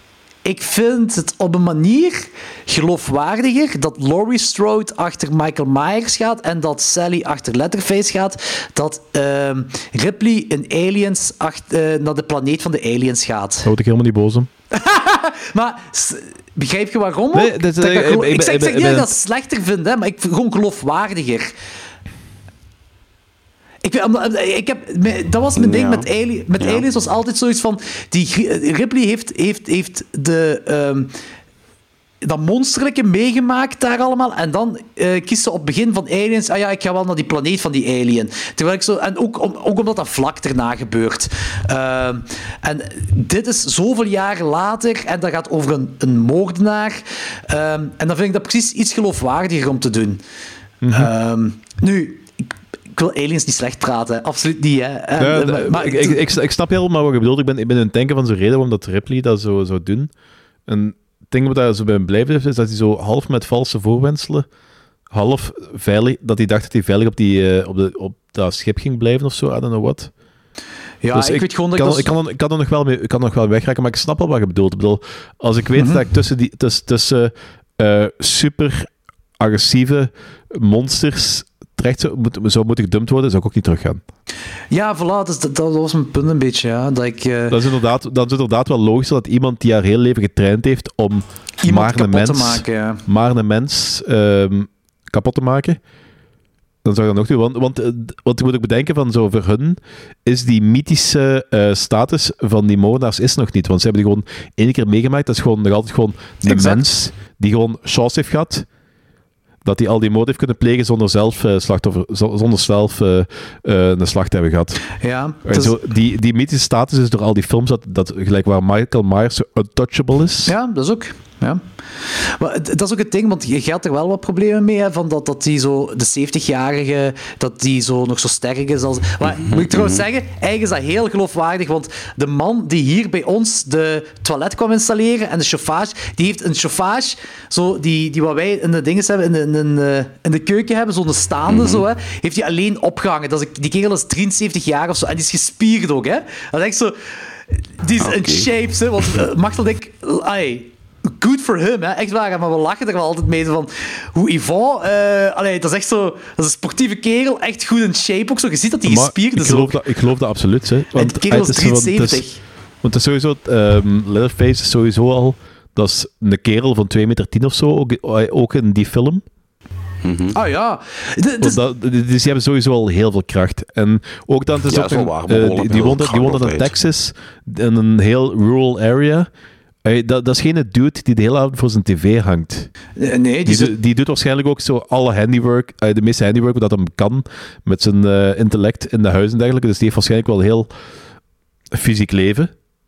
Ik vind het op een manier geloofwaardiger dat Laurie Strode achter Michael Myers gaat en dat Sally achter Leatherface gaat. Dat uh, Ripley in Aliens achter, uh, naar de planeet van de aliens gaat. Daar word ik helemaal niet boos om. Maar begrijp je waarom? Nee, dat, dat ik, ik, ik, ik, ik zeg, ik zeg niet dat ik ben... dat slechter vind, hè, maar ik vind gewoon geloofwaardiger. Ik, ik heb, dat was mijn ding ja. met, Ali, met ja. Aliens. Was altijd zoiets van... Die, Ripley heeft, heeft, heeft de, um, dat monsterlijke meegemaakt daar allemaal. En dan uh, kiest ze op het begin van Aliens... Ah ja, ik ga wel naar die planeet van die alien. Terwijl ik zo, en ook, om, ook omdat dat vlak erna gebeurt. Uh, en dit is zoveel jaar later. En dat gaat over een, een moordenaar. Um, en dan vind ik dat precies iets geloofwaardiger om te doen. Mm-hmm. Um, nu... Ik wil Aliens niet slecht praten, absoluut niet. Hè. Ja, maar, maar, ik, ik, ik, ik snap helemaal wat je bedoelt. Ik ben, ik ben aan het denken van zo'n reden waarom dat Ripley dat zo zou doen. En het ding wat hij zo bij hem blijft is dat hij zo half met valse voorwendselen, half veilig, dat hij dacht dat hij veilig op, die, uh, op, de, op dat schip ging blijven of zo, I don't know what. Ja, dus ik, ik weet gewoon dat kan, ik... Ik kan, ik kan er nog wel mee, ik kan er nog wel wegraken, maar ik snap wel wat je bedoelt. Ik bedoel, als ik weet mm-hmm. dat ik tussen, die, tussen, tussen uh, super agressieve monsters terecht zou, moet, zou moeten gedumpt worden, zou ik ook niet teruggaan. Ja, voilà, dus dat, dat was mijn punt een beetje. Ja, dat, ik, uh... dat, is inderdaad, dat is inderdaad wel logisch dat iemand die haar heel leven getraind heeft om maar een, mens, te maken, ja. maar een mens um, kapot te maken, dan zou je dat nog doen. Want, want wat je moet ook bedenken van zo voor hun is die mythische uh, status van die moordenaars is nog niet. Want ze hebben die gewoon één keer meegemaakt. Dat is gewoon nog altijd gewoon een exact. mens die gewoon chance heeft gehad. Dat hij al die moord heeft kunnen plegen zonder zelf, uh, slachtoffer, zonder zelf uh, uh, een slag te hebben gehad. Ja, en zo, die, die mythische status is door al die films dat, dat gelijk waar Michael Myers untouchable is. Ja, dat is ook. Ja. Maar het, dat is ook het ding, want je gaat er wel wat problemen mee, hè, van dat, dat die zo, de zeventigjarige, dat die zo nog zo sterk is. Als, maar moet ik trouwens zeggen, eigenlijk is dat heel geloofwaardig, want de man die hier bij ons de toilet kwam installeren en de chauffage, die heeft een chauffage, zo, die, die wat wij in de dinges hebben, in de, in de, in de keuken hebben, zo'n staande, mm-hmm. zo, hè, heeft hij alleen opgehangen. Dat is, die kerel is drieënzeventig jaar of zo, en die is gespierd ook, hè. Dat is echt zo... Die is okay. in shape, hè, want uh, Machtel denk ik... Good for him, hè. Echt waar. Maar we lachen er wel altijd mee van hoe Yvon... Uh, allee, dat is echt zo... Dat is een sportieve kerel, echt goed in shape ook zo. Je ziet dat hij gespierd is ook. Dat, ik geloof dat absoluut, hè. Want en de kerel is drieënzeventig. Want het is sowieso... Um, Leatherface is sowieso al... Dat is een kerel van twee meter tien of zo, ook, ook in die film. Mm-hmm. Ah ja. De, dus... Dat, dus die hebben sowieso al heel veel kracht. En ook dan... Het is ja, ook is een, waar, uh, die, die woont, die woont dan in Texas, in een heel rural area... Hey, dat, dat is geen dude die de hele avond voor zijn tv hangt. Uh, nee, die, die, zo... do, die doet waarschijnlijk ook zo alle handiwork, uh, de meeste handiwork dat hem kan, met zijn uh, intellect in de huis en dergelijke. Dus die heeft waarschijnlijk wel heel fysiek leven.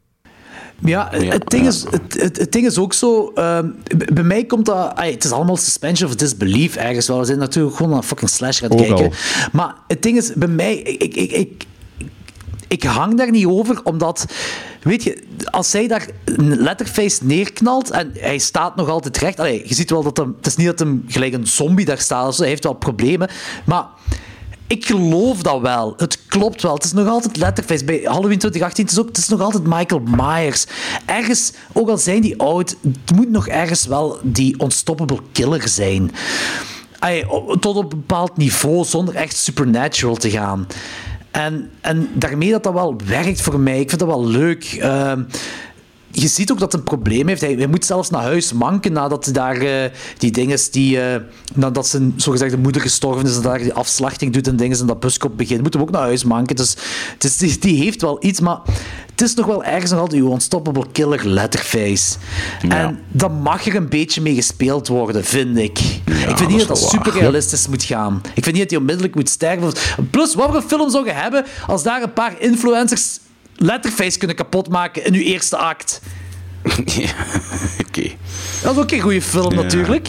Ja, ja, het, ding is, het, het, het ding is ook zo... Uh, bij mij komt dat... Ay, het is allemaal suspension of disbelief ergens wel. We zijn natuurlijk gewoon naar een fucking slash gaan kijken. Al. Maar het ding is, bij mij... Ik, ik, ik, ik, ik hang daar niet over, omdat... Weet je, als zij daar een Letterface neerknalt en hij staat nog altijd recht... Allee, je ziet wel dat hem... Het is niet dat hem gelijk een zombie daar staat of zo. Hij heeft wel problemen. Maar... Ik geloof dat wel. Het klopt wel. Het is nog altijd Letterface. Bij Halloween twintig achttien, het is, ook, het is nog altijd Michael Myers. Ergens, ook al zijn die oud, het moet nog ergens wel die unstoppable killer zijn. Ay, tot op een bepaald niveau, zonder echt supernatural te gaan. En, en daarmee dat dat wel werkt voor mij. Ik vind dat wel leuk. Uh, Je ziet ook dat hij een probleem heeft. Hij, hij moet zelfs naar huis manken nadat hij daar uh, die dingen die... Uh, nadat zijn zogezegde moeder gestorven is en daar die afslachting doet en dingen en dat buskop begint, moet hem ook naar huis manken. Dus, dus die, die heeft wel iets, maar het is nog wel ergens nog altijd uw unstoppable killer Letterface. Ja. En dat mag er een beetje mee gespeeld worden, vind ik. Ja, ik vind niet dat dat super realistisch moet gaan. Ik vind niet dat hij onmiddellijk moet sterven. Plus, wat voor een film zou je hebben als daar een paar influencers Letterface kunnen kapotmaken in uw eerste act? Ja, oké. Okay. Dat is ook een goede film, ja. Natuurlijk.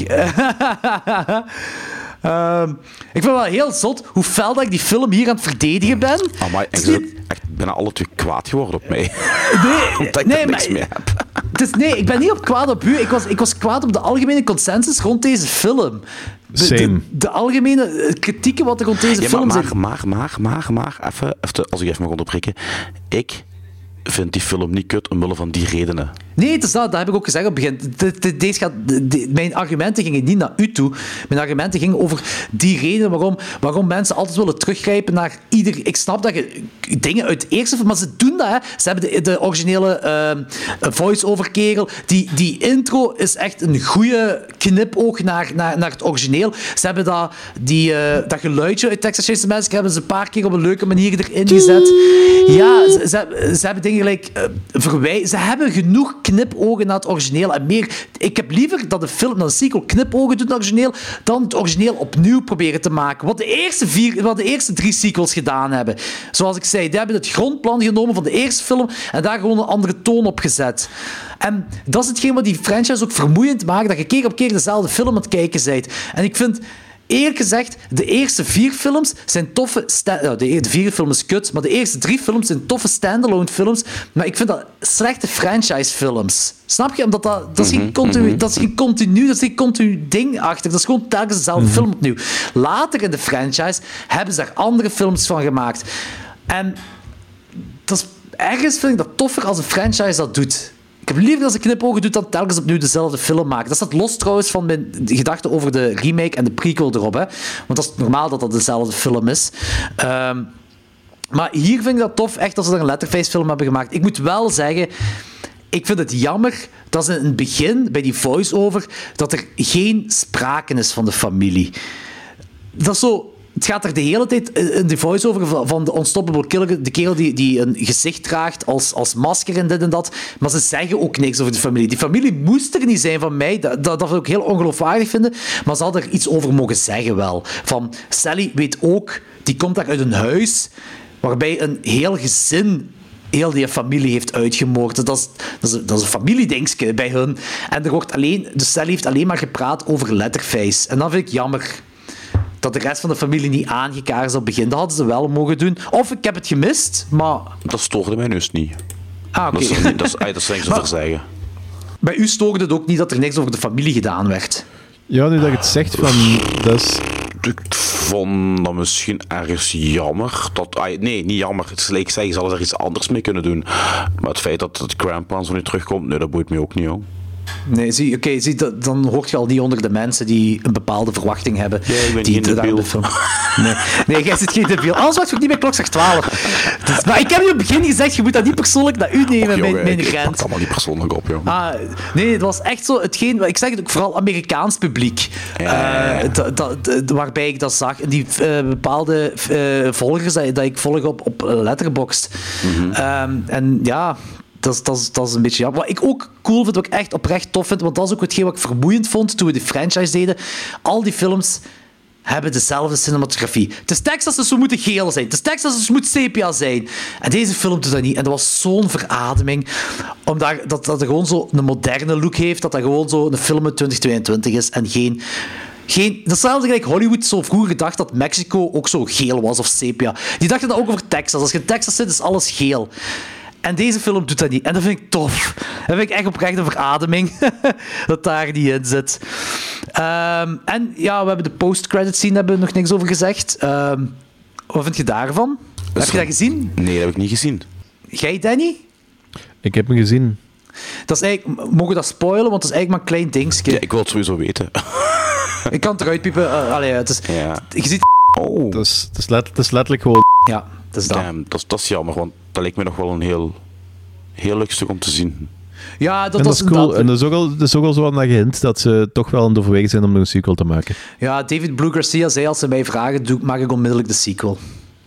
um, ik vind wel heel zot hoe fel dat ik die film hier aan het verdedigen ben. Amai, ik ben echt bijna alle twee kwaad geworden op mij. Nee, omdat ik nee, er niks maar, mee heb. Dus nee, ik ben niet op kwaad op u. Ik was, ik was kwaad op de algemene consensus rond deze film. De, de, de algemene kritieken wat er rond deze ja, film maar, zijn. Maar, maar, maar, maar, even, even, als ik even mag onderbreken. Ik vind die film niet kut omwille van die redenen. Nee, het is dat, dat heb ik ook gezegd op het begin. De, de, deze gaat, de, mijn argumenten gingen niet naar u toe. Mijn argumenten gingen over die reden waarom, waarom mensen altijd willen teruggrijpen naar ieder... Ik snap dat je dingen uit de eerste film... Maar ze doen dat, hè. Ze hebben de, de originele uh, voice-over kerel. Die, die intro is echt een goede knipoog naar, naar, naar het origineel. Ze hebben dat, die, uh, dat geluidje uit Texas Chainsaw Massacre hebben ze een paar keer op een leuke manier erin gezet. Ja, ze, ze, ze hebben dingen gelijk uh, verwijzen. Ze hebben genoeg knipogen naar het origineel en meer. Ik heb liever dat de film, dat een sequel knipogen doet naar het origineel, dan het origineel opnieuw proberen te maken. Wat de eerste, vier, wat de eerste drie sequels gedaan hebben. Zoals ik zei, die hebben het grondplan genomen van de eerste film en daar gewoon een andere toon op gezet. En dat is hetgeen wat die franchise ook vermoeiend maakt, dat je keer op keer dezelfde film aan het kijken bent. En ik vind... Eerlijk gezegd, de eerste vier films zijn toffe... Sta- nou, de vierde film is kut, maar de eerste drie films zijn toffe standalone films. Maar ik vind dat slechte franchise-films. Snap je? Omdat dat, dat, is geen continu, mm-hmm. dat is geen continu, dat is geen continu ding achter. Dat is gewoon telkens dezelfde mm-hmm. film opnieuw. Later in de franchise hebben ze daar andere films van gemaakt. En dat is, ergens vind ik dat toffer als een franchise dat doet. Ik heb liever dat ze knipogen doet dan telkens opnieuw dezelfde film maken. Dat staat los trouwens van mijn gedachten over de remake en de prequel erop. Hè. Want dat is normaal dat dat dezelfde film is. Um, maar hier vind ik dat tof, echt, dat ze er een Letterface film hebben gemaakt. Ik moet wel zeggen, ik vind het jammer dat ze in het begin, bij die voice-over, dat er geen sprake is van de familie. Dat is zo... Het gaat er de hele tijd in de voice-over van de Unstoppable Killer, de kerel die, die een gezicht draagt als, als masker en dit en dat, maar ze zeggen ook niks over de familie. Die familie moest er niet zijn van mij, dat, dat, dat wil ik heel ongeloofwaardig vinden, maar ze hadden er iets over mogen zeggen wel. Van, Sally weet ook, die komt daar uit een huis waarbij een heel gezin heel die familie heeft uitgemoord. Dat is, dat is, dat is een familiedingske bij hun. En er wordt alleen, de cel heeft alleen maar gepraat over Letterface. En dat vind ik jammer. Dat de rest van de familie niet aangekaart is op het begin. Dat hadden ze wel mogen doen. Of ik heb het gemist, maar... Dat stoorde mij dus niet. Ah, oké. Okay. Dat is, dat is, dat is niks over zeggen. Bij u stoorde het ook niet dat er niks over de familie gedaan werd? Ja, nu dat je het zegt van... Dat is... Ik vond dat misschien ergens jammer. Dat, ah, nee, niet jammer. Het is gelijk zeggen, ze hadden er iets anders mee kunnen doen. Maar het feit dat het Grandpa zo nu terugkomt, nee, dat boeit me ook niet, hoor. Nee, zie, oké, zie, dan hoort je al niet onder de mensen die een bepaalde verwachting hebben. Ja, ik ben die geen debiel. Nee, nee, jij zit geen debiel. Anders wacht je ook niet bij klokslag twaalf. Dus, maar ik heb je op het begin gezegd, je moet dat niet persoonlijk naar u nemen, Och, mijn, jongen, mijn ik, grens. Ik pak het allemaal niet persoonlijk op, joh. Ah, nee, het was echt zo hetgeen... Ik zeg het ook vooral Amerikaans publiek. Ja, uh, da, da, da, waarbij ik dat zag. En die uh, bepaalde uh, volgers dat, dat ik volg op, op Letterboxd. Mm-hmm. Um, en ja... Dat is, dat, is, dat is een beetje jammer. Wat ik ook cool vind, wat ik echt oprecht tof vind, want dat is ook hetgeen wat ik vermoeiend vond toen we de franchise deden. Al die films hebben dezelfde cinematografie. Het is Texas, dus we moeten geel zijn. Het is Texas, dus het moet sepia zijn. En deze film doet dat niet. En dat was zo'n verademing. Omdat dat, dat er gewoon zo een moderne look heeft. Dat dat gewoon zo een film uit twintig tweeëntwintig is. En geen... Geen, datzelfde gelijk Hollywood zo vroeger gedacht dat Mexico ook zo geel was of sepia. Die dachten dat ook over Texas. Als je in Texas zit, is alles geel. En deze film doet dat niet. En dat vind ik tof. Dat vind ik echt oprecht een verademing. dat daar niet in zit. Um, en ja, we hebben de post-credit scene, hebben we nog niks over gezegd. Um, wat vind je daarvan? Heb je dat gezien? Nee, dat heb ik niet gezien. Jij, Danny? Ik heb hem gezien. Dat is eigenlijk, mogen we dat spoilen? Want het is eigenlijk maar een klein dingetje. Ja, ik wil het sowieso weten. ik kan het eruit piepen. Uh, allee, het is, ja. Je ziet... Oh. Het is, het, is let, het is letterlijk gewoon... Ja, het is dat. Damn, dat, dat is jammer, want dat lijkt me nog wel een heel, heel leuk stuk om te zien. Ja, dat, en dat is cool. inderdaad... En dat is ook al, dat is ook al zo aan dat gehint dat ze toch wel aan het overwegen zijn om er een sequel te maken. Ja, David Blue Garcia zei als ze mij vragen, doe, maak ik onmiddellijk de sequel.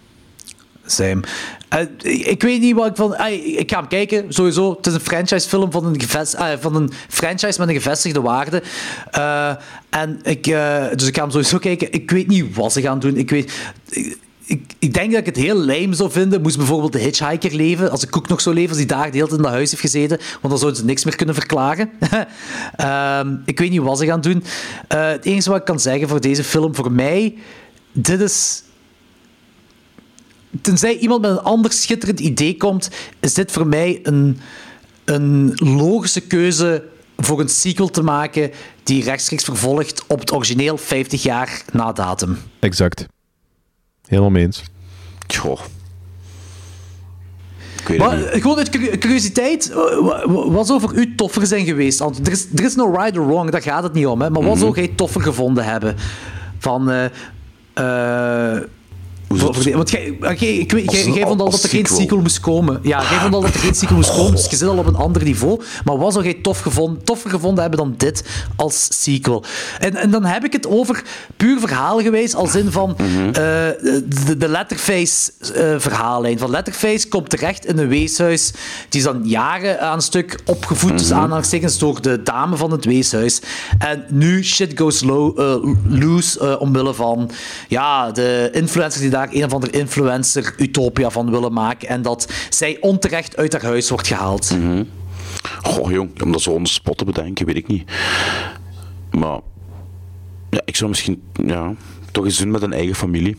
Same. Uh, ik weet niet wat ik van... Uh, ik ga hem kijken, sowieso. Het is een franchisefilm van een, gevest, uh, van een franchise met een gevestigde waarde. Uh, en ik, uh, dus ik ga hem sowieso kijken. Ik weet niet wat ze gaan doen. Ik weet... Ik, Ik, ik denk dat ik het heel lame zou vinden. Moest bijvoorbeeld de Hitchhiker leven. Als de Cook nog zo leven, als die daar de hele tijd in dat huis heeft gezeten. Want dan zouden ze niks meer kunnen verklaren. um, ik weet niet wat ze gaan doen. Uh, het enige wat ik kan zeggen voor deze film, voor mij, dit is... Tenzij iemand met een ander schitterend idee komt, is dit voor mij een, een logische keuze voor een sequel te maken die rechtstreeks vervolgt op het origineel vijftig jaar na datum. Exact. Helemaal mee eens. Tjoh. Ik weet maar, het niet. Gewoon uit curiositeit, wat zou voor u toffer zijn geweest? Er is, er is no right or wrong, daar gaat het niet om. Hè? Maar wat mm-hmm. zou jij toffer gevonden hebben? Van... Uh, uh, Want jij, okay, ik weet, jij, jij vond al dat er geen sequel moest komen. Ja, jij vond al dat er geen sequel moest komen, dus je zit al op een ander niveau. Maar wat zou jij tof gevonden, toffer gevonden hebben dan dit als sequel? En, en dan heb ik het over puur verhaalgewijs, als in van mm-hmm. uh, de, de Letterface uh, verhaallijn. Van Letterface komt terecht in een weeshuis. Die is dan jaren aan een stuk opgevoed, mm-hmm. dus aanhalingstekens, door de dame van het weeshuis. En nu shit goes low, uh, loose uh, omwille van ja, de influencers die daar een of andere influencer utopia van willen maken en dat zij onterecht uit haar huis wordt gehaald. Mm-hmm. Goh, jong, om dat zo on the spot te bedenken, weet ik niet. Maar ja, ik zou misschien ja, toch eens doen met een eigen familie.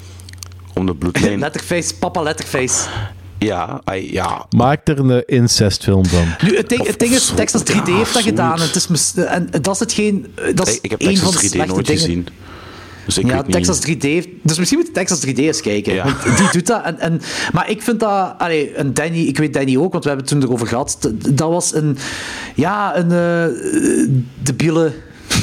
Om de bloedlijn... Letterface, papa Letterface. Ja, I, ja. Maak er een incestfilm van. Nu, het ding, het ding is, Texas drie D ja, heeft dat gedaan. En, het is mis, en dat is hetgeen... Dat is ik, ik heb een Texas van de drie D slechte nooit dingen. gezien. Dus ik ja, weet Texas niet. drie D heeft... Dus misschien moet je Texas drie D eens kijken. Ja. Want die doet dat. En, en, maar ik vind dat... Allee, en Danny, ik weet Danny ook, want we hebben het toen erover gehad. Dat, dat was een... Ja, een uh, debiele...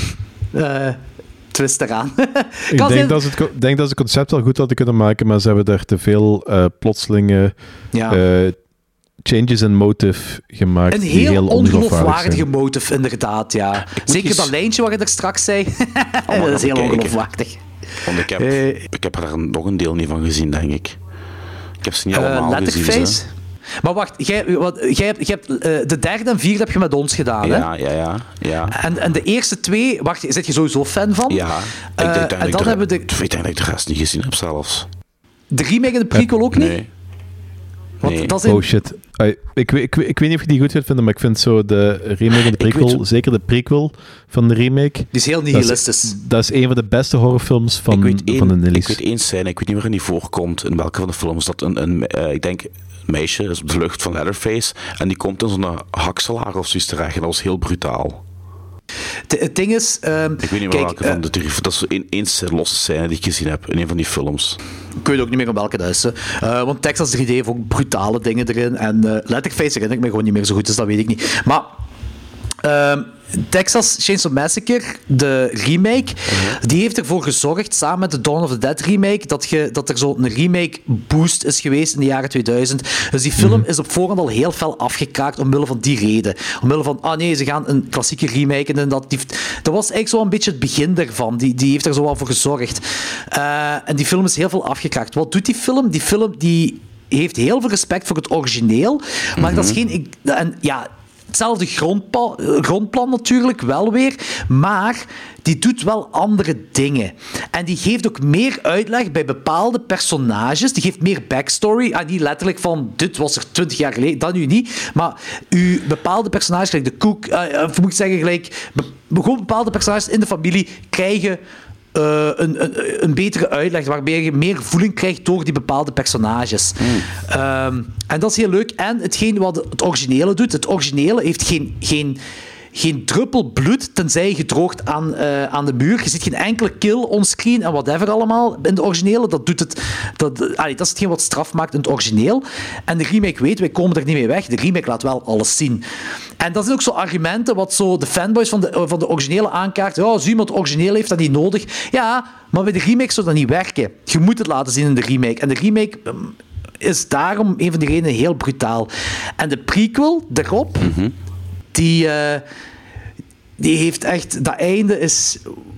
Uh, twist eraan. ik denk, heel... dat ze het, denk dat ze het concept wel goed hadden kunnen maken, maar ze hebben daar te veel uh, plotselinge... Ja. Uh, changes in motive gemaakt. Een die heel, heel ongeloofwaardige motive, inderdaad, ja. Zeker eens... dat lijntje wat je er straks zei. Oh, dat is heel kijken. ongeloofwaardig. Want ik heb, uh, ik heb er nog een deel niet van gezien, denk ik. Ik heb ze niet allemaal uh, gezien. Ze. Maar wacht, jij, wat, jij hebt, jij hebt, uh, de derde en vierde heb je met ons gedaan, ja, hè? Ja, ja, ja. En, en de eerste twee, wacht, zit je sowieso fan van? Ja. Uh, ik, denk, en dan de, hebben we de... Ik denk dat ik de rest niet gezien heb, zelfs. De remake en de prequel ook niet? Nee. Nee. Dat is in... Oh shit. Uh, ik, ik, ik, ik weet niet of je die goed gaat vinden, maar ik vind zo de remake en de prequel, weet... zeker de prequel van de remake... Die is heel nihilistisch. Dat is, dat is een van de beste horrorfilms van, ik weet één, van de Nillies. Ik weet één scène, ik weet niet waarin die voorkomt, in welke van de films, dat een, een uh, ik denk, een meisje is op de lucht van Leatherface en die komt in zo'n hakselaar of zoiets terecht en dat was heel brutaal. Het ding is... Um, ik weet niet meer welke uh, van de drie... Dat is één, één losse scène die ik gezien heb in een van die films. Ik weet ook niet meer om welke dat is. Uh, want Texas drie D heeft ook brutale dingen erin. En uh, Leatherface herinner ik me gewoon niet meer zo goed, dus dat weet ik niet. Maar... Uh, Texas Chainsaw Massacre, de remake, uh-huh. die heeft ervoor gezorgd, samen met de Dawn of the Dead remake, dat, je, dat er zo'n remake boost is geweest in de jaren tweeduizend. Dus die film uh-huh. is op voorhand al heel fel afgekraakt omwille van die reden. Omwille van, ah nee, ze gaan een klassieke remake en dat. Die, dat was eigenlijk zo een beetje het begin daarvan. Die, die heeft er zo wel voor gezorgd. Uh, en die film is heel veel afgekraakt. Wat doet die film? Die film die heeft heel veel respect voor het origineel, maar uh-huh. dat is geen... Ik, en, ja, hetzelfde grondplan, grondplan natuurlijk, wel weer. Maar die doet wel andere dingen. En die geeft ook meer uitleg bij bepaalde personages. Die geeft meer backstory. Ah, niet letterlijk van, dit was er twintig jaar geleden. Dat nu niet. Maar uw bepaalde personages, gelijk de Cook... Uh, of moet ik zeggen, gelijk... Be- gewoon bepaalde personages in de familie krijgen... Uh, een, een, een betere uitleg, waarbij je meer voeling krijgt door die bepaalde personages. Mm. Um, en dat is heel leuk. En hetgeen wat het originele doet, het originele heeft geen, geen, geen druppel bloed, tenzij je gedroogd aan, uh, aan de muur. Je ziet geen enkele kill onscreen en whatever allemaal in de originele. Dat doet het... Dat, allee, dat is hetgeen wat straf maakt in het origineel. En de remake weet, wij komen er niet mee weg. De remake laat wel alles zien. En dat zijn ook zo argumenten wat zo de fanboys van de, van de originele aankaart. Ja, als iemand origineel heeft dat niet nodig. Ja, maar bij de remake zou dat niet werken. Je moet het laten zien in de remake. En de remake um, is daarom een van de redenen heel brutaal. En de prequel daarop, mm-hmm. die, uh, die heeft echt... Dat einde is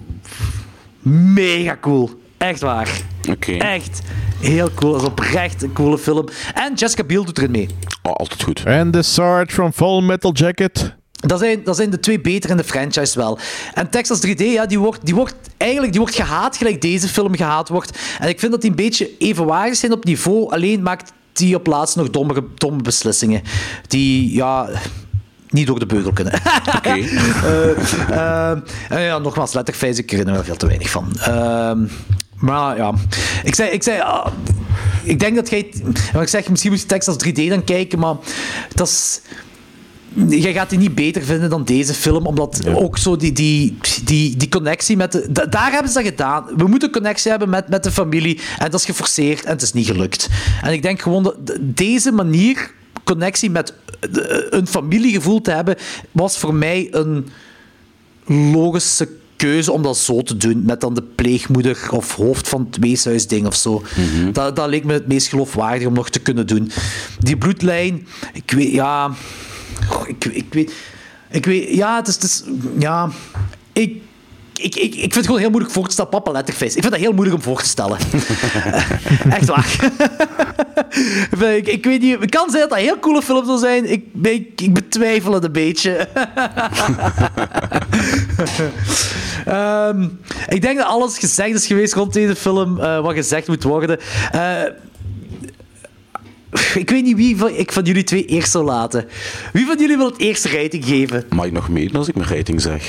mega cool. Echt waar. Okay. Echt heel cool. Dat is oprecht een coole film. En Jessica Biel doet erin mee. Oh, altijd goed. And the Sarge from Full Metal Jacket. Dat zijn, dat zijn de twee beter in de franchise wel. En Texas drie D, ja, die wordt, die wordt eigenlijk die wordt gehaat gelijk deze film gehaat wordt. En ik vind dat die een beetje evenwaardig zijn op niveau. Alleen maakt die op laatst nog domme, domme beslissingen. Die, ja... niet door de beugel kunnen. Oké. Okay. uh, uh, uh, ja, nogmaals, Letterface, ik herinner er veel te weinig van. Uh, maar ja, ik zei... Ik, zei, uh, ik denk dat jij... Ik zeg, misschien moet je Texas drie D dan kijken, maar dat is... Jij gaat die niet beter vinden dan deze film, omdat ja. ook zo die, die, die, die connectie met de... Da, daar hebben ze dat gedaan. We moeten een connectie hebben met, met de familie en dat is geforceerd en het is niet gelukt. En ik denk gewoon dat deze manier... connectie met een familiegevoel te hebben, was voor mij een logische keuze om dat zo te doen, met dan de pleegmoeder of hoofd van het weeshuisding of zo. Mm-hmm. Dat, dat leek me het meest geloofwaardig om nog te kunnen doen. Die bloedlijn, ik weet, ja... Ik, ik weet... Ik weet... Ja, het is... Het is ja... Ik... Ik, ik, ik vind het gewoon heel moeilijk voor te stellen. Papa Letterface. Ik vind dat heel moeilijk om voor te stellen. Echt waar. ik, ik weet niet... Het kan zijn dat dat een heel coole film zou zijn. Ik, ik, ik betwijfel het een beetje. um, ik denk dat alles gezegd is geweest rond deze film. Uh, wat gezegd moet worden. Uh, Ik weet niet wie van, ik van jullie twee eerst zou laten. Wie van jullie wil het eerste rating geven? Mag ik nog meedoen als ik mijn rating zeg?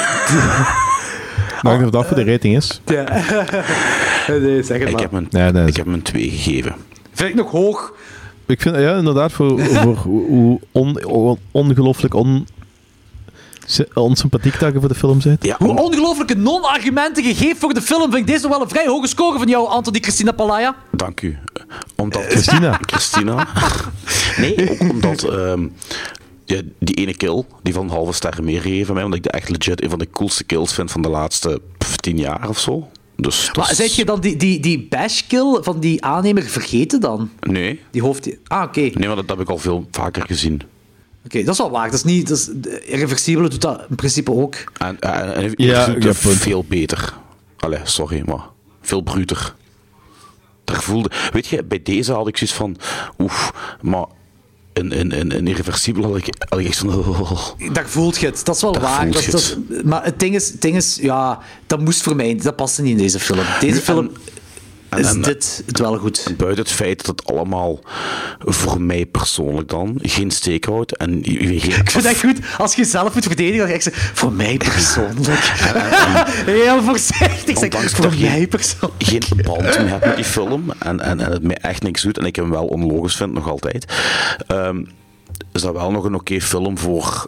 Mag ik of dat voor de rating is? Ja. Nee, zeg het ik maar. Heb een, nee, nee, ik heb hem een twee gegeven. Vind ik nog hoog? Ik vind, ja, inderdaad, voor, voor hoe on, on, ongelooflijk on, onsympathiek dat je voor de film bent. Ja, hoe ongelooflijke non-argumenten je geeft voor de film, vind ik deze nog wel een vrij hoge score van jou, Anthony Christina Palaya. Dank u. Omdat... Christina. Christina. Nee, ook omdat... Um, ja, die ene kill, die van een halve ster meer gegeven mij, omdat ik de echt legit een van de coolste kills vind van de laatste pff, tien jaar of zo. Dus, maar dus... zeg je dan die, die, die bash-kill van die aannemer vergeten dan? Nee. Die hoofd... Ah, oké. Okay. Nee, maar dat heb ik al veel vaker gezien. Oké, okay, dat is wel waar. Dat is niet... Dat is, Irreversibele doet dat in principe ook. En, en, en ja, doet ja, veel beter. Allee, sorry, maar veel bruter. Daar voelde... Weet je, bij deze had ik zoiets van... Oef, maar... In, in, in, in Irreversibel had ik, had ik echt zo'n... Oh. Daar voelt je het. Dat is wel Daar waar. Dat, dat, maar het ding is, het ding is, ja, dat moest voor mij... Dat paste niet in deze film. Deze nu, film... En, En, is en, dit het wel goed. En buiten het feit dat het allemaal voor mij persoonlijk dan geen steek houdt. En, ik vind het echt goed, als je zelf moet verdedigen, dan ga ik zeggen, voor mij persoonlijk. Heel voorzichtig. Zeg, voor mij persoonlijk. Geen band meer heb met die film en, en, en het mij echt niks doet en ik hem wel onlogisch vind, nog altijd. Um, is dat wel nog een oké film voor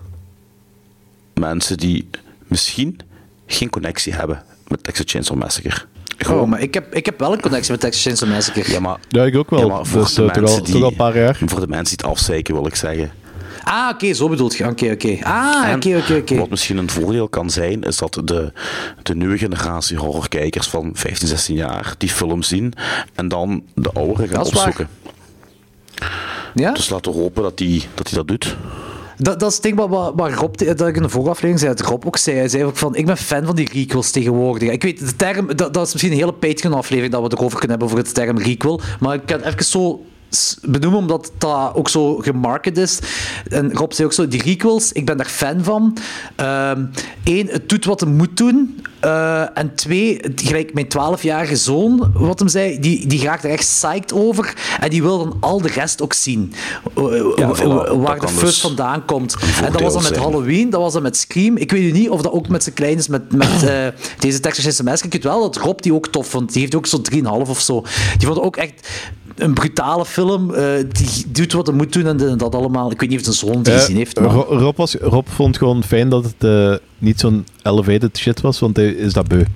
mensen die misschien geen connectie hebben met Texas Chainsaw Massacre. Gewoon. Oh, maar ik heb, ik heb wel een connectie met Texas Chainsaw Massacre. Ja, maar, ja ik ook wel. Ja, maar voor, dus, de uh, toch, al, die, toch al een paar jaar. voor de mensen die het afzeiken, wil ik zeggen. Ah, oké, okay, zo bedoelt je. Oké, okay, oké. Okay. Ah, oké, oké, oké. Wat misschien een voordeel kan zijn, is dat de, de nieuwe generatie horrorkijkers van vijftien, zestien jaar die film zien en dan de ouderen gaan opzoeken. Ja? Dus laten we hopen dat hij dat, dat doet. Dat, dat is het ding wat, wat, wat Rob, dat ik in de vorige aflevering zei, dat Rob ook zei. Hij zei ook van, ik ben fan van die requels tegenwoordig. Ik weet, de term, dat, dat is misschien een hele Patreon-aflevering dat we erover kunnen hebben, voor de term requel. Maar ik kan het even zo benoemen, omdat dat ook zo gemarket is. En Rob zei ook zo, die requels, ik ben daar fan van. Eén, um, het doet wat het moet doen. Uh, en twee, gelijk mijn twaalfjarige zoon, wat hem zei, die, die raakt er echt psyched over. En die wil dan al de rest ook zien. Uh, ja, voilà, waar de fuzz dus vandaan komt. En dat was dan met zijn. Halloween, dat was dan met Scream. Ik weet niet of dat ook met zijn klein is, met, met uh, deze Texas Chainsaw Massacre. Ik weet wel dat Rob die ook tof vond. Die heeft ook zo'n drie komma vijf of zo. Die vond ook echt een brutale film. Uh, die doet wat hij moet doen en dat allemaal. Ik weet niet of zijn zoon die uh, gezien heeft. Maar... Rob, was, Rob vond gewoon fijn dat het uh, niet zo'n elevated shit was, want hij is dat beu.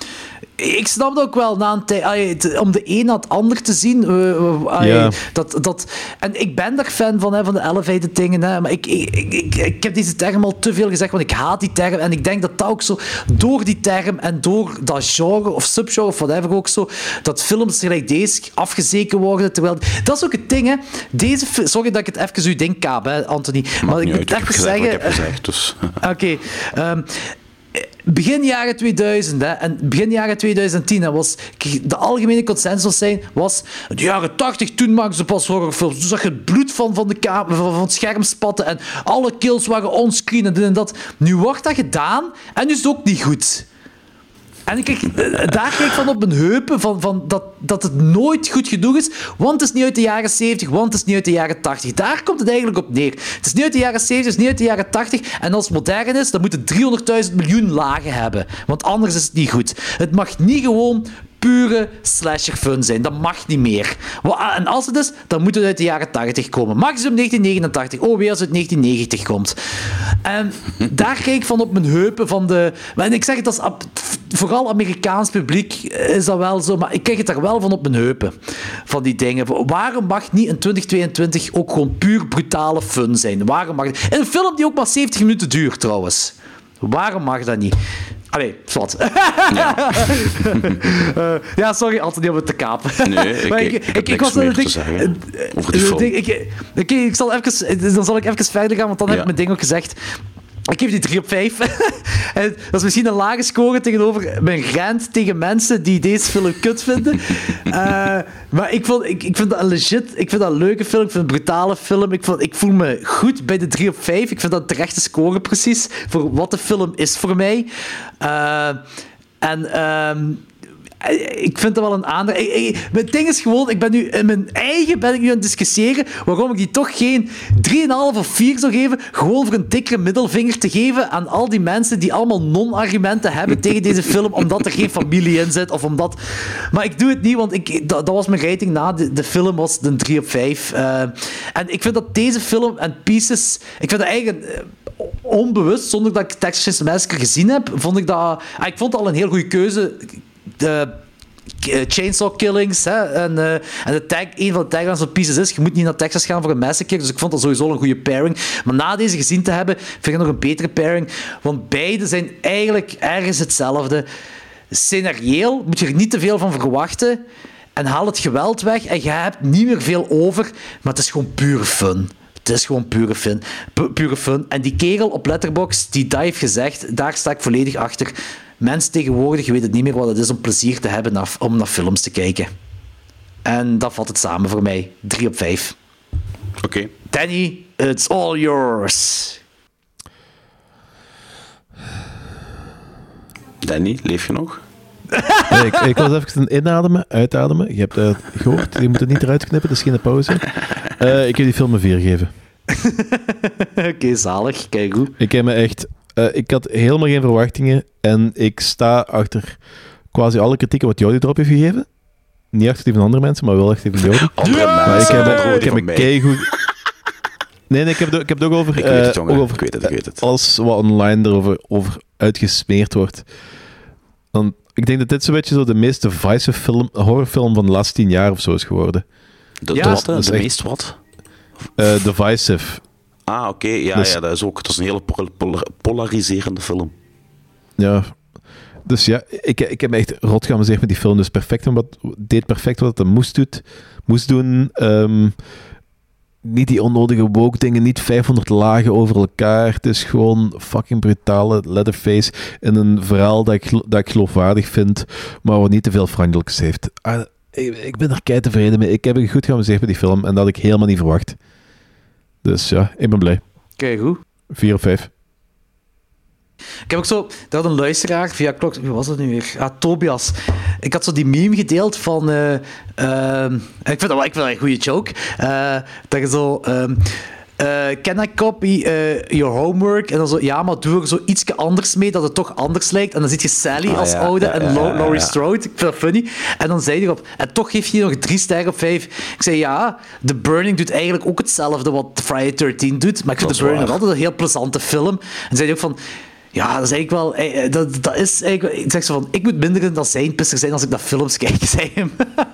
Ik snap dat ook wel, na een tijd, om de een na het ander te zien. Uh, uh, ja. dat, dat, en ik ben daar fan van, hè, van de elevated dingen. Hè, maar ik, ik, ik, ik heb deze term al te veel gezegd, want ik haat die term. En ik denk dat dat ook zo, door die term en door dat genre of subgenre of whatever ook zo, dat films gelijk deze afgezeken worden. Terwijl, dat is ook het ding, hè. Deze, sorry dat ik het even uw ding kaap, hè, Anthony. Maar, maar ik moet even zeggen... Ik heb gezegd, dus... Oké. Okay, um, begin jaren tweeduizend, hè, en begin jaren tweeduizend tien, hè, was de algemene consensus zijn, was de jaren tachtig, toen maakten ze pas horrorfilms. Toen zag je het bloed van, van, de kamer, van, van het scherm spatten en alle kills waren onscreen en dit en dat. Nu wordt dat gedaan en nu is het ook niet goed. En ik kijk, daar kijk ik van op mijn heupen, van, van dat, dat het nooit goed genoeg is, want het is niet uit de jaren zeventig, want het is niet uit de jaren tachtig. Daar komt het eigenlijk op neer. Het is niet uit de jaren zeventig, het is niet uit de jaren tachtig, en als het modern is, dan moet het driehonderdduizend miljoen lagen hebben, want anders is het niet goed. Het mag niet gewoon pure slasher fun zijn. Dat mag niet meer. En als het is, dan moet het uit de jaren tachtig komen. Maximum negentien negenentachtig. Oh, weer als het negentien negentig komt. En daar kijk ik van op mijn heupen van de... En ik zeg het als... Vooral Amerikaans publiek is dat wel zo, maar ik kijk het daar wel van op mijn heupen. Van die dingen. Waarom mag niet in twintig tweeëntwintig ook gewoon puur brutale fun zijn? Waarom mag het? En een film die ook maar zeventig minuten duurt, trouwens. Waarom mag dat niet? Allee, zwart. Ja. uh, ja, sorry, Anthony, om het te kapen. Nee, ik, ik, ik, ik, ik was meer te zeggen over die film. Ik, ik, ik, ik zal even, dan zal ik even verder gaan, want dan ja. heb ik mijn ding ook gezegd. Ik geef die drie op vijf. Dat is misschien een lage score tegenover mijn rant tegen mensen die deze film kut vinden. Uh, maar ik, vond, ik, ik vind dat legit. Ik vind dat een leuke film. Ik vind het een brutale film. Ik, vond, ik voel me goed bij de drie op vijf. Ik vind dat de rechte score precies voor wat de film is voor mij. Uh, en... Um, ik vind dat wel een aandeel. Het ding is gewoon, ik ben nu in mijn eigen ben ik nu aan het discussiëren waarom ik die toch geen drie komma vijf of vier zou geven, gewoon voor een dikkere middelvinger te geven aan al die mensen die allemaal non-argumenten hebben tegen deze film, omdat er geen familie in zit, of omdat... Maar ik doe het niet, want ik, dat, dat was mijn rating na de, de film, was een drie op vijf. Uh, en ik vind dat deze film en Pieces... Ik vind dat eigenlijk... Uh, onbewust, zonder dat ik Texas Chainsaw Massacre gezien heb, vond ik dat... Ah, ik vond het al een heel goede keuze... De uh, chainsaw killings, hè, en, uh, en de tag, een van de taglines van Pieces is, je moet niet naar Texas gaan voor een massacre, dus ik vond dat sowieso een goede pairing. Maar na deze gezien te hebben, vind ik nog een betere pairing, want beide zijn eigenlijk ergens hetzelfde. Scenarieel moet je er niet te veel van verwachten, en haal het geweld weg, en je hebt niet meer veel over, maar het is gewoon pure fun. Het is gewoon pure fun. P- pure fun. En die kerel op Letterboxd, die dat heeft gezegd, daar sta ik volledig achter. Mensen tegenwoordig weten niet meer wat het is om plezier te hebben naar, om naar films te kijken. En dat valt het samen voor mij. drie op vijf. Oké. Okay. Danny, it's all yours. Danny, leef je nog? Nee, ik, ik was even inademen, uitademen. Je hebt het gehoord, je moet het niet eruit knippen, dat is geen pauze. Uh, ik heb die film een vier gegeven. Oké, okay, zalig. Kijk goed. Ik heb me echt... Uh, ik had helemaal geen verwachtingen en ik sta achter quasi alle kritieken wat Jody erop heeft gegeven. Niet achter die van andere mensen, maar wel achter die van Jody. Andere maar mensen. ik heb, ik heb me keigoed... Nee, nee, ik heb het, ik heb het ook over... Ik weet het, uh, jongen. Ook over ik weet het, ik weet het. Als wat online erover over uitgesmeerd wordt. Dan, ik denk dat dit zo'n beetje zo de meest divisive film, horrorfilm van de laatste tien jaar of zo is geworden. De, ja, de wat? De, de echt... meest wat? Uh, divisive. Ah, oké. Okay. Ja, dus, ja, dat is ook dat is een hele pol- pol- polariserende film. Ja. Dus ja, ik, ik heb me echt rot geamuseerd met die film. Dus perfect, wat, deed perfect wat het moest, doet, moest doen. Um, niet die onnodige woke dingen, niet vijfhonderd lagen over elkaar. Het is gewoon fucking brutale Leatherface in een verhaal dat ik, dat ik geloofwaardig vind, maar wat niet te veel vriendelijks heeft. Ah, ik, ik ben er kei tevreden mee. Ik heb me goed geamuseerd met die film en dat had ik helemaal niet verwacht. Dus ja, ik ben blij. Kijk goed. Vier of vijf. Ik heb ook zo... Dat een luisteraar via klok... Wie was dat nu weer? Ah, Tobias. Ik had zo die meme gedeeld van... Uh, uh, ik vind dat wel ik vind dat een goede joke. Uh, dat je zo... Um, uh, can I copy uh, your homework? En dan zo... Ja, maar doe er zo iets anders mee, dat het toch anders lijkt. En dan zit je Sally ah, als ja, oude ja, en ja, Lo- ja, ja. Laurie Strode. Ik vind dat funny. En dan zei hij erop... En toch geef je nog drie sterren op vijf. Ik zei, ja... The Burning doet eigenlijk ook hetzelfde wat Friday the thirteenth doet. Maar ik vind The Burning nog altijd een heel plezante film. En zei hij ook van... Ja, dat is eigenlijk wel... Eh, dat, dat is eigenlijk... Ik zeg zo van... Ik moet minder dan zijn pisser zijn als ik naar films kijk, zei hem.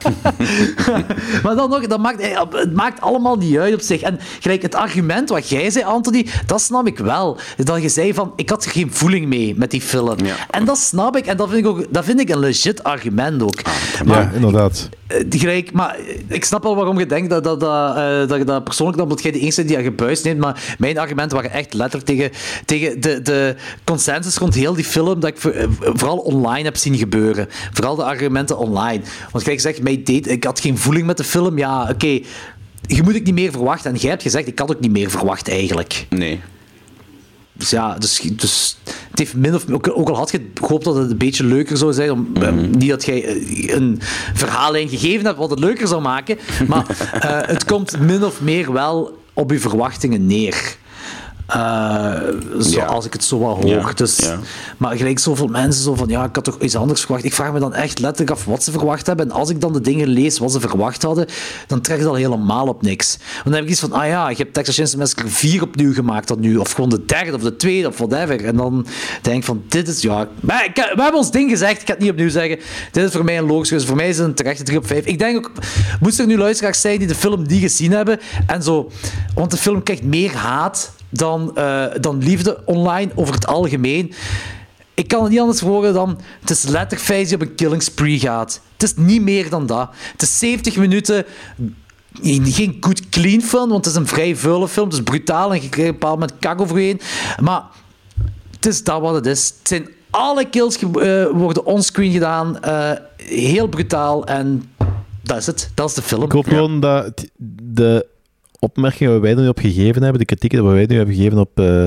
Maar dan nog... Dat maakt, eh, het maakt allemaal niet uit op zich. En gelijk het argument wat jij zei, Anthony, dat snap ik wel. Dat je zei van... Ik had er geen voeling mee met die film. Ja. En dat snap ik. En dat vind ik, ook, dat vind ik een legit argument ook. Ja, Maar, inderdaad. Gelijk, maar ik snap wel waarom je denkt dat, dat, dat, uh, dat je dat persoonlijk dan, omdat jij de eerste die dat gebuist neemt, maar mijn argumenten waren echt letterlijk tegen, tegen de, de consensus rond heel die film dat ik voor, uh, vooral online heb zien gebeuren. Vooral de argumenten online. Want gelijk gezegd, mij deed, ik had geen voeling met de film. Ja, oké, okay, je moet ook niet meer verwachten. En jij hebt gezegd, ik had ook niet meer verwacht eigenlijk. Nee. Dus ja, dus, dus het heeft min of ook, ook al had je gehoopt dat het een beetje leuker zou zijn, om, mm-hmm. niet dat jij een verhaallijn gegeven hebt wat het leuker zou maken, maar uh, het komt min of meer wel op je verwachtingen neer. Uh, zo, ja. Als ik het zo wat hoor. Ja, dus, ja. Maar gelijk zoveel mensen zo van, ja, ik had toch iets anders verwacht. Ik vraag me dan echt letterlijk af wat ze verwacht hebben. En als ik dan de dingen lees wat ze verwacht hadden, dan trekt het al helemaal op niks. Want dan heb ik iets van, ah ja, je hebt Texas Chainsaw Massacre vier opnieuw gemaakt dan nu. Of gewoon de derde of de tweede of whatever. En dan denk ik van, dit is, ja... Maar ik, we hebben ons ding gezegd, ik ga het niet opnieuw zeggen. Dit is voor mij een logisch keuze. Voor mij is het een terechte drie op vijf. Ik denk ook, moest er nu luisteraars zijn die de film niet gezien hebben en zo... Want de film krijgt meer haat dan, uh, dan liefde online over het algemeen. Ik kan het niet anders verwoorden dan... Het is letterlijk Fijs die op een killing spree gaat. Het is niet meer dan dat. Het is zeventig minuten... Geen good clean film, want het is een vrij vuile film. Het is brutaal en je krijgt een bepaald moment kak over je heen. Maar het is dat wat het is. Het zijn alle kills uh, worden onscreen gedaan. Uh, heel brutaal. En dat is het. Dat is de film. Ik hoop gewoon ja. dat de... opmerkingen waar wij nu op gegeven hebben, de kritieken die wij nu hebben gegeven op uh,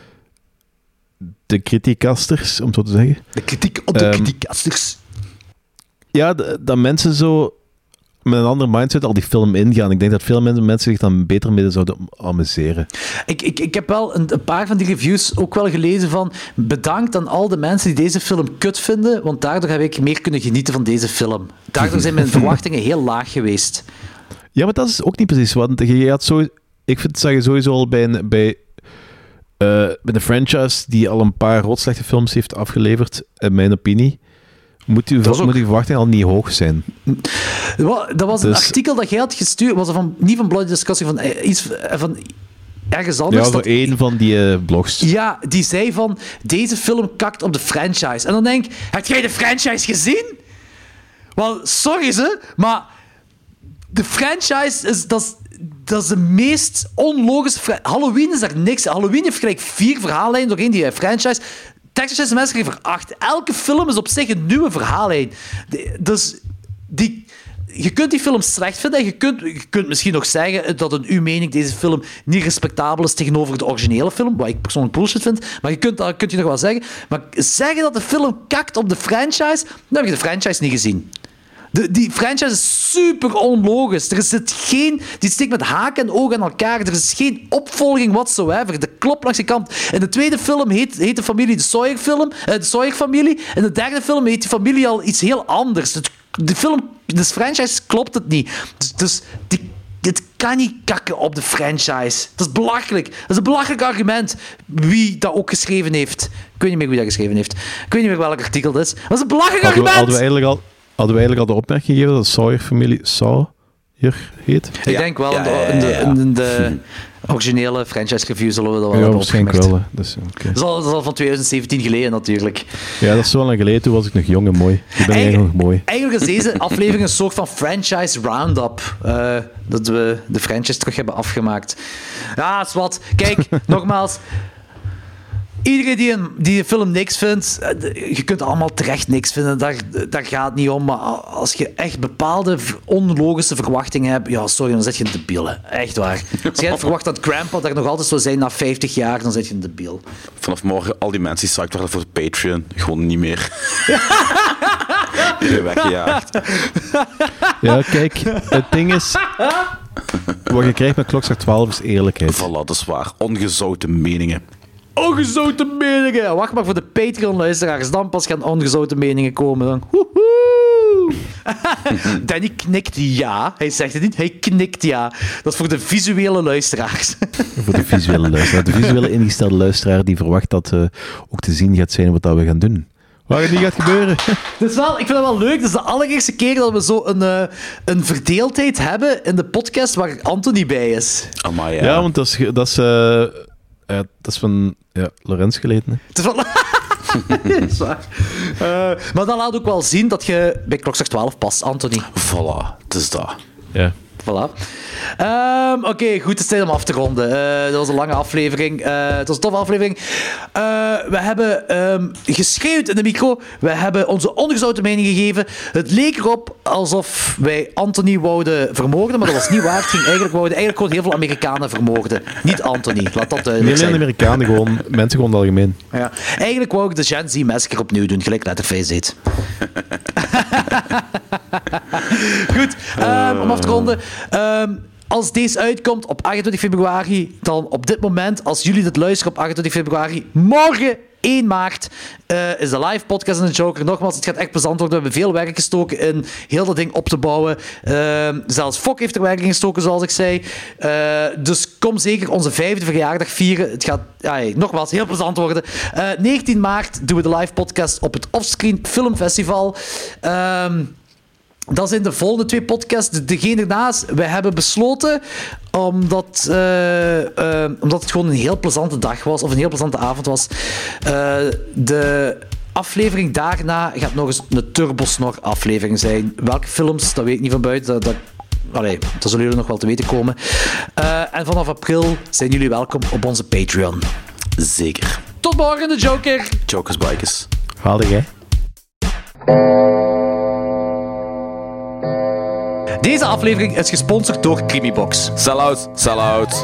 de kritiekasters, om het zo te zeggen. De kritiek op de um, kritiekasters. Ja, d- dat mensen zo met een andere mindset al die film ingaan. Ik denk dat veel mensen zich dan beter mee zouden amuseren. Ik, ik, ik heb wel een, een paar van die reviews ook wel gelezen van bedankt aan al de mensen die deze film kut vinden, want daardoor heb ik meer kunnen genieten van deze film. Daardoor zijn mijn verwachtingen heel laag geweest. Ja, maar dat is ook niet precies. Want je had zo, ik vind, zag je sowieso al bij een, bij, uh, bij een franchise die al een paar rotslechte films heeft afgeleverd, in mijn opinie, moet uw, moet uw verwachting al niet hoog zijn. Dat was een dus, artikel dat jij had gestuurd, was er van, niet van Bloody Discussie, van uh, iets van ergens anders. Ja, voor één van die uh, blogs. Ja, die zei van, deze film kakt op de franchise. En dan denk ik, heb jij de franchise gezien? Wel, sorry ze, maar... De franchise is, dat is, dat is de meest onlogische... Fra- Halloween is daar niks. Halloween heeft gelijk vier verhaallijnen doorheen die franchise. Texas Chainsaw Massacre heeft er acht. Elke film is op zich een nieuwe verhaallijn. De, dus die... je kunt die film slecht vinden en je kunt, je kunt misschien nog zeggen dat in uw mening deze film niet respectabel is tegenover de originele film, wat ik persoonlijk bullshit vind, maar je kunt, dat kunt je nog wel zeggen. Maar zeggen dat de film kakt op de franchise, dan heb je de franchise niet gezien. De, die franchise is super onlogisch. Er zit geen... Die stikt met haken en ogen aan elkaar. Er is geen opvolging whatsoever. De klopt langs de kant. In de tweede film heet, heet de familie de Sawyer-film, uh, de Sawyer-familie. In de derde film heet die familie al iets heel anders. Het, de film... De franchise klopt het niet. Dus... dus die, dit kan niet kakken op de franchise. Dat is belachelijk. Dat is een belachelijk argument. Wie dat ook geschreven heeft. Ik weet niet meer wie dat geschreven heeft. Ik weet niet meer welk artikel dat is. Dat is een belachelijk hadden we, argument. Hadden we eigenlijk al... Hadden we eigenlijk al de opmerking gegeven dat de Sawyer-familie Sawyer heet? Ik ja. denk wel, ja, in, de, ja, ja, in, de, ja. in de originele franchise-review zullen we dat wel ja, hebben waarschijnlijk opgemerkt. wel. Dus, okay. dat, is al, dat is al van twintig zeventien geleden, natuurlijk. Ja, dat is zo lang geleden. Toen was ik nog jong en mooi. Ik ben eigenlijk nog mooi. Eigenlijk is deze aflevering een soort van franchise roundup. Uh, dat we de franchise terug hebben afgemaakt. Ja, is wat. Kijk, nogmaals... Iedereen die, een, die de film niks vindt, je kunt allemaal terecht niks vinden, daar, daar gaat het niet om. Maar als je echt bepaalde onlogische verwachtingen hebt, ja, sorry, dan zit je een debiel. Hè. Echt waar. Als jij verwacht dat Grandpa daar nog altijd zou zijn na vijftig jaar, dan zit je een debiel. Vanaf morgen, al die mensen die psyched waren voor de Patreon, gewoon niet meer. Iedereen weggejaagd. Ja, kijk, het ding is... Wat je krijgt met Klokslag twaalf is eerlijkheid. Voilà, dat is waar. Ongezouten meningen. Ongezouten meningen. Wacht maar voor de Patreon-luisteraars. Dan pas gaan ongezouten meningen komen. Dan. Woehoe. Danny knikt ja. Hij zegt het niet, hij knikt ja. Dat is voor de visuele luisteraars. Voor de visuele luisteraar. De visuele ingestelde luisteraar die verwacht dat uh, ook te zien gaat zijn wat dat we gaan doen. Wat er niet gaat gebeuren. Dus wel, ik vind het wel leuk. Het is de allereerste keer dat we zo een, uh, een verdeeldheid hebben in de podcast waar Anthony bij is. Amai, ja. Ja, want dat is... Dat is uh, Ja, dat is van ja, Lorenz geleden. Hè. Het is van... dat is waar. Uh, maar dat laat ook wel zien dat je bij Klokslag twaalf past, Anthony. Voilà, het is dat. Ja. Voilà. Um, Oké, okay, goed, het is tijd om af te ronden. Uh, dat was een lange aflevering. Uh, het was een toffe aflevering. Uh, we hebben um, geschreeuwd in de micro. We hebben onze ongezouten mening gegeven. Het leek erop alsof wij Anthony wouden vermoorden, maar dat was niet waar. Het ging eigenlijk, wouden eigenlijk gewoon heel veel Amerikanen vermoorden. Niet Anthony, laat dat duidelijk zijn. Niet alleen Amerikanen, gewoon mensen gewoon in het algemeen. Ja. Eigenlijk wou ik de Gen Z Massacre opnieuw doen, gelijk Letterface deed. Goed, um, om af te ronden. Um, als deze uitkomt op achtentwintig februari, dan op dit moment, als jullie dit luisteren op achtentwintig februari, morgen één maart uh, is de live podcast in de Joker. Nogmaals, het gaat echt plezant worden. We hebben veel werk gestoken in heel dat ding op te bouwen. Uh, zelfs Fok heeft er werk in gestoken, zoals ik zei. Uh, dus kom zeker onze vijfde verjaardag vieren. Het gaat, ja, nogmaals, heel plezant worden. Uh, negentien maart doen we de live podcast op het Offscreen Filmfestival. Um, Dat zijn de volgende twee podcasts. Degene ernaast, we hebben besloten, omdat, uh, uh, omdat het gewoon een heel plezante dag was, of een heel plezante avond was, uh, de aflevering daarna gaat nog eens een Turbosnor-aflevering zijn. Welke films, dat weet ik niet van buiten. Dat, dat, allee, dat zullen jullie nog wel te weten komen. Uh, en vanaf april zijn jullie welkom op onze Patreon. Zeker. Tot morgen, de Joker. Jokers Bikers. Haalde jij? Deze aflevering is gesponsord door Creamybox. Sell out, sell out.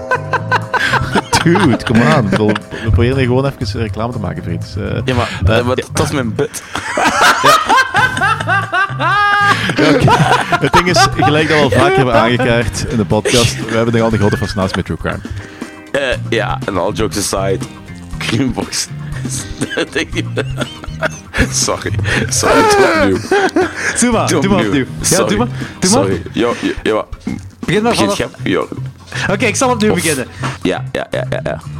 Dude, kom aan. We, we proberen hier gewoon even reclame te maken, vriend. Dus, uh, ja, maar, uh, maar ja. dat is mijn bit. ja. Ja, okay. Het ding is, gelijk dat we al vaker hebben aangekaart in de podcast, we hebben nogal een grote fascinatie met true crime. Uh, ja, en all jokes aside, Creambox. Sorry, sorry, doe opnieuw. Doe maar, doe maar opnieuw. Ja, doe maar. Doe maar. Sorry, ja, ja, ja. Begin maar vanaf. Ja. Oké, okay, ik zal opnieuw of... beginnen. Ja, ja, ja, ja, ja.